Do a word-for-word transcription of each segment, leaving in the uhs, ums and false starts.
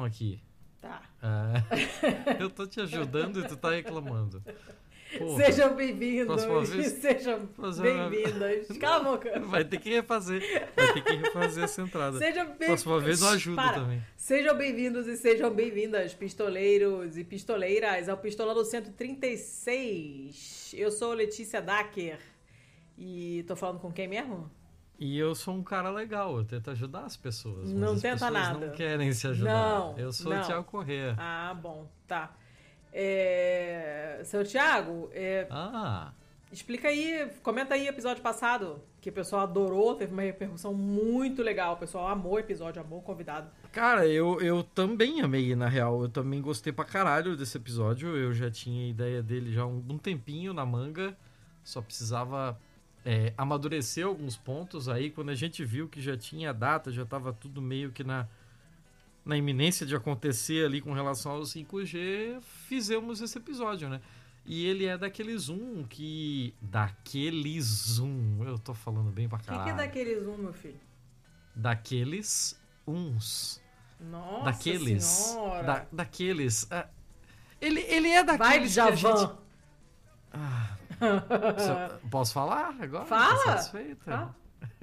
situação aqui. Tá. É, eu tô te ajudando e tu tá reclamando. Porra. Sejam bem-vindos vez, e sejam bem-vindas. Cala a boca. Vai ter que refazer. Vai ter que refazer essa entrada. Sejam bem... Próxima vez eu ajudo Para. também. Sejam bem-vindos e sejam bem-vindas, pistoleiros e pistoleiras, ao Pistolando cento e trinta e seis. Eu sou Letícia Dacker e tô falando com quem mesmo? E eu sou um cara legal, eu tento ajudar as pessoas. Mas Não as tenta pessoas nada. não querem se ajudar. Não, eu sou não. o Thiago Corrêa. Ah, bom, tá. É... Seu Thiago, é... Ah, explica aí, comenta aí o episódio passado, que o pessoal adorou, teve uma repercussão muito legal. O pessoal amou o episódio, amou o convidado. cara, eu, eu também amei, na real. Eu também gostei pra caralho desse episódio. Eu já tinha ideia dele já há um, um tempinho na manga. Só precisava é, amadurecer alguns pontos. Aí, quando a gente viu que já tinha data, já tava tudo meio que na, na iminência de acontecer ali com relação ao cinco G, fizemos esse episódio, né? E ele é daquele zoom que... Daquele zoom. Eu tô falando bem pra O que, caralho. que é daquele zoom, meu filho? Daqueles uns. Nossa daqueles. senhora. Da, daqueles. Uh, ele, ele é daqueles. Vai, que a Javan. gente... ah, so, posso falar agora? Fala. Tá satisfeita? Fala.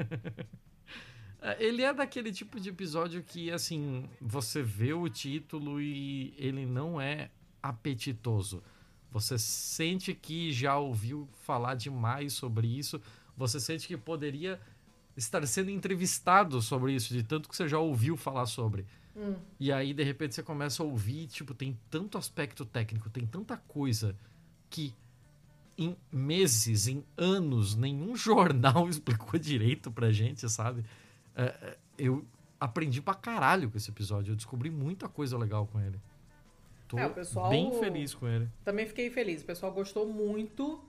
Ele é daquele tipo de episódio que, assim, você vê o título e ele não é apetitoso. Você sente que já ouviu falar demais sobre isso. Você sente que poderia estar sendo entrevistado sobre isso, de tanto que você já ouviu falar sobre. Hum. E aí, de repente, você começa a ouvir, tipo, tem tanto aspecto técnico, tem tanta coisa que em meses, em anos, nenhum jornal explicou direito pra gente, sabe? É, eu aprendi pra caralho com esse episódio. Eu descobri muita coisa legal com ele. Tô É, o pessoal... bem feliz com ele. Também fiquei feliz. O pessoal gostou muito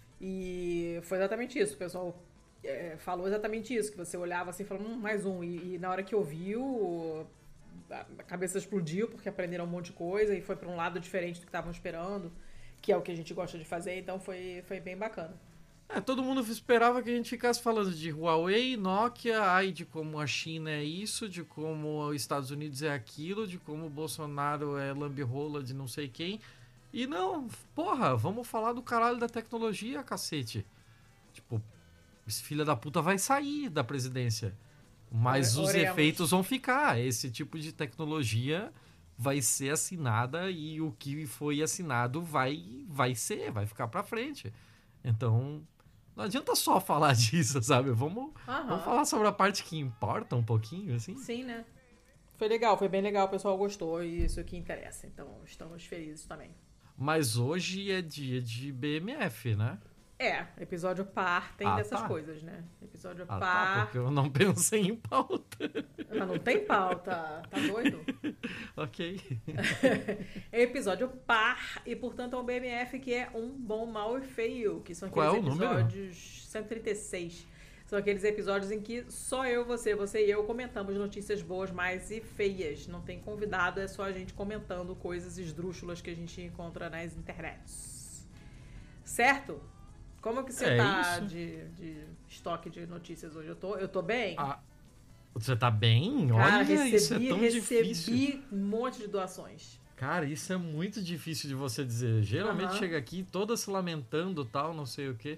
e foi exatamente isso. O pessoal é, falou exatamente isso, que você olhava assim e falava, hum, mais um. E, e na hora que ouviu, a cabeça explodiu porque aprenderam um monte de coisa e foi para um lado diferente do que estavam esperando, que é o que a gente gosta de fazer. Então foi, foi bem bacana. É, todo mundo esperava que a gente ficasse falando de Huawei, Nokia, ai, de como a China é isso, de como os Estados Unidos é aquilo, de como o Bolsonaro é lambe-rola de não sei quem. E não, porra, vamos falar do caralho da tecnologia, cacete. Tipo, esse filho da puta vai sair da presidência. Mas os Oremos. efeitos vão ficar. Esse tipo de tecnologia vai ser assinada e o que foi assinado vai, vai ser, vai ficar pra frente. Então... não adianta só falar disso, sabe? Vamos, vamos falar sobre a parte que importa um pouquinho, assim? Sim, né? Foi legal, foi bem legal, o pessoal gostou e isso que interessa. Então, estamos felizes também. Mas hoje é dia de B M F, né? É, episódio par tem ah, dessas tá. coisas, né? Episódio ah, par... Tá, porque eu não pensei em pauta. Mas não tem pauta, tá doido? Ok. É episódio par e, portanto, é um B M F que é um bom, mal e feio, que são Qual aqueles é o número? episódios cento e trinta e seis. São aqueles episódios em que só eu, você, você e eu comentamos notícias boas, mais e feias. Não tem convidado, é só a gente comentando coisas esdrúxulas que a gente encontra nas internets. Certo? Como que você É tá isso. de, de estoque de notícias hoje? Eu tô, eu tô bem? Ah, você tá bem? Cara, Olha, recebi, isso é tão recebi difícil. um monte de doações. Cara, isso é muito difícil de você dizer. Geralmente Aham. chega aqui toda se lamentando, tal, não sei o quê.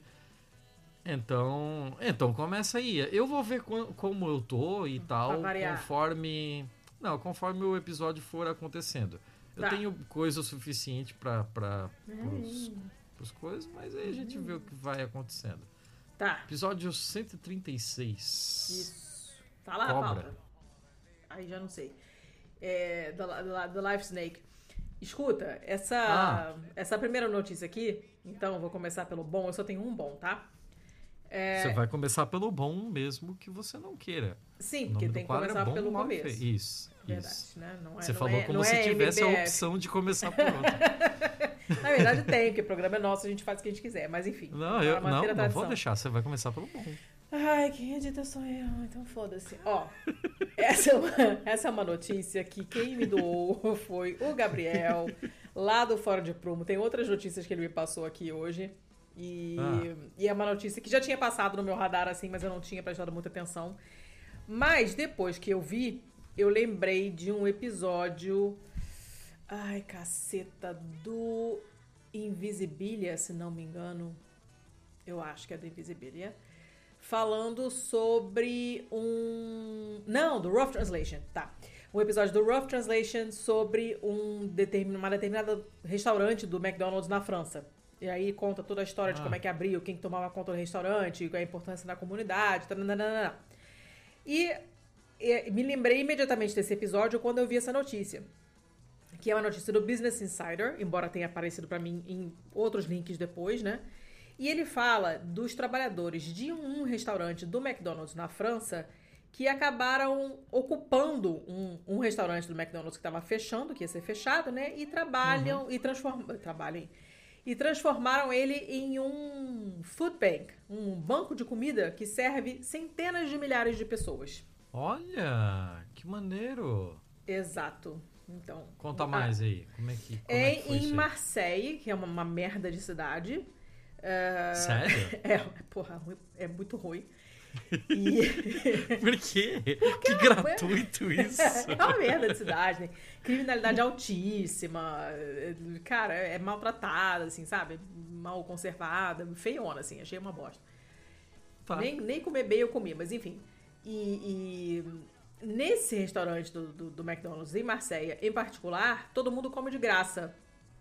Então, então começa aí. Eu vou ver co- como eu tô e tal, variar. conforme... Não, conforme o episódio for acontecendo. Eu Tá. tenho coisa o suficiente pra, pra, pros, Hum. pros coisas, mas aí a gente vê o que vai acontecendo. Tá, Episódio cento e trinta e seis. isso. Tá lá Cobra. a pauta. Aí já não sei. É, da, da, da Life Snake. Escuta, essa, Ah. essa primeira notícia aqui, então, eu vou começar pelo bom, eu só tenho um bom, tá? É, Você vai começar pelo bom mesmo que você não queira. sim, O porque nome tem do que quadro começar é bom, pelo mal e começo. feio. Isso, Verdade, isso. né? Não é, Você não falou é, como não se é tivesse M B F. a opção de começar por outro. Na verdade tem, porque o programa é nosso, a gente faz o que a gente quiser, mas enfim. Não, para eu manter não, a não vou tradição. deixar. Você vai começar pelo bom. Ai, quem edita sou eu, então foda-se. Ó, essa é, uma, essa é uma notícia que quem me doou foi o Gabriel, lá do Fora de Prumo. Tem outras notícias que ele me passou aqui hoje. E, Ah. e é uma notícia que já tinha passado no meu radar, assim, mas eu não tinha prestado muita atenção. Mas depois que eu vi, eu lembrei de um episódio... Ai, caceta, do Invisibilia, se não me engano. Eu acho que é do Invisibilia. Falando sobre um... Não, do Rough Translation, tá. Um episódio do Rough Translation sobre um determin... uma determinada restaurante do McDonald's na França. E aí conta toda a história de ah. como é que abriu, quem tomava conta do restaurante, a importância da comunidade, tananana. E, e me lembrei imediatamente desse episódio quando eu vi essa notícia. Que é uma notícia do Business Insider, embora tenha aparecido para mim em outros links depois, né? E ele fala dos trabalhadores de um restaurante do McDonald's na França que acabaram ocupando um, um restaurante do McDonald's que estava fechando, que ia ser fechado, né? E trabalham, uhum. e transformam, trabalham, e transformaram ele em um food bank, um banco de comida que serve centenas de milhares de pessoas. Olha, que maneiro! Exato. Então, conta mais ah, aí, como é que, como é, é que foi em isso Marseille, que é uma, uma merda de cidade. Uh, Sério? É, porra, é muito ruim. E... Por quê? Porque que gratuito é... isso. É uma merda de cidade, né? Criminalidade altíssima, cara, é maltratada, assim, sabe? Mal conservada, feiona, assim, achei uma bosta. Tá. Nem, nem comer bem eu comi, mas enfim. E... e... Nesse restaurante do, do, do McDonald's em Marseille, em particular, todo mundo come de graça.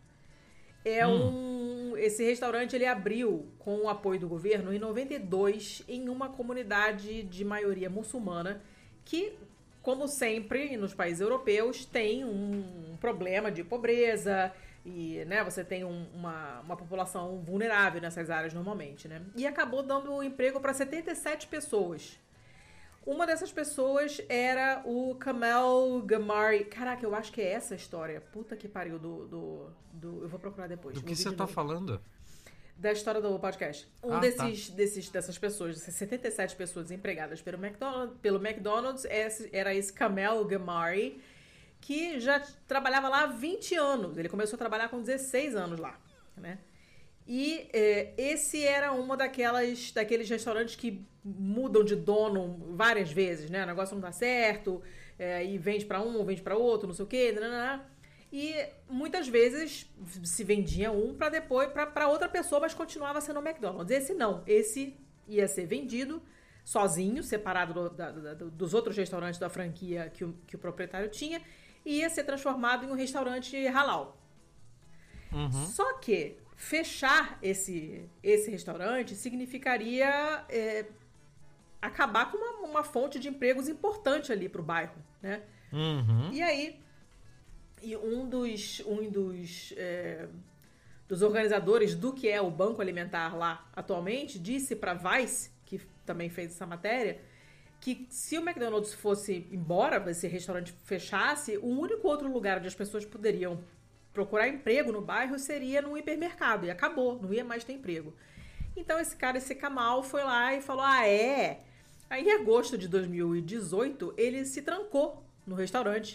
É hum. um... Esse restaurante, ele abriu com o apoio do governo em noventa e dois em uma comunidade de maioria muçulmana que, como sempre nos países europeus, tem um problema de pobreza e, né, você tem um, uma, uma população vulnerável nessas áreas normalmente, né? E acabou dando emprego para setenta e sete pessoas. Uma dessas pessoas era o Kamel Gamari. Caraca, eu acho que é essa a história. Puta que pariu do... do, do eu vou procurar depois. Do que você tá falando? Da história do podcast. Um ah, desses, tá. desses, dessas pessoas, dessas setenta e sete pessoas empregadas pelo McDonald's, pelo McDonald's era esse Kamel Gamari, que já trabalhava lá há vinte anos. Ele começou a trabalhar com dezesseis anos lá, né? E é, esse era uma daquelas, daqueles restaurantes que mudam de dono várias vezes, né? O negócio não dá certo, é, e vende para um, vende para outro, não sei o quê. Nanana. E muitas vezes se vendia um para depois para outra pessoa, mas continuava sendo o McDonald's. Esse não, esse ia ser vendido sozinho, separado do, da, da, dos outros restaurantes da franquia que o, que o proprietário tinha, e ia ser transformado em um restaurante halal. Uhum. Só que fechar esse, esse restaurante significaria é, acabar com uma, uma fonte de empregos importante ali pro bairro, né? Uhum. E aí, e um dos, um dos, é, dos organizadores do que é o Banco Alimentar lá atualmente disse pra Vice, que também fez essa matéria, que se o McDonald's fosse embora, esse restaurante fechasse, o único outro lugar onde as pessoas poderiam procurar emprego no bairro seria no hipermercado. E acabou, não ia mais ter emprego. Então esse cara, esse Kamal, foi lá e falou, ah, é? Aí em agosto de dois mil e dezoito, ele se trancou no restaurante,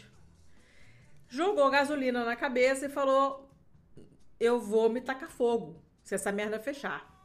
jogou gasolina na cabeça e falou, eu vou me tacar fogo se essa merda fechar.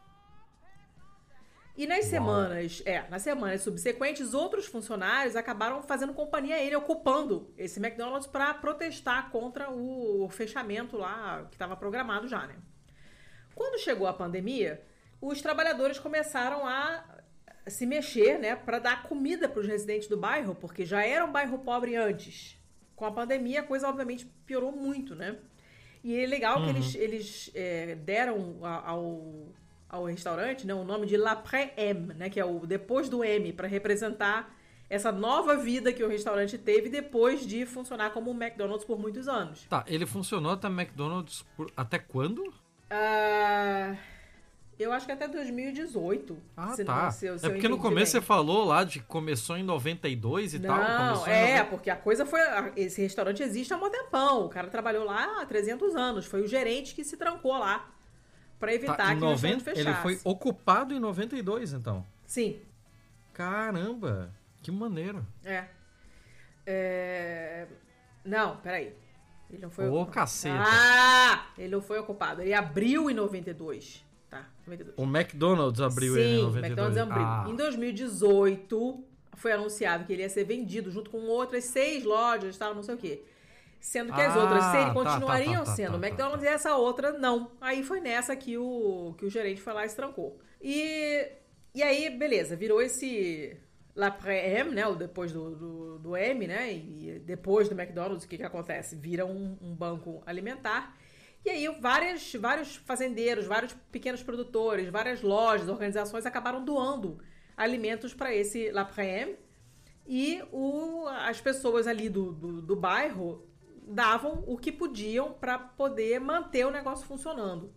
E nas Uau. semanas, é, nas semanas subsequentes, outros funcionários acabaram fazendo companhia a ele, ocupando esse McDonald's para protestar contra o fechamento lá que estava programado já, né? Quando chegou a pandemia, os trabalhadores começaram a se mexer, né, para dar comida para os residentes do bairro, porque já era um bairro pobre antes. Com a pandemia, a coisa obviamente piorou muito, né? E é legal uhum. que eles, eles é, deram ao ao restaurante, né, o nome de L'Après-M, né, que é o depois do M, para representar essa nova vida que o restaurante teve depois de funcionar como um McDonald's por muitos anos. Tá, ele funcionou até McDonald's por até quando? Uh, eu acho que até dois mil e dezoito. Ah, se tá. Não, se eu, se é porque no começo bem. você falou lá de que começou em noventa e dois e não, tal. Não, é, noventa... porque a coisa foi... Esse restaurante existe há um tempão. O cara trabalhou lá há trezentos anos. Foi o gerente que se trancou lá. Pra evitar tá, que noventa, o restaurante fechasse. Ele foi ocupado em noventa e dois, então? Sim. Caramba, que maneiro. É. é... Não, peraí. Ele não foi Ô, ocupado. caceta. Ah! Ele não foi ocupado. Ele abriu em noventa e dois. Tá, noventa e dois. O McDonald's abriu Sim, ele em noventa e dois. Sim, o McDonald's abriu. Ah. Em dois mil e dezoito, foi anunciado que ele ia ser vendido junto com outras seis lojas, tal, não sei o quê. Sendo que as Ah, outras seis tá, continuariam tá, tá, sendo tá, tá, McDonald's tá. e essa outra não. Aí foi nessa que o, que o gerente foi lá e se trancou. E, e aí, beleza, virou esse l'après-M, né? O depois do, do, do M, né? E depois do McDonald's, o que que acontece? Vira um, um banco alimentar. E aí várias, vários fazendeiros, vários pequenos produtores, várias lojas, organizações acabaram doando alimentos para esse l'après-M. E o, as pessoas ali do, do, do bairro davam o que podiam para poder manter o negócio funcionando.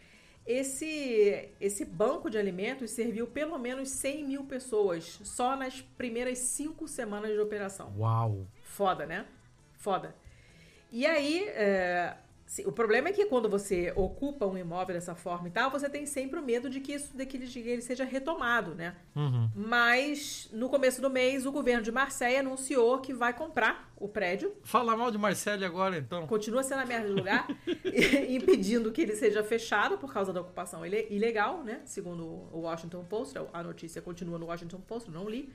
Esse, esse banco de alimentos serviu pelo menos cem mil pessoas só nas primeiras cinco semanas de operação. Uau! Foda, né? Foda. E aí, é, o problema é que quando você ocupa um imóvel dessa forma e tal, você tem sempre o medo de que, isso, de que ele seja retomado, né? Uhum. Mas, no começo do mês, o governo de Marseille anunciou que vai comprar o prédio. Fala mal de Marcelo agora, então. Continua sendo a merda de lugar, impedindo que ele seja fechado por causa da ocupação ilegal, né? Segundo o Washington Post, a notícia continua no Washington Post, não li.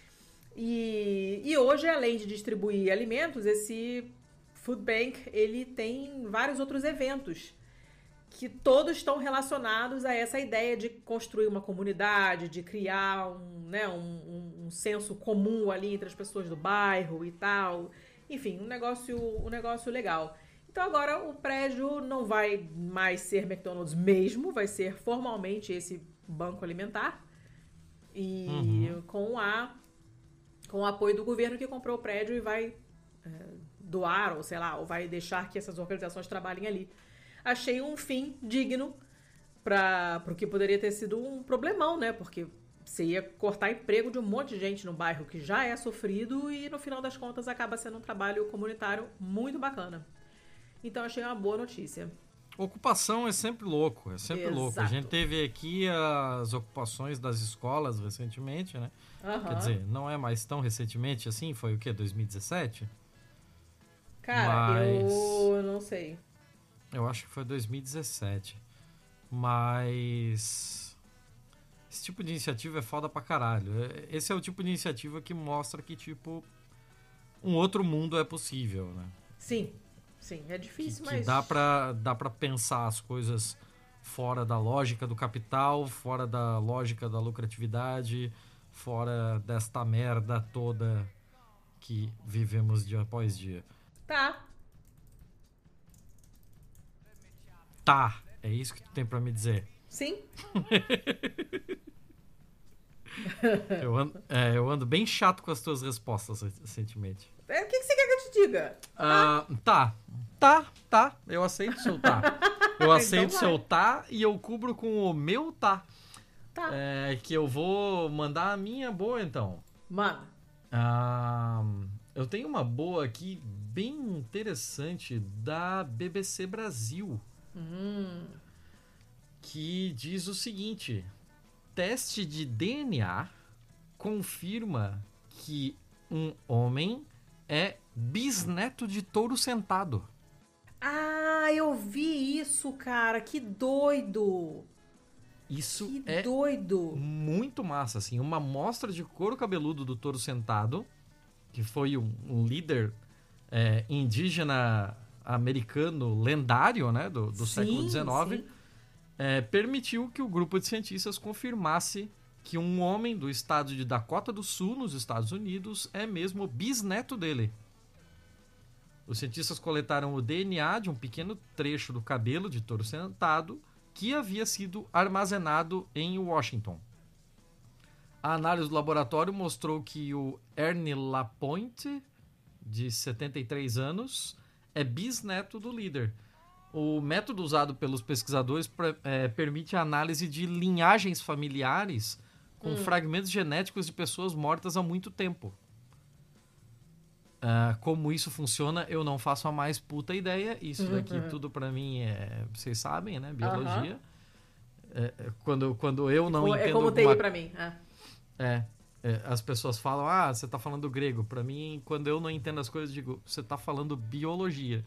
E, e hoje, além de distribuir alimentos, esse Food Bank, ele tem vários outros eventos que todos estão relacionados a essa ideia de construir uma comunidade, de criar um, né, um, um, um senso comum ali entre as pessoas do bairro e tal. Enfim, um negócio, um negócio legal. Então agora o prédio não vai mais ser McDonald's mesmo, vai ser formalmente esse banco alimentar. E uhum. com, a, com o apoio do governo que comprou o prédio e vai é, doar, ou sei lá, ou vai deixar que essas organizações trabalhem ali. Achei um fim digno para o que poderia ter sido um problemão, né? Porque você ia cortar emprego de um monte de gente no bairro que já é sofrido e, no final das contas, acaba sendo um trabalho comunitário muito bacana. Então, achei uma boa notícia. Ocupação é sempre louco, é sempre Exato. louco. A gente teve aqui as ocupações das escolas recentemente, né? Uhum. Quer dizer, não é mais tão recentemente assim, foi o quê? dois mil e dezessete? Cara, Mas... eu não sei. Eu acho que foi dois mil e dezessete. Mas... esse tipo de iniciativa é foda pra caralho. Esse é o tipo de iniciativa que mostra que, tipo, um outro mundo é possível, né? Sim, sim. É difícil, que, mas... Que dá pra, dá pra pensar as coisas fora da lógica do capital, fora da lógica da lucratividade, fora desta merda toda que vivemos dia após dia. Tá. Tá, é isso que tu tem pra me dizer. Sim. eu, ando, é, eu ando bem chato com as tuas respostas recentemente. É, o que, que você quer que eu te diga? Ah, tá, tá, tá. Eu aceito o seu tá. Eu aceito o então seu tá e eu cubro com o meu tá. Tá. É, que eu vou mandar a minha boa, então. Manda. Ah, eu tenho uma boa aqui, bem interessante, da B B C Brasil. Hum. Que diz o seguinte: teste de D N A confirma que um homem é bisneto de touro sentado. Ah, eu vi isso, cara. Que doido. Isso que é doido. muito massa, assim. Uma amostra de couro cabeludo do touro sentado, que foi um, um líder é, indígena americano lendário, né, do, do sim, século dezenove, sim. É, permitiu que o grupo de cientistas confirmasse que um homem do estado de Dakota do Sul, nos Estados Unidos, é mesmo bisneto dele. Os cientistas coletaram o D N A de um pequeno trecho do cabelo de touro sentado que havia sido armazenado em Washington. A análise do laboratório mostrou que o Ernie Lapointe, de setenta e três anos, é bisneto do líder. O método usado pelos pesquisadores é, permite a análise de linhagens familiares com hum. fragmentos genéticos de pessoas mortas há muito tempo. Uh, como isso funciona, eu não faço a mais puta ideia. Isso uhum, daqui uhum. tudo pra mim é... vocês sabem, né? Biologia. Uhum. É, quando, quando eu não é entendo... É como alguma... T I pra mim. É. É, é. As pessoas falam, ah, você tá falando grego. Pra mim, quando eu não entendo as coisas, eu digo, você tá falando biologia.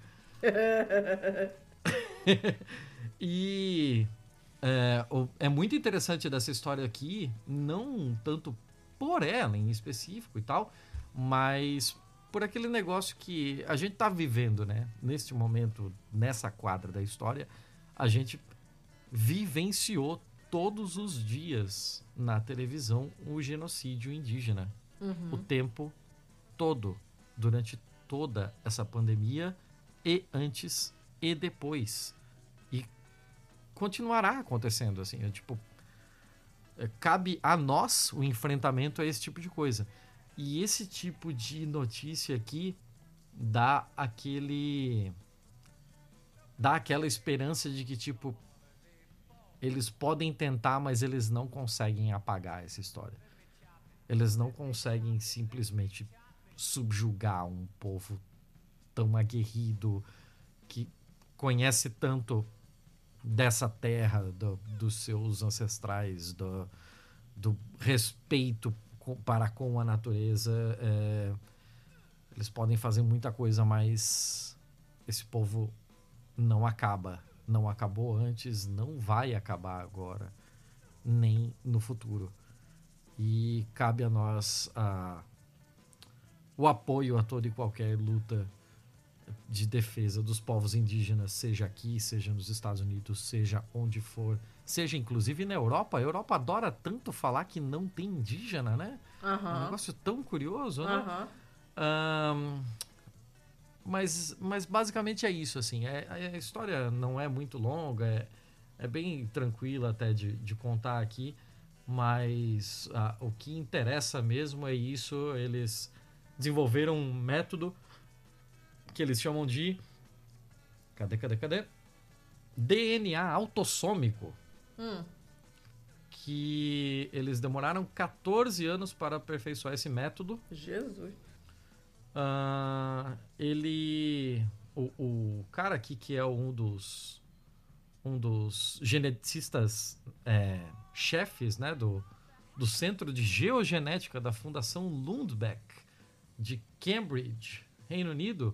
E é, é muito interessante dessa história aqui, não tanto por ela em específico e tal, mas por aquele negócio que a gente tá vivendo, né? Neste momento, nessa quadra da história, a gente vivenciou todos os dias na televisão o genocídio indígena. Uhum. O tempo todo, durante toda essa pandemia e antes e depois. E continuará acontecendo, assim, é, tipo, é, cabe a nós o enfrentamento a esse tipo de coisa. E esse tipo de notícia aqui dá aquele... dá aquela esperança de que, tipo, eles podem tentar, mas eles não conseguem apagar essa história. Eles não conseguem simplesmente subjugar um povo tão aguerrido, que conhece tanto dessa terra, do, dos seus ancestrais, do, do respeito com, para com a natureza. É, eles podem fazer muita coisa, mas esse povo não acaba. Não acabou antes, não vai acabar agora, nem no futuro. E cabe a nós a, o apoio a toda e qualquer luta de defesa dos povos indígenas, seja aqui, seja nos Estados Unidos, seja onde for, seja inclusive na Europa. A Europa adora tanto falar que não tem indígena, né? Uhum. É um negócio tão curioso, né? Uhum. Um, mas, mas basicamente é isso, assim. É, a história não é muito longa, é, é bem tranquila até de, de contar aqui, mas ah, o que interessa mesmo é isso. Eles desenvolveram um método que eles chamam de... Cadê, cadê, cadê? D N A autossômico. Hum. Que eles demoraram catorze anos para aperfeiçoar esse método. Jesus. Uh, ele... O, o cara aqui que é um dos... Um dos geneticistas é, chefes, né, do, do Centro de Geogenética da Fundação Lundbeck de Cambridge, Reino Unido,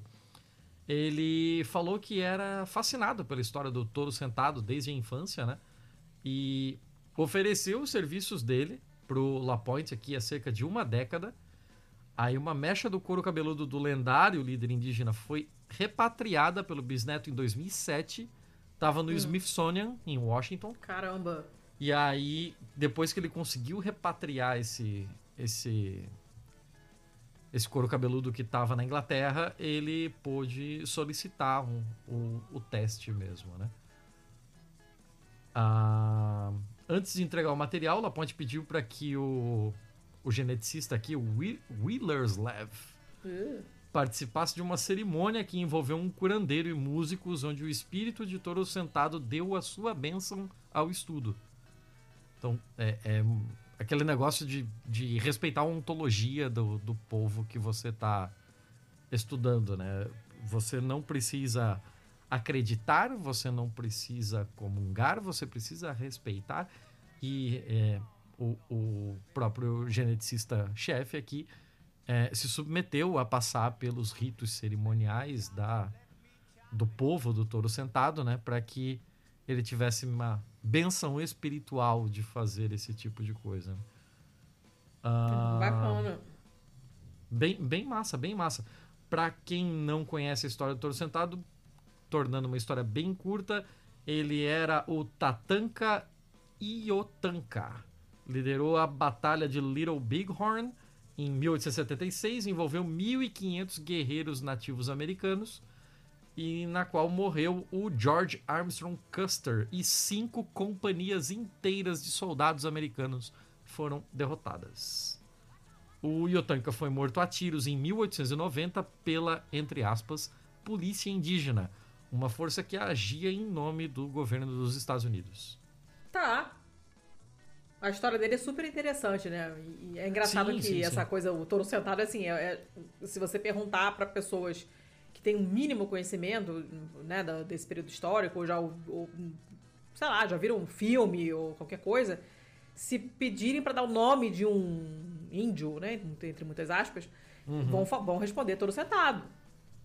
ele falou que era fascinado pela história do touro sentado desde a infância, né? E ofereceu os serviços dele pro LaPointe aqui há cerca de uma década. Aí uma mecha do couro cabeludo do lendário líder indígena foi repatriada pelo bisneto em dois mil e sete. Tava no hum. Smithsonian, em Washington. Caramba! E aí, depois que ele conseguiu repatriar esse... esse esse couro cabeludo que estava na Inglaterra, ele pôde solicitar um, o, o teste mesmo, né? Ah, antes de entregar o material, LaPointe pediu para que o, o geneticista aqui, o Wheelerslev, uh. participasse de uma cerimônia que envolveu um curandeiro e músicos, onde o espírito de touro sentado deu a sua bênção ao estudo. Então, é... é aquele negócio de, de respeitar a ontologia do, do povo que você está estudando, né? Você não precisa acreditar, você não precisa comungar, você precisa respeitar. E é, o, o próprio geneticista-chefe aqui é, se submeteu a passar pelos ritos cerimoniais da, do povo do touro sentado, né? Para que ele tivesse uma benção espiritual de fazer esse tipo de coisa. Ah, Bacana. Bem, bem massa, bem massa. Pra quem não conhece a história do touro sentado, tornando uma história bem curta, ele era o Tatanka Iotanka. Liderou a Batalha de Little Bighorn em mil oitocentos e setenta e seis, envolveu mil e quinhentos guerreiros nativos americanos, e na qual morreu o George Armstrong Custer, e cinco companhias inteiras de soldados americanos foram derrotadas. O Iotanka foi morto a tiros em mil oitocentos e noventa pela, entre aspas, polícia indígena, uma força que agia em nome do governo dos Estados Unidos. Tá. A história dele é super interessante, né? E é engraçado sim, que sim, essa sim. coisa, o touro sentado, assim, é, é, se você perguntar para pessoas que tem um mínimo conhecimento, né, desse período histórico, ou já, ou, sei lá, já viram um filme ou qualquer coisa, se pedirem para dar o nome de um índio, né, entre muitas aspas, uhum. vão, vão responder touro sentado.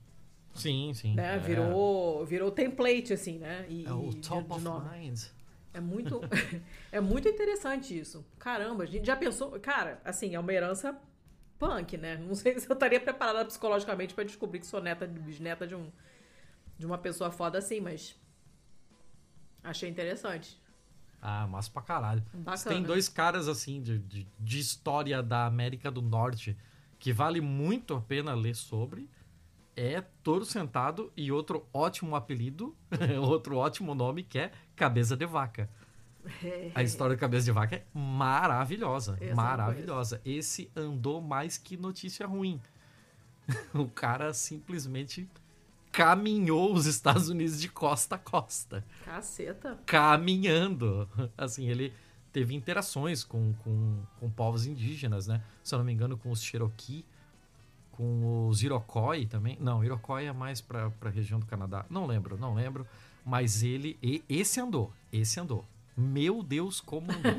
Sim, sim. Né? É. Virou, virou template, assim, né? E, é o top de, de of nome. mind. É muito, é muito interessante isso. Caramba, a gente já pensou. Cara, assim, é uma herança punk, né? Não sei se eu estaria preparada psicologicamente pra descobrir que sou neta, bisneta de, um, de uma pessoa foda assim, mas achei interessante. Ah, massa pra caralho. Bacana. Tem dois caras, assim, de, de, de história da América do Norte que vale muito a pena ler sobre. É Touro Sentado e outro ótimo apelido, outro ótimo nome, que é Cabeça de Vaca. A história da Cabeça de Vaca é maravilhosa, Essa eu não maravilhosa. Esse andou mais que notícia ruim. O cara simplesmente caminhou os Estados Unidos de costa a costa. Caceta. Caminhando. Assim, ele teve interações com, com, com povos indígenas, né? Se eu não me engano, com os Cherokee, com os Iroquois também. Não, Iroquois é mais pra, pra região do Canadá. Não lembro, não lembro. Mas ele... e- Esse andou, esse andou. Meu Deus, como andou.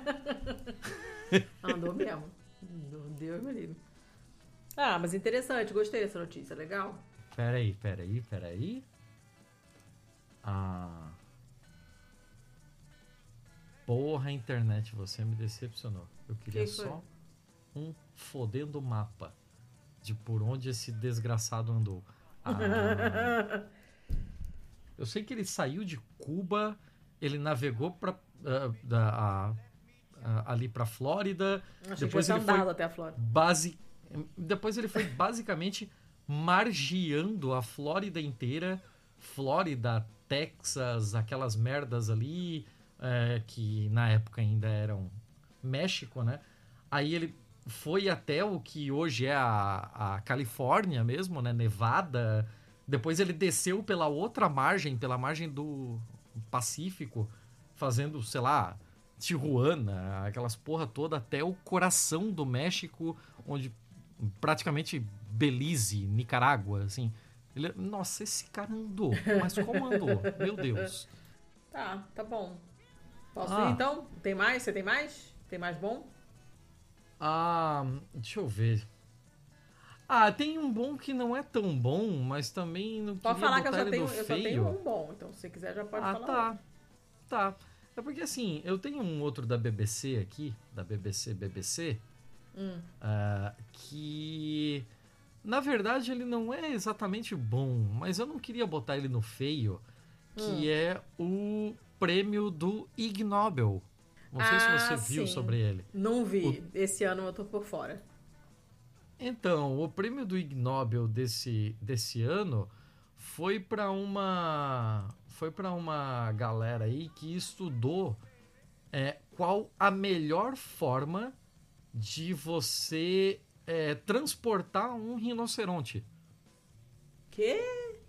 Andou mesmo. Meu Deus me livre. Ah, mas interessante, gostei dessa notícia, legal. Peraí, peraí, peraí. Ah... Porra, internet, você me decepcionou. Eu queria Que foi? só um fodendo mapa de por onde esse desgraçado andou. Ah, eu sei que ele saiu de Cuba, ele navegou pra, ah, da, a- a- ali pra Flórida. Achei Depois que ele ele foi andado até a Flórida. base, depois ele foi basicamente margeando a Flórida inteira. Flórida, Texas, aquelas merdas ali, é, que na época ainda eram México, né? Aí ele foi até o que hoje é a, a Califórnia mesmo, né? Nevada. Depois ele desceu pela outra margem, pela margem do Pacífico, fazendo, sei lá, Tijuana, aquelas porra toda, até o coração do México, onde praticamente Belize, Nicarágua, assim. Ele, nossa, esse cara andou. Mas como andou? Meu Deus. Tá, tá bom. Posso Ah. ir então? Tem mais? Você tem mais? Tem mais bom? Ah, deixa eu ver. Ah, tem um bom que não é tão bom, mas também não Pode queria falar que eu botar só, ele tenho, no eu só feio. tenho um bom, então se você quiser já pode Ah, falar. tá. um. Tá. É porque assim, eu tenho um outro da B B C aqui, da B B C B B C, Hum. ah, que na verdade ele não é exatamente bom, mas eu não queria botar ele no feio, que Hum. é o prêmio do Ig Nobel. Não sei Ah, se você viu sim. sobre ele. Não vi. Esse ano eu tô por fora. Então, o prêmio do Ig Nobel desse, desse ano foi para uma foi para uma galera aí que estudou é, qual a melhor forma de você é, transportar um rinoceronte. Que?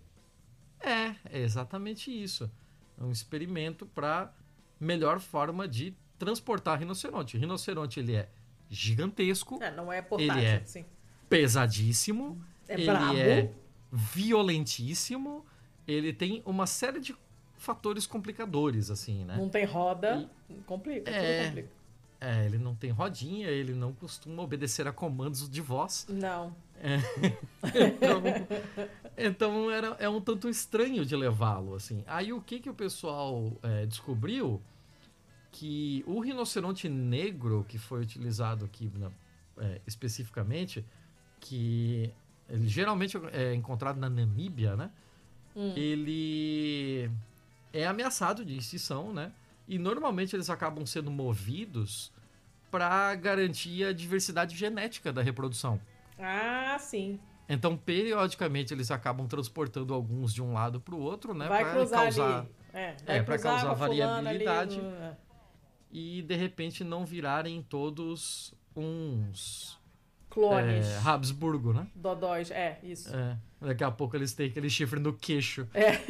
É, é exatamente isso. É um experimento para melhor forma de transportar rinoceronte. O rinoceronte ele é gigantesco, É, não é portátil, Ele é. sim. pesadíssimo, É ele brabo. é violentíssimo, ele tem uma série de fatores complicadores, assim, né? Não tem roda, complica, É. tudo complica. É, ele não tem rodinha, ele não costuma obedecer a comandos de voz. Não. Então, então era, é um tanto estranho de levá-lo, assim. Aí o que que o pessoal é, descobriu? Que o rinoceronte negro que foi utilizado aqui na- é, especificamente, que ele geralmente é encontrado na Namíbia, né? Hum. Ele é ameaçado de extinção, né? E normalmente eles acabam sendo movidos para garantir a diversidade genética da reprodução. Ah, sim. Então, periodicamente, eles acabam transportando alguns de um lado para o outro, né? Vai Pra cruzar causar ali. É, vai é, pra cruzar causar com a fulana variabilidade. ali, é. e, de repente, não virarem todos uns Clones. é, Habsburgo, né? Dodóis. É, isso. É, daqui a pouco eles têm aquele chifre no queixo.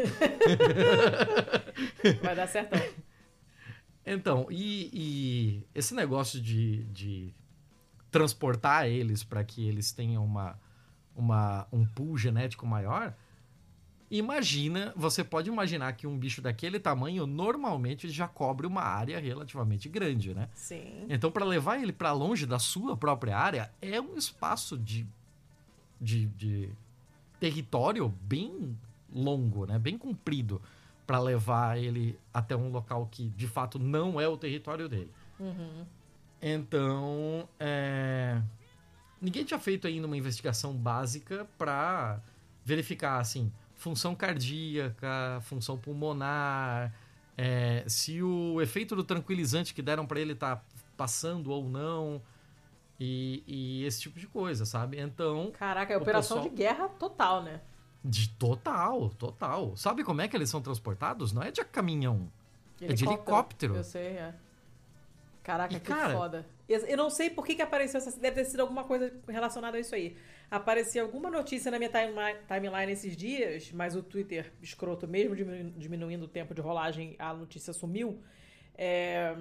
Vai dar certão. Então, e, e esse negócio de, de transportar eles para que eles tenham uma, uma, um pool genético maior, imagina, você pode imaginar que um bicho daquele tamanho normalmente já cobre uma área relativamente grande, né? Sim. Então, para levar ele para longe da sua própria área, é um espaço de, de, de território bem longo, né? Bem comprido para levar ele até um local que de fato não é o território dele. Uhum. Então, é... ninguém tinha feito ainda uma investigação básica para verificar, assim, função cardíaca, função pulmonar, é, se o efeito do tranquilizante que deram para ele tá passando ou não, e, e esse tipo de coisa, sabe? Então... Caraca, é operação pessoal... de guerra total, né? De total, total. Sabe como é que eles são transportados? Não é de caminhão, helicóptero. É de helicóptero. Eu sei, é. Caraca, e, que cara, foda. Eu não sei por que, que apareceu essa... Deve ter sido alguma coisa relacionada a isso aí. Apareceu alguma notícia na minha timeline, timeline esses dias, mas o Twitter, escroto, mesmo diminuindo o tempo de rolagem, a notícia sumiu, é,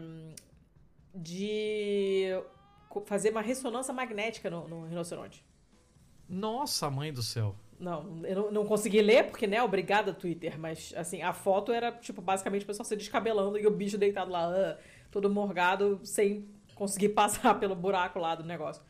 de fazer uma ressonância magnética no, no rinoceronte. Nossa, mãe do céu. Não, eu não, não consegui ler, porque, né, obrigada, Twitter, mas, assim, a foto era, tipo, basicamente o pessoal se descabelando e o bicho deitado lá, uh, todo morgado, sem conseguir passar pelo buraco lá do negócio.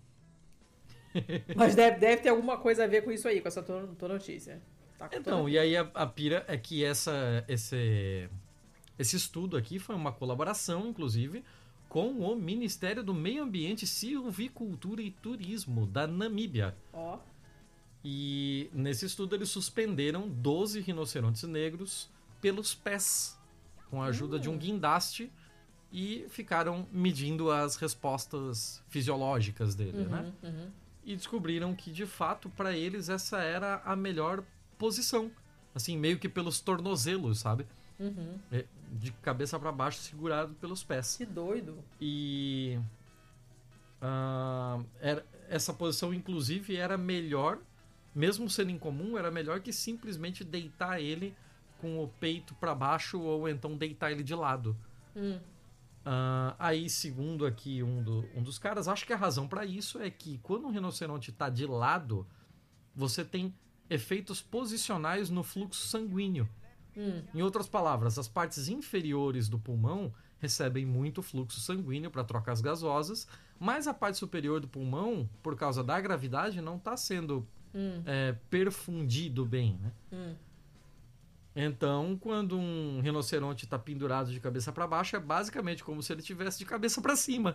Mas deve, deve ter alguma coisa a ver com isso aí, com essa tua, tua notícia. Tá então, toda... e aí a, a pira é que essa, esse, esse estudo aqui foi uma colaboração, inclusive, com o Ministério do Meio Ambiente, Silvicultura e Turismo da Namíbia. Ó. Oh. E nesse estudo eles suspenderam doze rinocerontes negros pelos pés, com a ajuda hum. de um guindaste, e ficaram medindo as respostas fisiológicas dele, uhum, né? Uhum. E descobriram que, de fato, para eles essa era a melhor posição. Assim, meio que pelos tornozelos, sabe? Uhum. De cabeça para baixo, segurado pelos pés. Que doido. E uh, era, essa posição, inclusive, era melhor, mesmo sendo incomum, era melhor que simplesmente deitar ele com o peito para baixo ou então deitar ele de lado. Hum. Uh, aí, segundo aqui um, do, um dos caras, acho que a razão para isso é que quando um rinoceronte está de lado, você tem efeitos posicionais no fluxo sanguíneo. Hum. Em outras palavras, as partes inferiores do pulmão recebem muito fluxo sanguíneo para trocas gasosas, mas a parte superior do pulmão, por causa da gravidade, não está sendo hum. é, perfundido bem, né? Hum. Então, quando um rinoceronte está pendurado de cabeça para baixo, é basicamente como se ele estivesse de cabeça para cima.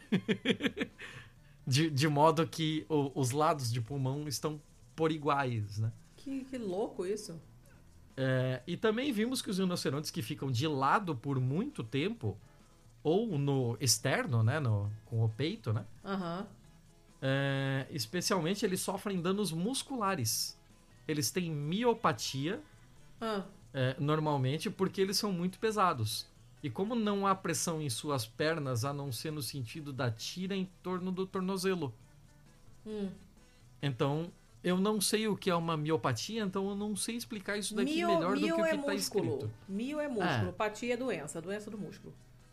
de, de modo que o, os lados de pulmão estão por iguais, né? Que, que louco isso. É, e também vimos que os rinocerontes que ficam de lado por muito tempo, ou no externo, né, no, com o peito, né? Uhum. É, especialmente eles sofrem danos musculares. Eles têm miopatia, ah. é, normalmente, porque eles são muito pesados. E como não há pressão em suas pernas, a não ser no sentido da tira em torno do tornozelo. Hum. Então... eu não sei o que é uma miopatia, então eu não sei explicar isso daqui mio, melhor mio do que o é que está escrito. Mio é músculo, é. Patia é doença, doença do músculo.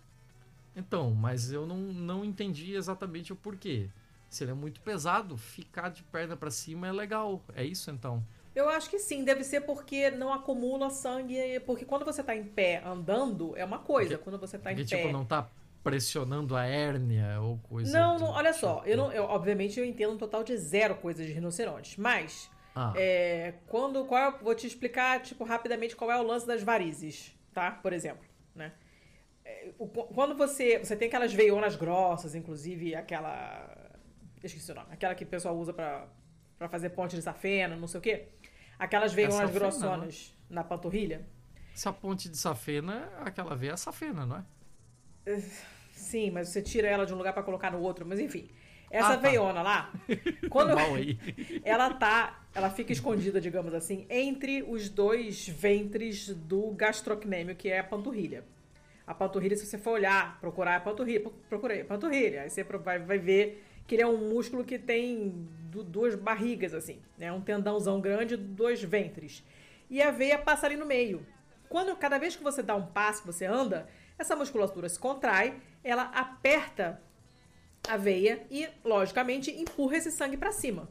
Então, mas eu não, não entendi exatamente o porquê. Se ele é muito pesado, ficar de perna para cima é legal. É isso, então? Eu acho que sim, deve ser porque não acumula sangue. Porque quando você tá em pé andando, é uma coisa. Porque, quando você tá porque, em tipo, pé... não tá pressionando a hérnia ou coisa Não, do não, olha tipo. só. Eu, não, eu, obviamente eu entendo um total de zero coisas de rinocerontes. Mas, ah. é, quando... Qual é, vou te explicar, tipo, rapidamente qual é o lance das varizes, tá? Por exemplo, né? É, o, quando você... Você tem aquelas veionas grossas, inclusive aquela... Esqueci o nome. Aquela que o pessoal usa pra, pra fazer ponte de safena, não sei o quê. Aquelas veiões é grossonas não. Na panturrilha. Essa ponte de safena, aquela veia é safena, não é? Sim, mas você tira ela de um lugar pra colocar no outro. Mas enfim, essa ah, tá. veiona lá, quando Mal aí. ela tá, ela fica escondida, digamos assim, entre os dois ventres do gastrocnêmio, que é a panturrilha. A panturrilha, se você for olhar, procurar a panturrilha, procurei a panturrilha, aí você vai, vai ver que ele é um músculo que tem duas barrigas, assim, né? Um tendãozão grande, dois ventres. E a veia passa ali no meio. Quando, cada vez que você dá um passo, que você anda, essa musculatura se contrai, ela aperta a veia e, logicamente, empurra esse sangue pra cima.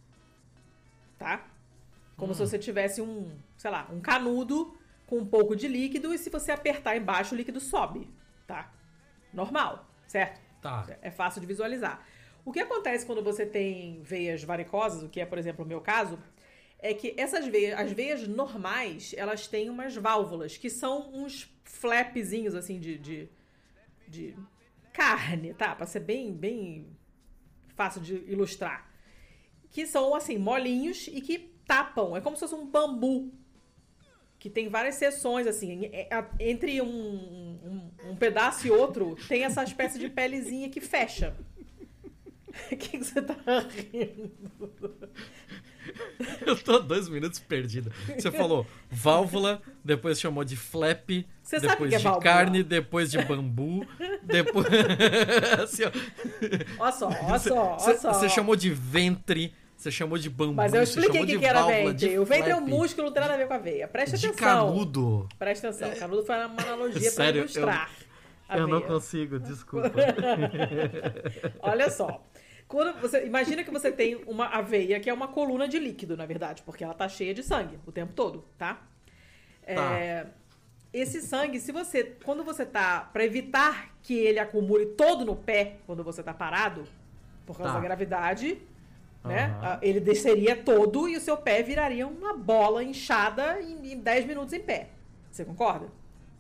Tá? Como hum. se você tivesse um, sei lá, um canudo com um pouco de líquido e se você apertar embaixo, o líquido sobe, tá? Normal, certo? Tá. É fácil de visualizar. O que acontece quando você tem veias varicosas, o que é, por exemplo, o meu caso, é que essas veias, as veias normais, elas têm umas válvulas, que são uns flapzinhos, assim, de, de, de carne, tá? Pra ser bem, bem fácil de ilustrar. Que são, assim, molinhos e que tapam. É como se fosse um bambu. Que tem várias seções, assim. Entre um, um, um pedaço e outro, tem essa espécie de pelezinha que fecha. O que, que você tá rindo? Eu tô há dois minutos perdido. Você falou válvula, depois chamou de flap, Você sabe depois que é de válvula? carne, depois de bambu, depois... assim, ó. Olha só, olha só, olha só. Você chamou de ventre, você chamou de bambu, Mas eu você expliquei chamou o que, de que era válvula, ventre. de O ventre é um flap, músculo, não tem nada a ver com a veia. Presta de atenção. canudo. Presta atenção. Canudo foi uma analogia Sério, pra ilustrar a Eu veia. não consigo, desculpa. Olha só. Quando você, imagina que você tem uma aveia que é uma coluna de líquido, na verdade, porque ela tá cheia de sangue o tempo todo, tá? É, Tá. esse sangue, se você, quando você tá, pra evitar que ele acumule todo no pé, quando você tá parado, por causa Tá. da gravidade, né? Aham. a- Ele desceria todo e o seu pé viraria uma bola inchada em, em dez minutos em pé. Você concorda?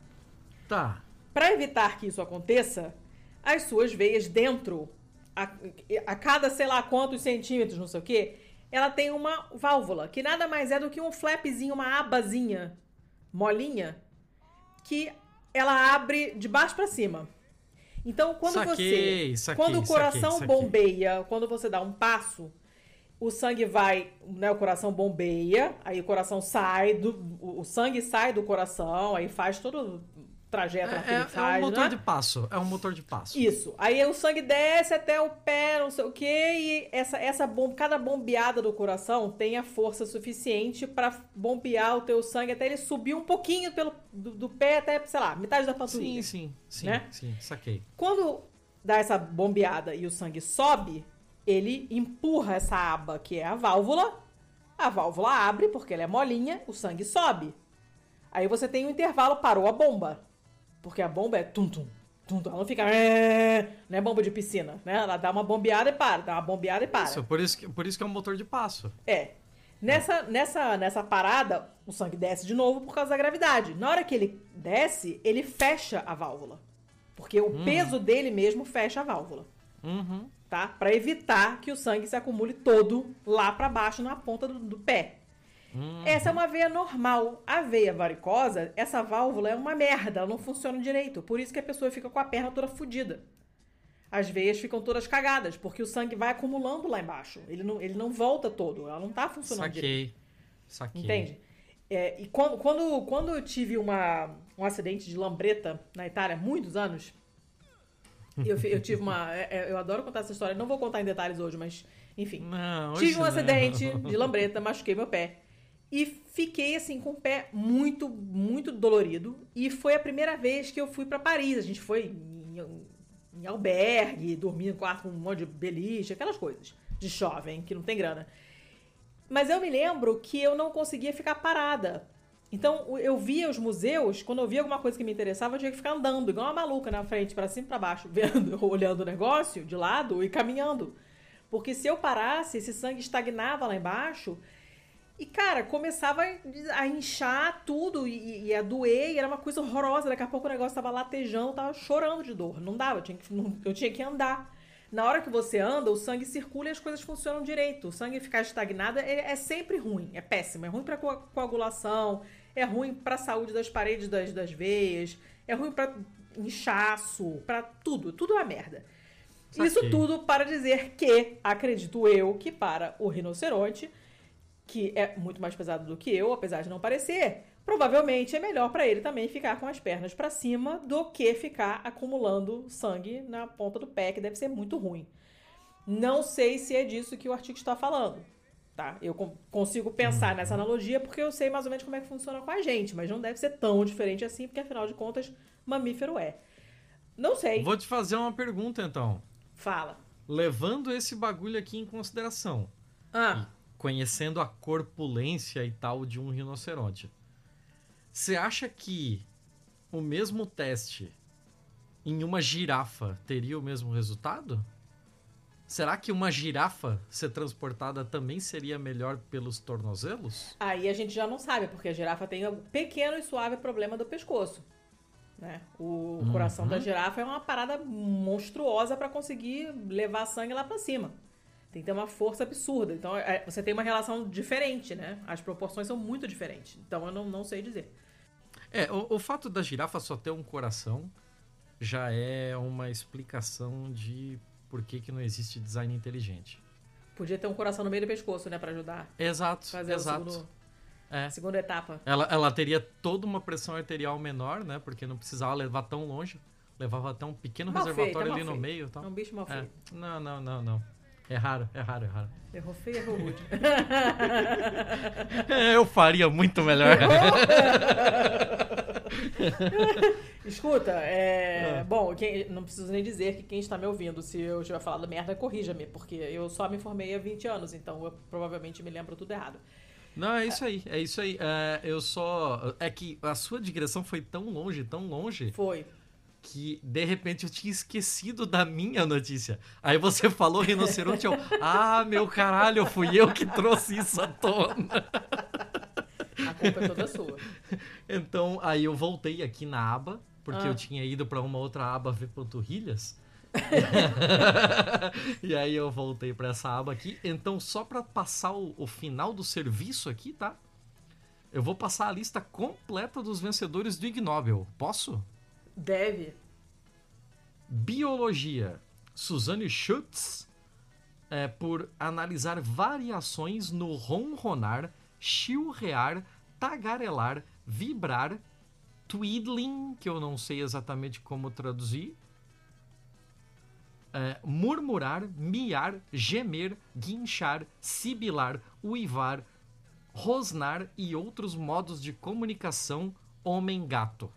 Tá. Para evitar que isso aconteça, as suas veias dentro, a, a cada sei lá quantos centímetros, não sei o quê, ela tem uma válvula, que nada mais é do que um flapzinho, uma abazinha molinha, que ela abre de baixo para cima. Então, quando Saquei, você... saquei, quando o coração saquei, saquei. bombeia, quando você dá um passo, o sangue vai, né, o coração bombeia, aí o coração sai, do, o o sangue sai do coração, aí faz todo o trajeto lá que É, ele é, faz, é um motor né? de passo. É um motor de passo. Isso. Aí o sangue desce até o pé, não sei o quê, e essa, essa bom, cada bombeada do coração tem a força suficiente pra bombear o teu sangue até ele subir um pouquinho pelo, do, do pé até, sei lá, metade da panturrilha. Sim, sim, sim, Né? sim, saquei. Quando dá essa bombeada e o sangue sobe, ele empurra essa aba que é a válvula, a válvula abre porque ela é molinha, o sangue sobe. Aí você tem um intervalo, parou a bomba. Porque a bomba é tum-tum, tum-tum. Ela não fica... "É", não é bomba de piscina, né? Ela dá uma bombeada e para, dá uma bombeada e para. Isso, por isso, que, por isso que é um motor de passo. É. Nessa, nessa, nessa parada, o sangue desce de novo por causa da gravidade. Na hora que ele desce, ele fecha a válvula. Porque o peso dele mesmo fecha a válvula, Uhum. tá? Pra evitar que o sangue se acumule todo lá pra baixo na ponta do, do pé. Uhum. Essa é uma veia normal. A veia varicosa, essa válvula é uma merda, ela não funciona direito. Por isso que a pessoa fica com a perna toda fodida. As veias ficam todas cagadas, porque o sangue vai acumulando lá embaixo. Ele não, ele não volta todo, ela não tá funcionando direito. Saquei. Saquei. Entende? É, e quando, quando, quando eu tive uma, um acidente de lambreta na Itália, há muitos anos, eu, fi- eu tive uma... é, é, eu adoro contar essa história, não vou contar em detalhes hoje, mas enfim. Não, Tive hoje um não. acidente de lambreta, machuquei meu pé. E fiquei, assim, com o pé muito, muito dolorido. E foi a primeira vez que eu fui pra Paris. A gente foi em, em albergue, dormir no quarto com um monte de beliche, aquelas coisas de jovem, que não tem grana. Mas eu me lembro que eu não conseguia ficar parada. Então, eu via os museus, quando eu via alguma coisa que me interessava, eu tinha que ficar andando, igual uma maluca na frente, pra cima e pra baixo, vendo, olhando o negócio de lado e caminhando. Porque se eu parasse, esse sangue estagnava lá embaixo e, cara, começava a inchar tudo e, e a doer, e era uma coisa horrorosa. Daqui a pouco o negócio tava latejando, tava chorando de dor. Não dava, eu tinha que, não- eu tinha que andar. Na hora que você anda, o sangue circula e as coisas funcionam direito. O sangue ficar estagnado é, é sempre ruim, é péssimo. É ruim pra co- coagulação, é ruim pra saúde das paredes das, das veias, é ruim pra inchaço, pra tudo. Tudo é uma merda. Saquei. Isso tudo para dizer que, acredito eu, que para o rinoceronte, que é muito mais pesado do que eu, apesar de não parecer, provavelmente é melhor para ele também ficar com as pernas para cima do que ficar acumulando sangue na ponta do pé, que deve ser muito ruim. Não sei se é disso que o artigo está falando, tá? Eu con- consigo pensar nessa analogia porque eu sei mais ou menos como é que funciona com a gente, mas não deve ser tão diferente assim, porque afinal de contas, mamífero é. Não sei. Vou te fazer uma pergunta, então. Fala. Levando esse bagulho aqui em consideração, Ah, conhecendo a corpulência e tal de um rinoceronte, você acha que o mesmo teste em uma girafa teria o mesmo resultado? Será que uma girafa ser transportada também seria melhor pelos tornozelos? Aí a gente já não sabe, porque a girafa tem um pequeno e suave problema do pescoço. Né? O Uhum. coração da girafa é uma parada monstruosa para conseguir levar sangue lá para cima. Tem que ter uma força absurda. Então é, você tem uma relação diferente, né? As proporções são muito diferentes. Então eu não, não sei dizer. É, o, o fato da girafa só ter um coração já é uma explicação de por que, que não existe design inteligente. Podia ter um coração no meio do pescoço, né? Pra ajudar. Exato, Fazer exato. o segundo, É. segunda etapa. Ela, ela teria toda uma pressão arterial menor, né? Porque não precisava levar tão longe. Levava até um pequeno Mal reservatório feito, é ali mal no feito. meio e tal. É um bicho mal É. feito. Não, não, não, não. É raro, é raro, é raro. Errou feio, errou rude. É, eu faria muito melhor. Escuta, é... Ah. Bom, quem... não preciso nem dizer que quem está me ouvindo, se eu tiver falado merda, corrija-me, porque eu só me formei há vinte anos, então eu provavelmente me lembro tudo errado. Não, é isso aí, é isso aí. É, eu só... É que a sua digressão foi tão longe, tão longe... Foi. Que, de repente, eu tinha esquecido da minha notícia. Aí você falou rinoceronte, eu... Ah, meu caralho, fui eu que trouxe isso à tona. A culpa é toda sua. Então, aí eu voltei aqui na aba, porque Ah. eu tinha ido pra uma outra aba ver panturrilhas. E aí eu voltei pra essa aba aqui. Então, só pra passar o, o final do serviço aqui, tá? Eu vou passar a lista completa dos vencedores do Ig Nobel. Posso? Deve. Biologia. Suzanne Schutz, é, por analisar variações no ronronar, chilrear, tagarelar, vibrar, twiddling, que eu não sei exatamente como traduzir, é, murmurar, miar, gemer, guinchar, sibilar, uivar, rosnar e outros modos de comunicação homem-gato.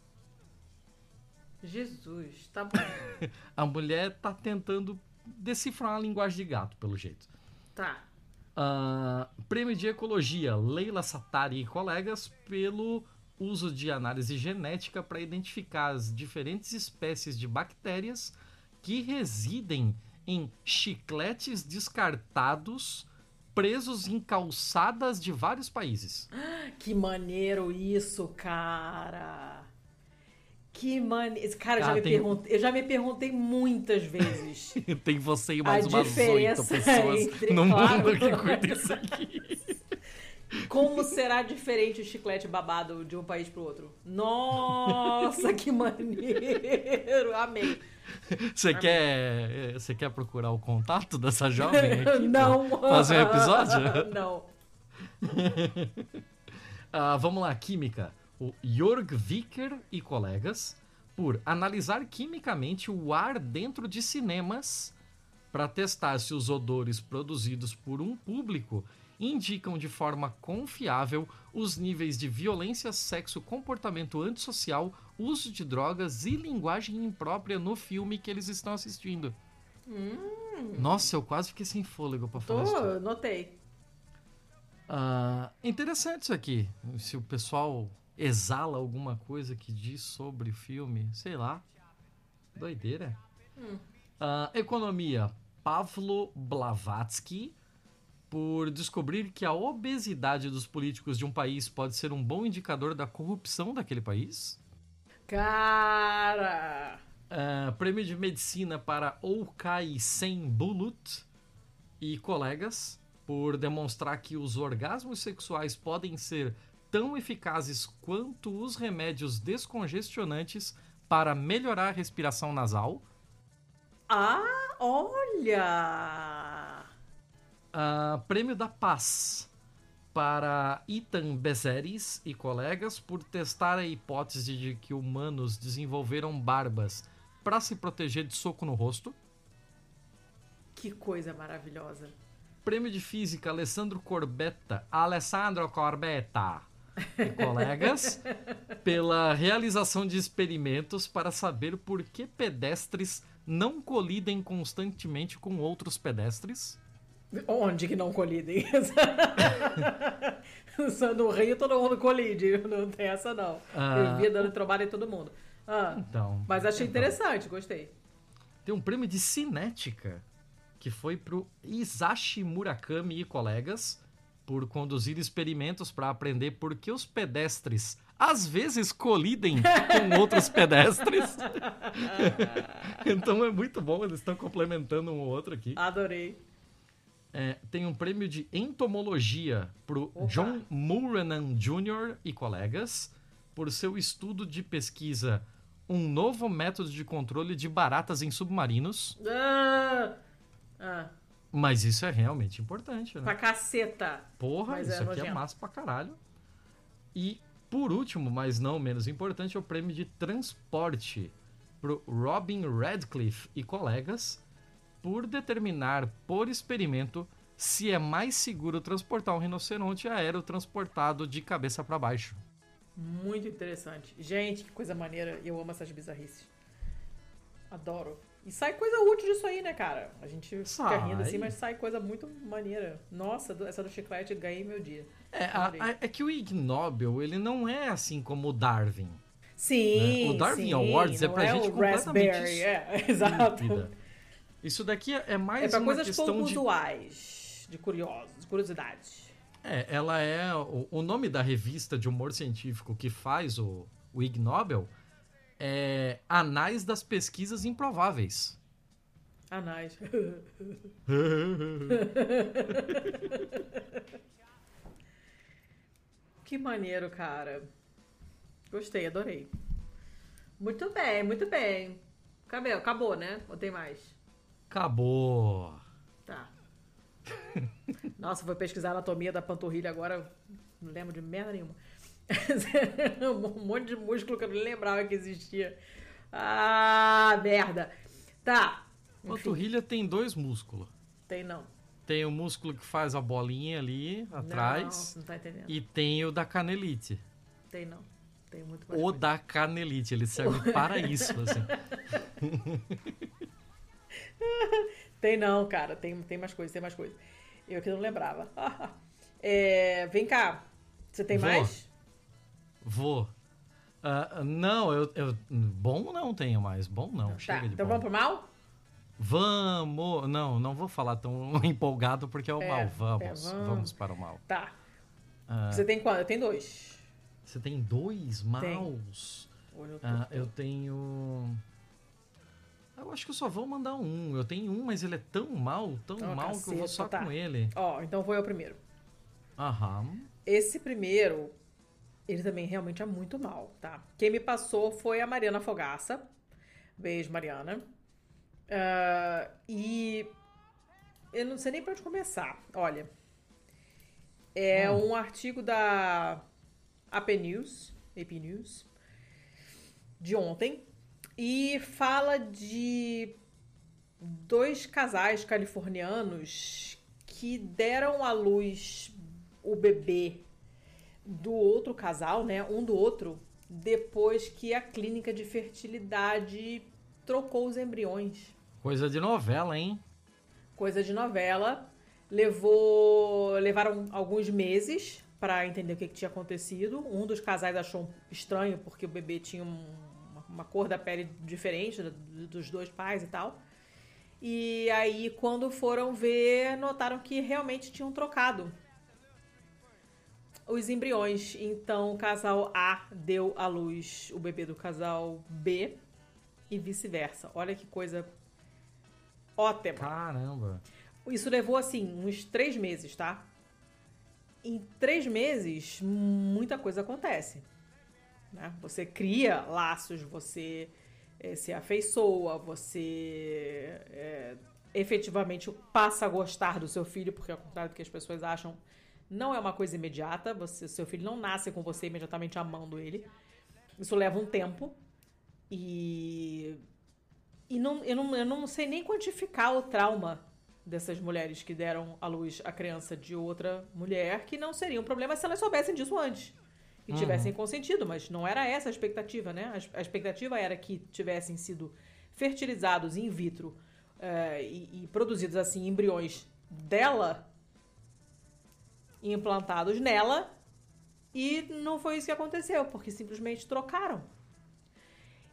Jesus, tá bom. A mulher tá tentando decifrar a linguagem de gato, pelo jeito. Tá. Uh, prêmio de Ecologia, Leila Satari e colegas, pelo uso de análise genética para identificar as diferentes espécies de bactérias que residem em chicletes descartados presos em calçadas de vários países. Que maneiro isso, cara. Que maneiro. Cara, eu, Ah, já me tem- perguntei, eu já me perguntei muitas vezes. Tem você e mais A umas oito diferença pessoas entre- no claro. mundo que cuidam disso aqui. Como será diferente o chiclete babado de um país pro outro? Nossa, que maneiro. Amei. Você quer, você quer procurar o contato dessa jovem aqui? Não. pra Fazer um episódio? Não. Ah, vamos lá, química. O Jörg Vicker e colegas, por analisar quimicamente o ar dentro de cinemas para testar se os odores produzidos por um público indicam de forma confiável os níveis de violência, sexo, comportamento antissocial, uso de drogas e linguagem imprópria no filme que eles estão assistindo. Hum, Nossa, eu quase fiquei sem fôlego para falar isso. tudo. tô, notei. Ah, interessante isso aqui. Se o pessoal exala alguma coisa que diz sobre o filme, sei lá. Doideira. Hum. Ah, economia. Pavlo Blavatsky, por descobrir que a obesidade dos políticos de um país pode ser um bom indicador da corrupção daquele país. Cara. Ah, prêmio de medicina para Okay Sen Bulut e colegas, por demonstrar que os orgasmos sexuais podem ser tão eficazes quanto os remédios descongestionantes para melhorar a respiração nasal. Ah, olha. Ah, prêmio da Paz para Ethan Bezeres e colegas, por testar a hipótese de que humanos desenvolveram barbas para se proteger de soco no rosto. Que coisa maravilhosa. Prêmio de Física, Alessandro Corbetta, Alessandro Corbetta e colegas, pela realização de experimentos para saber por que pedestres não colidem constantemente com outros pedestres. Onde que não colidem? No Rio todo mundo colide, não tem essa não. Ah. Eu via dando trabalho em todo mundo. Ah, Então, mas achei então. interessante, gostei. Tem um prêmio de cinética que foi pro Isashi Murakami e colegas, por conduzir experimentos para aprender por que os pedestres às vezes colidem com outros pedestres. Então é muito bom, eles estão complementando um ou outro aqui. Adorei. É, tem um prêmio de entomologia pro Opa. John Moranan Júnior e colegas, por seu estudo de pesquisa Um Novo Método de Controle de Baratas em Submarinos. Ah, ah, Mas isso é realmente importante, né? pra caceta. Porra, Mas isso é aqui é nojento. massa pra caralho. E, por último, mas não menos importante, é o prêmio de transporte pro Robin Radcliffe e colegas, por determinar por experimento se é mais seguro transportar um rinoceronte aéreo transportado de cabeça para baixo. Muito interessante. Gente, que coisa maneira. Eu amo essas bizarrices. Adoro. E sai coisa útil disso aí, né, cara? A gente fica Sai. rindo assim, mas sai coisa muito maneira. Nossa, do- essa do chiclete, ganhei meu dia. É, a- Adorei. a- é que o Ig Nobel, ele não é assim como o Darwin. Sim, Né? O Darwin sim, Awards é não pra é gente o completamente Raspberry, é, exato. estúpida. Isso daqui é é mais É pra uma coisas questão pouco de... usuais, de curiosos, de curiosidades. É, ela é... O, o nome da revista de humor científico que faz o, o Ig Nobel é Anais das Pesquisas Improváveis. Anais. Que maneiro, cara. Gostei, adorei. Muito bem, muito bem. Acabou, acabou, né? Ou tem mais? Acabou. Tá. Nossa, vou pesquisar a anatomia da panturrilha agora. Não lembro de merda nenhuma. Um monte de músculo que eu não lembrava que existia. Ah, merda. Tá. Enfim, Panturrilha tem dois músculos. tem não. Tem o músculo que faz a bolinha ali atrás Não, não tá entendendo. e tem o da canelite. Tem não. Tem muito mais O coisa. da canelite, ele serve para isso, assim. Tem não, cara. Tem, tem mais coisa, tem mais coisa. Eu que não lembrava. É, vem cá. Você tem Vou. mais? Vou. Ah, não, eu, eu... Bom não tenho mais. Bom não, chega Tá, de então bom. vamos pro mal? Vamos! Não, não vou falar tão empolgado porque é o É, mal. é, Vamos, vamos. vamos para o mal. Tá. Ah, Você tem quanto? Eu tenho dois. você tem dois maus? Hoje eu tô- Ah, eu tenho... Eu acho que eu só vou mandar um. Eu tenho um, mas ele é tão mal, tão Oh, mal que eu vou caceta, só tá. com ele. Ó, então vou eu primeiro. Aham. Esse primeiro, ele também realmente é muito mal, tá? Quem me passou foi a Mariana Fogaça. Beijo, Mariana. Ah, e eu não sei nem pra onde começar. Olha, é Hum. um artigo da A P News, A P News, de ontem, e fala de dois casais californianos que deram à luz o bebê do outro casal, né? Um do outro, depois que a clínica de fertilidade trocou os embriões. Coisa de novela, hein? Coisa de novela. Levou, levaram alguns meses para entender o que, que tinha acontecido. Um dos casais achou estranho porque o bebê tinha um- uma cor da pele diferente do- dos dois pais e tal. E aí, quando foram ver, notaram que realmente tinham trocado os embriões. Então, o casal A deu à luz o bebê do casal B e vice-versa. Olha que coisa ótima. Caramba. Isso levou, assim, uns três meses, tá? Em três meses, muita coisa acontece. Né? Você cria laços, você eh, se afeiçoa, você eh, efetivamente passa a gostar do seu filho, porque ao contrário do que as pessoas acham, não é uma coisa imediata. Você, seu filho não nasce com você imediatamente amando ele. Isso leva um tempo. E, e não, eu, não, eu não sei nem quantificar o trauma dessas mulheres que deram à luz a criança de outra mulher, que não seria um problema se elas soubessem disso antes e Uhum. tivessem consentido, mas não era essa a expectativa, né? A, a expectativa era que tivessem sido fertilizados in vitro eh, e, e produzidos assim embriões dela, implantados nela, e não foi isso que aconteceu, porque simplesmente trocaram.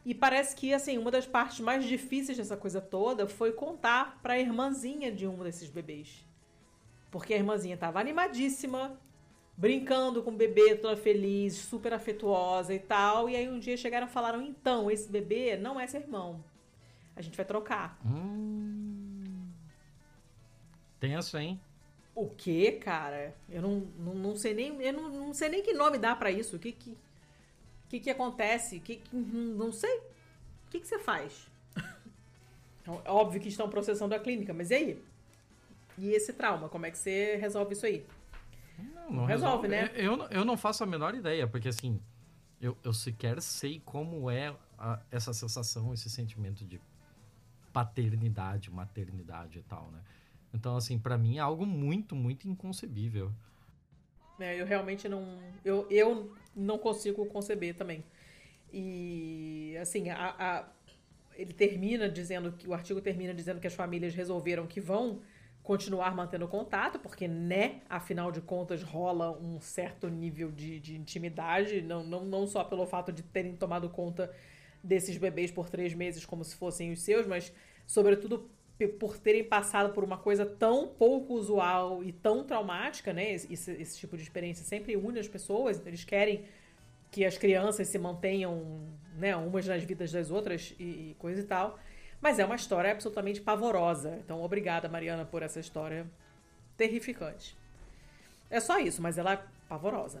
E parece que, assim, uma das partes mais difíceis dessa coisa toda foi contar pra irmãzinha de um desses bebês. Porque a irmãzinha tava animadíssima, brincando com o bebê, toda feliz, super afetuosa e tal. E aí um dia chegaram e falaram, então, esse bebê não é seu irmão. A gente vai trocar. Hum... Tenso, hein? O quê, cara? Eu não, não, não sei nem. Eu não, não sei nem que nome dá pra isso. O que que. O que, que acontece? Que, que, não sei. O que, que você faz? É óbvio que estão processando a clínica, mas e aí? E esse trauma? Como é que você resolve isso aí? Não, não resolve, resolve, né? Eu, eu não faço a menor ideia, porque assim, eu, eu sequer sei como é a, essa sensação, esse sentimento de paternidade, maternidade e tal, né? Então, assim, pra mim é algo muito, muito inconcebível. É, eu realmente não... Eu, eu não consigo conceber também. E, assim, a, a, ele termina dizendo que... O artigo termina dizendo que as famílias resolveram que vão continuar mantendo contato, porque, né, afinal de contas, rola um certo nível de, de intimidade, não, não, não só pelo fato de terem tomado conta desses bebês por três meses como se fossem os seus, mas, sobretudo, por terem passado por uma coisa tão pouco usual e tão traumática, né? Esse, esse tipo de experiência sempre une as pessoas, eles querem que as crianças se mantenham, né, umas nas vidas das outras e, e coisa e tal. Mas é uma história absolutamente pavorosa. Então, obrigada, Mariana, por essa história terrificante. É só isso, mas ela é pavorosa.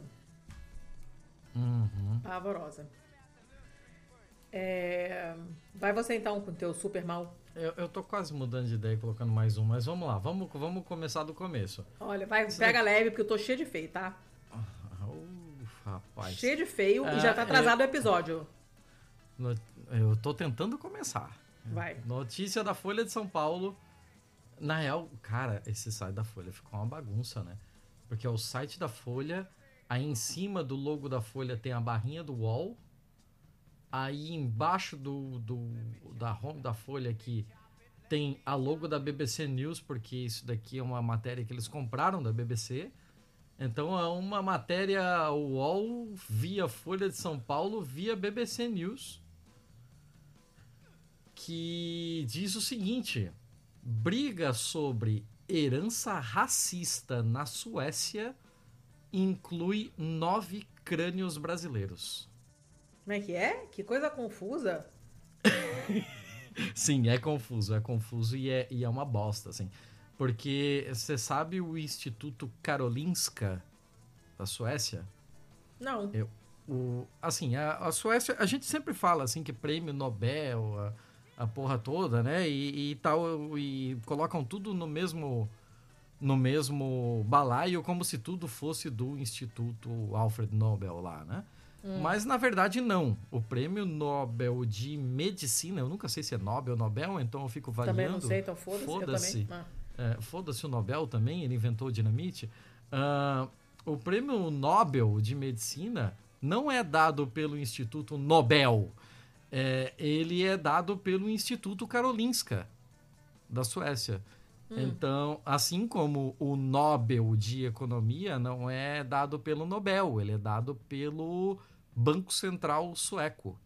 Uhum. Pavorosa. É... Vai você, então, com o teu super mal. Eu, eu tô quase mudando de ideia e colocando mais um, mas vamos lá. Vamos, vamos começar do começo. Olha, vai, pega leve, porque eu tô cheio de feio, tá? Uh, rapaz. Cheio de feio é, e já tá atrasado é... o episódio. No... Eu tô tentando começar. Vai. Notícia da Folha de São Paulo. Na real, cara, esse site da Folha ficou uma bagunça, né? Porque é o site da Folha, aí em cima do logo da Folha tem a barrinha do U O L, aí embaixo do, do, da home da Folha aqui tem a logo da B B C News, porque isso daqui é uma matéria que eles compraram da B B C. Então é uma matéria U O L via Folha de São Paulo, via B B C News, que diz o seguinte: briga sobre herança racista na Suécia inclui nove crânios brasileiros. Como é que é? Que coisa confusa. Sim, é confuso, é confuso e é, e é uma bosta, assim. Porque você sabe o Instituto Karolinska da Suécia? Não. Eu, o, assim, a, a Suécia, a gente sempre fala assim que prêmio Nobel, a, a porra toda, né? E, e tal, e colocam tudo no mesmo, no mesmo balaio, como se tudo fosse do Instituto Alfred Nobel lá, né? Hum. Mas, na verdade, não. O prêmio Nobel de Medicina, eu nunca sei se é Nobel ou Nobel, então eu fico variando. Também não sei, então foda-se. Foda-se. Ah. É, foda-se o Nobel também, ele inventou o dinamite. Uh, o prêmio Nobel de Medicina não é dado pelo Instituto Nobel. É, ele é dado pelo Instituto Karolinska, da Suécia. Hum. Então, assim como o Nobel de Economia não é dado pelo Nobel, ele é dado pelo Banco Central Sueco.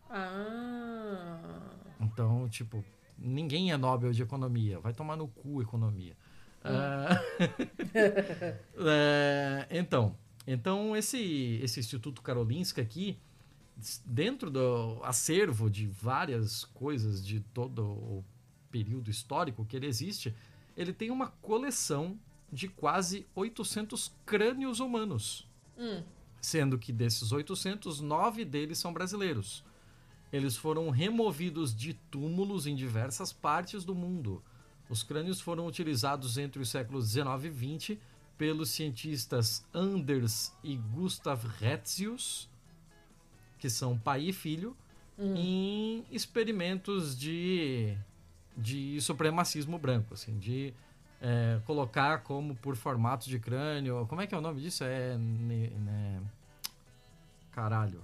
Ah. Então, tipo, ninguém é Nobel de Economia. Vai tomar no cu Economia. Hum. Uh, é, então, então esse, esse Instituto Karolinska aqui, dentro do acervo de várias coisas de todo o período histórico que ele existe, ele tem uma coleção de quase oitocentos crânios humanos. Hum. Sendo que desses oitocentos, nove deles são brasileiros. Eles foram removidos de túmulos em diversas partes do mundo. Os crânios foram utilizados entre os séculos dezenove e vinte pelos cientistas Anders e Gustav Retzius, que são pai e filho, hum. em experimentos de... de supremacismo branco, assim, de é, colocar como por formato de crânio. Como é que é o nome disso? É... Ne, ne, caralho.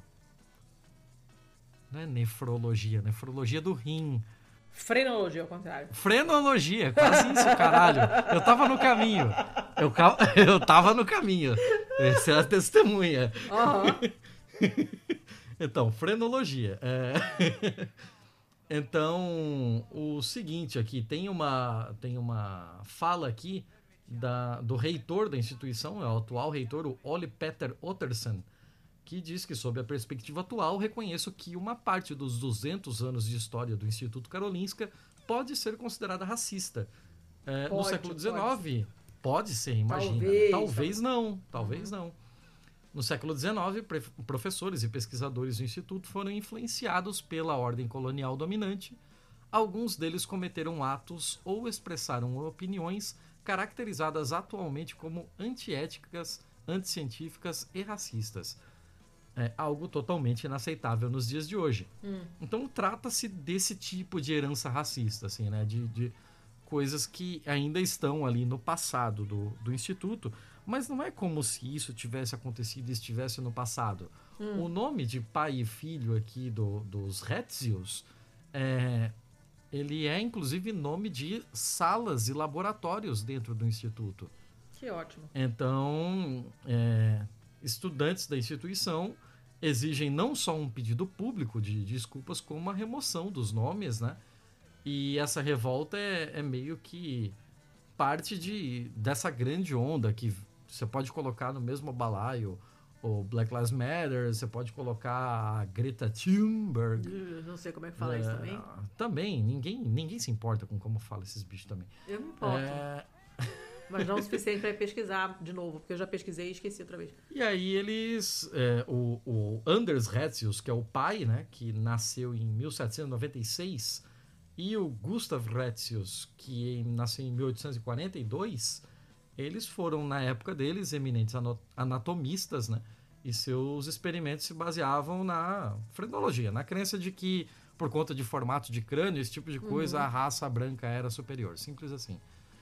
Não é nefrologia, nefrologia do rim. Frenologia, ao contrário. Frenologia, quase isso, caralho. Eu tava no caminho. Eu, eu tava no caminho. Essa é a testemunha. Uhum. Então, frenologia. É... Então, o seguinte aqui, tem uma, tem uma fala aqui da, do reitor da instituição, é o atual reitor, o Ole Petter Ottersen, que diz que, sob a perspectiva atual, reconheço que uma parte dos duzentos anos de história do Instituto Karolinska pode ser considerada racista. É, Pode, no século dezenove, pode, pode ser, imagina. Talvez, talvez talvez. não, talvez uhum. não. No século dezenove, professores e pesquisadores do Instituto foram influenciados pela ordem colonial dominante. Alguns deles cometeram atos ou expressaram opiniões caracterizadas atualmente como antiéticas, anticientíficas e racistas. É algo totalmente inaceitável nos dias de hoje. Hum. Então, trata-se desse tipo de herança racista, assim, né? De, de coisas que ainda estão ali no passado do, do Instituto. Mas não é como se isso tivesse acontecido e estivesse no passado. Hum. O nome de pai e filho aqui do, dos Retzius, é, ele é inclusive nome de salas e laboratórios dentro do Instituto. Que ótimo. Então, é, estudantes da instituição exigem não só um pedido público de desculpas, como a remoção dos nomes, né? E essa revolta é, é meio que parte de, dessa grande onda que você pode colocar no mesmo balaio o Black Lives Matter, você pode colocar a Greta Thunberg. Eu não sei como é que fala é, isso também. Também, ninguém, ninguém se importa com como fala esses bichos também. Eu me importo. É... Mas não o suficiente para pesquisar de novo, porque eu já pesquisei e esqueci outra vez. E aí eles... É, o, o Anders Retzius, que é o pai, né, que nasceu em mil setecentos e noventa e seis, e o Gustav Retzius, que nasceu em mil oitocentos e quarenta e dois... eles foram, na época deles, eminentes anatomistas, né? E seus experimentos se baseavam na frenologia, na crença de que, por conta de formato de crânio, esse tipo de coisa, uhum. a raça branca era superior. Simples assim.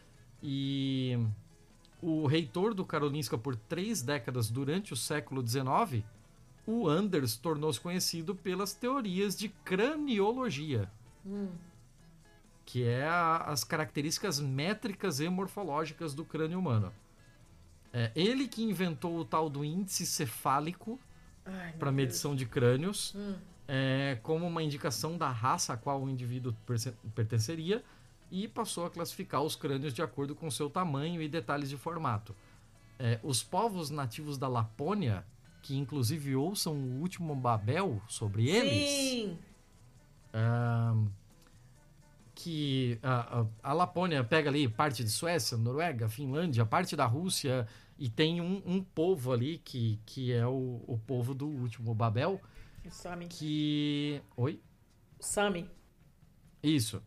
E o reitor do Karolinska por três décadas durante o século dezenove, o Anders tornou-se conhecido pelas teorias de craniologia. Hum. Que é a, as características métricas e morfológicas do crânio humano. É ele que inventou o tal do índice cefálico para medição de crânios, hum. é, como uma indicação da raça a qual o indivíduo pertenceria, e passou a classificar os crânios de acordo com seu tamanho e detalhes de formato. É, os povos nativos da Lapônia, que inclusive ouçam o último Babel sobre eles... Sim! É, que a, a, a Lapônia pega ali parte de Suécia, Noruega, Finlândia, parte da Rússia, e tem um, um povo ali que, que é o, o povo do último Babel. O Sami. Que... Oi? Sami. Isso.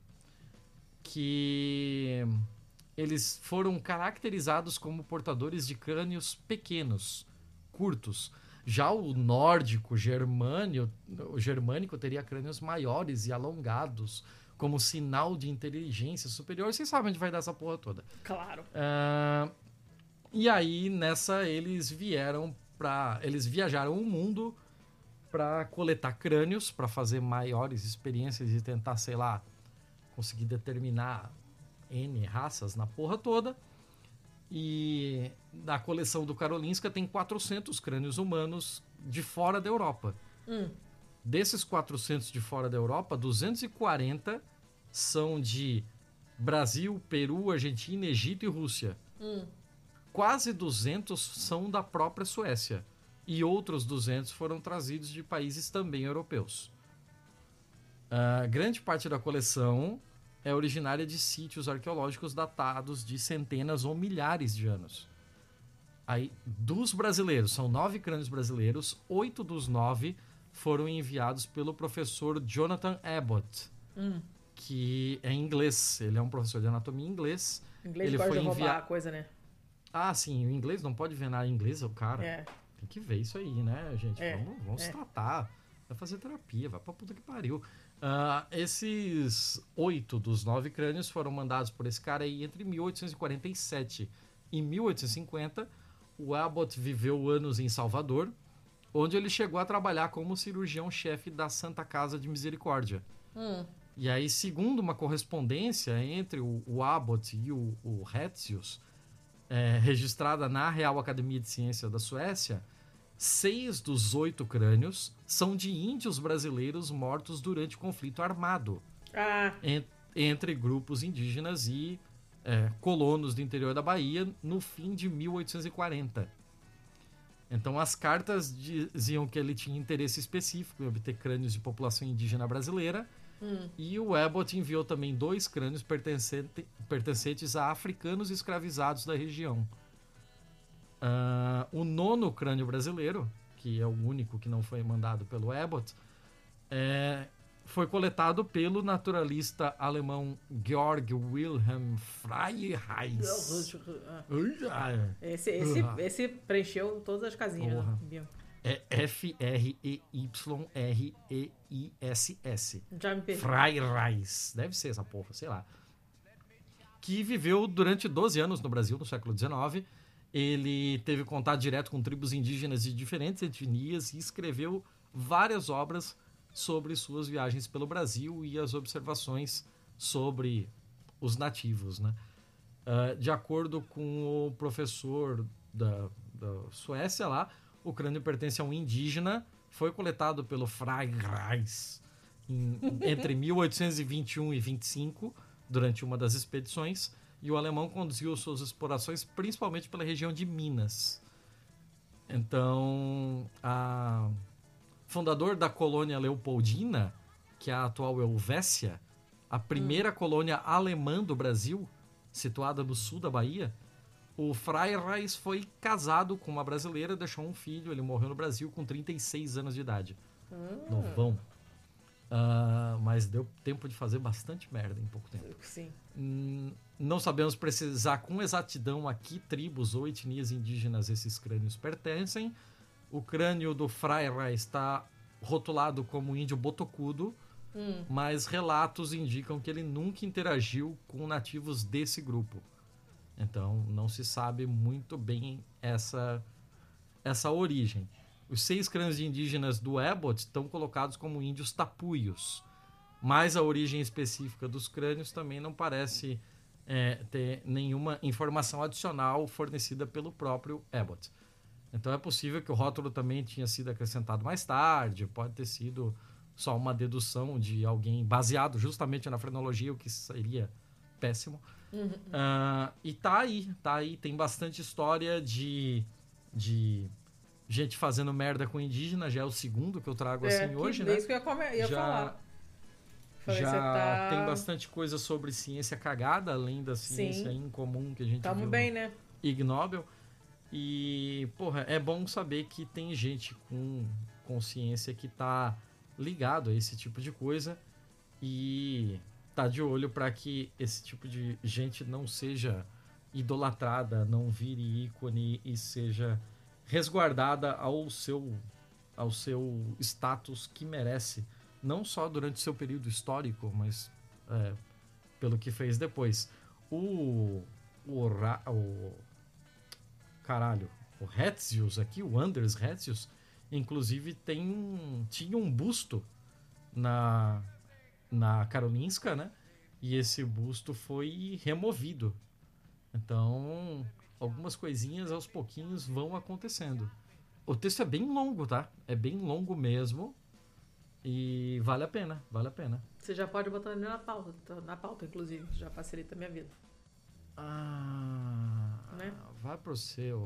Que eles foram caracterizados como portadores de crânios pequenos, curtos. Já o nórdico, germânio, o germânico teria crânios maiores e alongados, como sinal de inteligência superior. Vocês sabem onde vai dar essa porra toda. Claro. Uh, e aí, nessa, eles vieram para... Eles viajaram o mundo para coletar crânios, para fazer maiores experiências e tentar, sei lá, conseguir determinar N raças na porra toda. E na coleção do Karolinska tem quatrocentos crânios humanos de fora da Europa. Hum. Desses quatrocentos de fora da Europa, duzentos e quarenta são de Brasil, Peru, Argentina, Egito e Rússia. Hum. Quase duzentos são da própria Suécia. E outros duzentos foram trazidos de países também europeus. A grande parte da coleção é originária de sítios arqueológicos datados de centenas ou milhares de anos. Aí, dos brasileiros, são nove crânios brasileiros, oito dos nove foram enviados pelo professor Jonathan Abbott, hum. que é inglês. Ele é um professor de anatomia inglês. Inglês ele pode foi roubar envia... a coisa, né? Ah, sim, o inglês não pode ver nada em inglês, o cara. É. Tem que ver isso aí, né, gente? É. Vamos, vamos é. se tratar. Vai fazer terapia, vai pra puta que pariu. Uh, esses oito dos nove crânios foram mandados por esse cara aí entre mil oitocentos e quarenta e sete e mil oitocentos e cinquenta. O Abbott viveu anos em Salvador, onde ele chegou a trabalhar como cirurgião-chefe da Santa Casa de Misericórdia. Hum. E aí, segundo uma correspondência entre o, o Abbott e o, o Retzius, é, registrada na Real Academia de Ciência da Suécia, seis dos oito crânios são de índios brasileiros mortos durante o conflito armado Ah, en- entre grupos indígenas e é, colonos do interior da Bahia no fim de mil oitocentos e quarenta. Então as cartas diziam que ele tinha interesse específico em obter crânios de população indígena brasileira, hum. e o Abbott enviou também dois crânios pertencente- pertencentes a africanos escravizados da região. Ah, o nono crânio brasileiro, que é o único que não foi mandado pelo Abbott, é, foi coletado pelo naturalista alemão Georg Wilhelm Freireis. Esse, esse, esse preencheu todas as casinhas. Porra. Né? É F R E Y R E I S S. Já me perdi. Freireis. Deve ser essa porra, sei lá. Que viveu durante doze anos no Brasil, no século dezenove. Ele teve contato direto com tribos indígenas de diferentes etnias e escreveu várias obras sobre suas viagens pelo Brasil e as observações sobre os nativos, né? Uh, de acordo com o professor da, da Suécia lá, o crânio pertence a um indígena, foi coletado pelo Freireis em, entre mil oitocentos e vinte e um e vinte e cinco, durante uma das expedições, e o alemão conduziu suas explorações principalmente pela região de Minas. Então, a fundador da colônia Leopoldina, que é a atual Helvécia, a primeira hum. colônia alemã do Brasil, situada no sul da Bahia, o Freireis foi casado com uma brasileira, deixou um filho, ele morreu no Brasil com trinta e seis anos de idade. Hum. Novão. Uh, mas deu tempo de fazer bastante merda em pouco tempo. Sim. Hum, não sabemos precisar com exatidão a que tribos ou etnias indígenas esses crânios pertencem. O crânio do Freireis está rotulado como índio botocudo, hum. mas relatos indicam que ele nunca interagiu com nativos desse grupo. Então não se sabe muito bem essa, essa origem. Os seis crânios de indígenas do Abbott estão colocados como índios tapuios, mas a origem específica dos crânios também não parece é, ter nenhuma informação adicional fornecida pelo próprio Abbott. Então é possível que o rótulo também tenha sido acrescentado mais tarde, pode ter sido só uma dedução de alguém baseado justamente na frenologia, o que seria péssimo. Uhum. Uh, e tá aí, tá aí, tem bastante história de, de gente fazendo merda com indígena, já é o segundo que eu trago é, assim que hoje, é né? Isso que eu ia, come... ia já, falar. Falei, já tá... tem bastante coisa sobre ciência cagada, além da ciência Sim. incomum que a gente Tamo viu bem, no né? Ig Nobel. E, porra, é bom saber que tem gente com consciência que tá ligado a esse tipo de coisa e tá de olho para que esse tipo de gente não seja idolatrada, não vire ícone e seja resguardada ao seu, ao seu status que merece, não só durante o seu período histórico, mas é, pelo que fez depois. O, o, o caralho, o Hetzius aqui, o Anders Hetzius, inclusive tem um, tinha um busto na, na Karolinska, né? E esse busto foi removido. Então, algumas coisinhas aos pouquinhos vão acontecendo. O texto é bem longo, tá? É bem longo mesmo. E vale a pena, vale a pena. Você já pode botar ele na pauta, na pauta, inclusive. Já facilita a minha vida. Ah, né? Vai pro seu.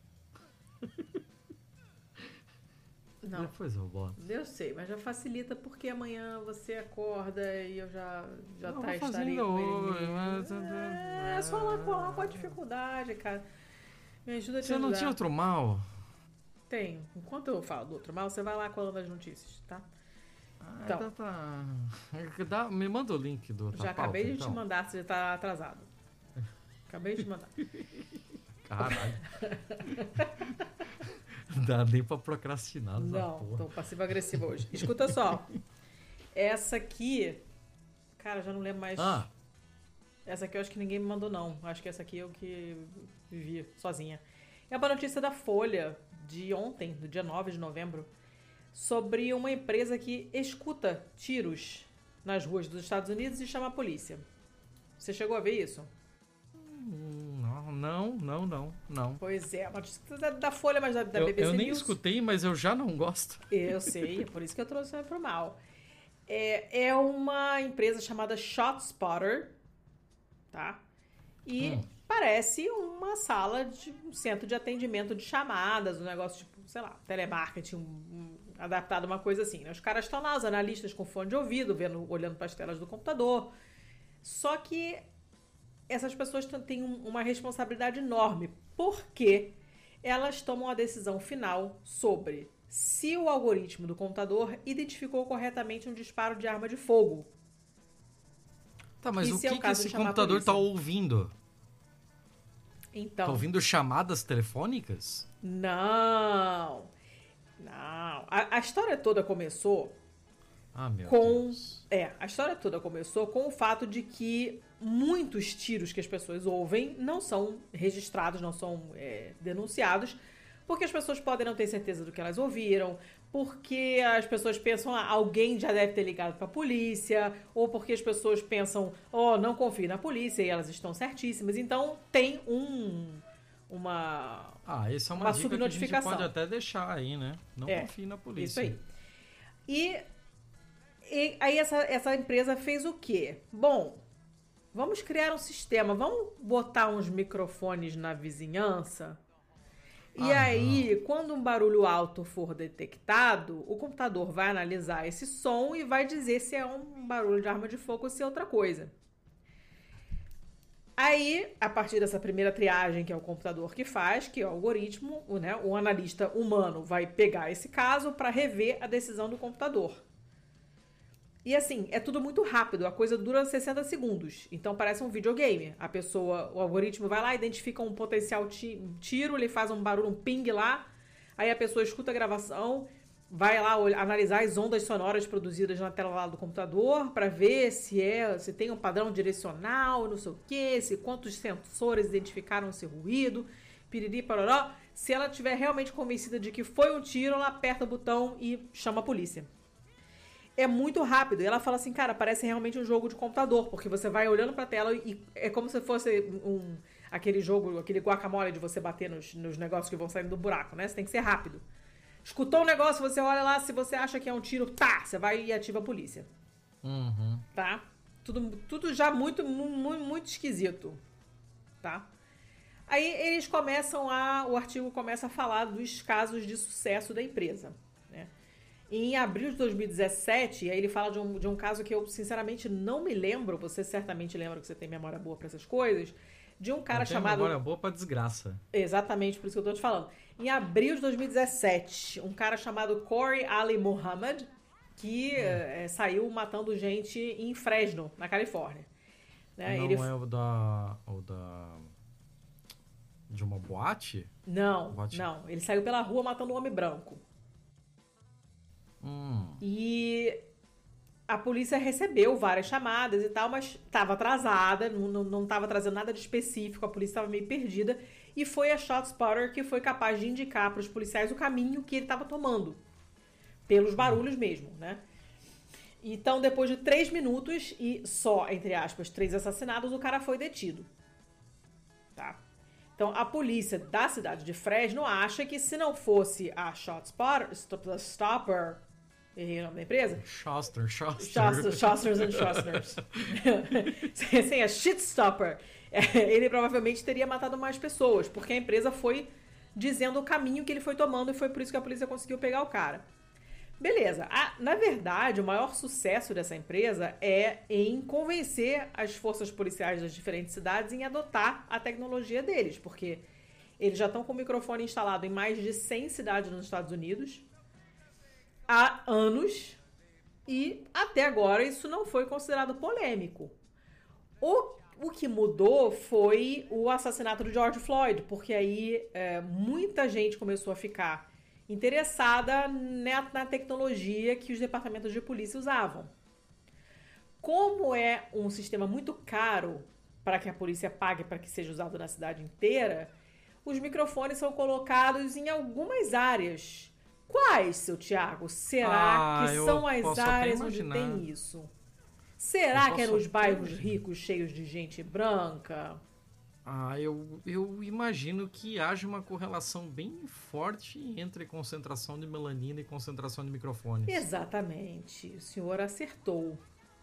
Não. Depois eu boto. Eu sei, mas já facilita porque amanhã você acorda e eu já, já não, tá estaria com ele. Mas... É, é só lá com, com a dificuldade, cara. Me ajuda a te Você ajudar. não tinha outro mal? Tenho. Enquanto eu falo do outro mal, você vai lá colando as notícias, tá? Ah, então, tá, tá. Me manda o link do Já pauta, acabei de então. te mandar, você já tá atrasado. Acabei de te mandar. Caralho. Dá nem pra procrastinar. Não, porra. tô passivo-agressiva hoje. Escuta só. Essa aqui... Cara, já não lembro mais... Ah. Essa aqui eu acho que ninguém me mandou, não. Acho que essa aqui eu que vivi sozinha. É uma notícia da Folha de ontem, do dia nove de novembro, sobre uma empresa que escuta tiros nas ruas dos Estados Unidos e chama a polícia. Você chegou a ver isso? Não, Não, não, não, não. Pois é, uma notícia da, da Folha, mas da, da eu, B B C Eu nem News. escutei, mas eu já não gosto. Eu sei, é por isso que eu trouxe pro mal. É, é uma empresa chamada ShotSpotter, tá? E Hum. parece uma sala de um centro de atendimento de chamadas, um negócio tipo, sei lá, telemarketing, um, um, adaptado a uma coisa assim, né? Os caras estão lá, os analistas com fone de ouvido, vendo, olhando para as telas do computador. Só que essas pessoas têm uma responsabilidade enorme, porque elas tomam a decisão final sobre se o algoritmo do computador identificou corretamente um disparo de arma de fogo. Tá, mas E o se é que, o que caso esse de chamar a computador tá polícia? ouvindo? Então, Tá ouvindo chamadas telefônicas? não, não. A, a história toda começou Ah, meu com... Deus. É, a história toda começou com o fato de que muitos tiros que as pessoas ouvem não são registrados, não são é, denunciados, porque as pessoas podem não ter certeza do que elas ouviram, porque as pessoas pensam, ah, alguém já deve ter ligado para a polícia, ou porque as pessoas pensam, oh, não confio na polícia, e elas estão certíssimas. Então, tem um... uma... Ah, essa é uma, uma dica que a gente subnotificação. pode até deixar aí, né? Não É, confie na polícia. Isso aí. E, e aí essa, essa empresa fez o quê? Bom, vamos criar um sistema, vamos botar uns microfones na vizinhança. E Ah, aí, quando um barulho alto for detectado, o computador vai analisar esse som e vai dizer se é um barulho de arma de fogo ou se é outra coisa. Aí, a partir dessa primeira triagem, que é o computador que faz, que é o algoritmo, o, né, o analista humano vai pegar esse caso para rever a decisão do computador. E assim, é tudo muito rápido, a coisa dura sessenta segundos. Então parece um videogame. A pessoa, o algoritmo vai lá, identifica um potencial tiro, ele faz um barulho, um ping lá, aí a pessoa escuta a gravação, vai lá analisar as ondas sonoras produzidas na tela lá do computador para ver se é, se tem um padrão direcional, não sei o quê, se quantos sensores identificaram esse ruído, piriri, paroró. Se ela estiver realmente convencida de que foi um tiro, ela aperta o botão e chama a polícia. É muito rápido. E ela fala assim, cara, parece realmente um jogo de computador, porque você vai olhando pra tela e é como se fosse um, aquele jogo, aquele guacamole de você bater nos, nos negócios que vão saindo do buraco, né? Você tem que ser rápido. Escutou um negócio, você olha lá, se você acha que é um tiro, tá, você vai e ativa a polícia. Uhum. Tá? Tudo, tudo já muito, muito, muito esquisito. Tá? Aí eles começam a, o artigo começa a falar dos casos de sucesso da empresa, né? Em abril de dois mil e dezessete, aí ele fala de um, de um caso que eu, sinceramente, não me lembro. Você certamente lembra que você tem memória boa pra essas coisas. De um cara Não tem chamado... memória boa pra desgraça. Exatamente, por isso que eu tô te falando. Em abril de dois mil e dezessete, um cara chamado Corey Ali Muhammad, que hum. é, saiu matando gente em Fresno, na Califórnia. Né? Não ele... é o da... o da... de uma boate? Não, boate... não. Ele saiu pela rua matando um homem branco. Hum. E a polícia recebeu várias chamadas e tal, mas estava atrasada, não estava trazendo nada de específico, a polícia estava meio perdida, e foi a ShotSpotter que foi capaz de indicar para os policiais o caminho que ele estava tomando, pelos barulhos mesmo, né? Então, depois de três minutos e só, entre aspas, três assassinatos, o cara foi detido. Tá? Então, a polícia da cidade de Fresno acha que se não fosse a ShotSpotter, Stopper, errei o nome da empresa? Schuster, Schuster. Schuster Schusters and Schusters. Sem a Shitstopper, ele provavelmente teria matado mais pessoas, porque a empresa foi dizendo o caminho que ele foi tomando e foi por isso que a polícia conseguiu pegar o cara. Beleza. A, na verdade, o maior sucesso dessa empresa é em convencer as forças policiais das diferentes cidades em adotar a tecnologia deles, porque eles já estão com o microfone instalado em mais de cem cidades nos Estados Unidos há anos e até agora isso não foi considerado polêmico. O, o que mudou foi o assassinato do George Floyd, porque aí é, muita gente começou a ficar interessada na, na tecnologia que os departamentos de polícia usavam. Como é um sistema muito caro para que a polícia pague para que seja usado na cidade inteira, os microfones são colocados em algumas áreas. Quais, seu Thiago? Será ah, que são as áreas onde imaginar. tem isso? Será que é nos bairros ricos, cheios de gente branca? Ah, eu, eu imagino que haja uma correlação bem forte entre concentração de melanina e concentração de microfones. Exatamente, o senhor acertou.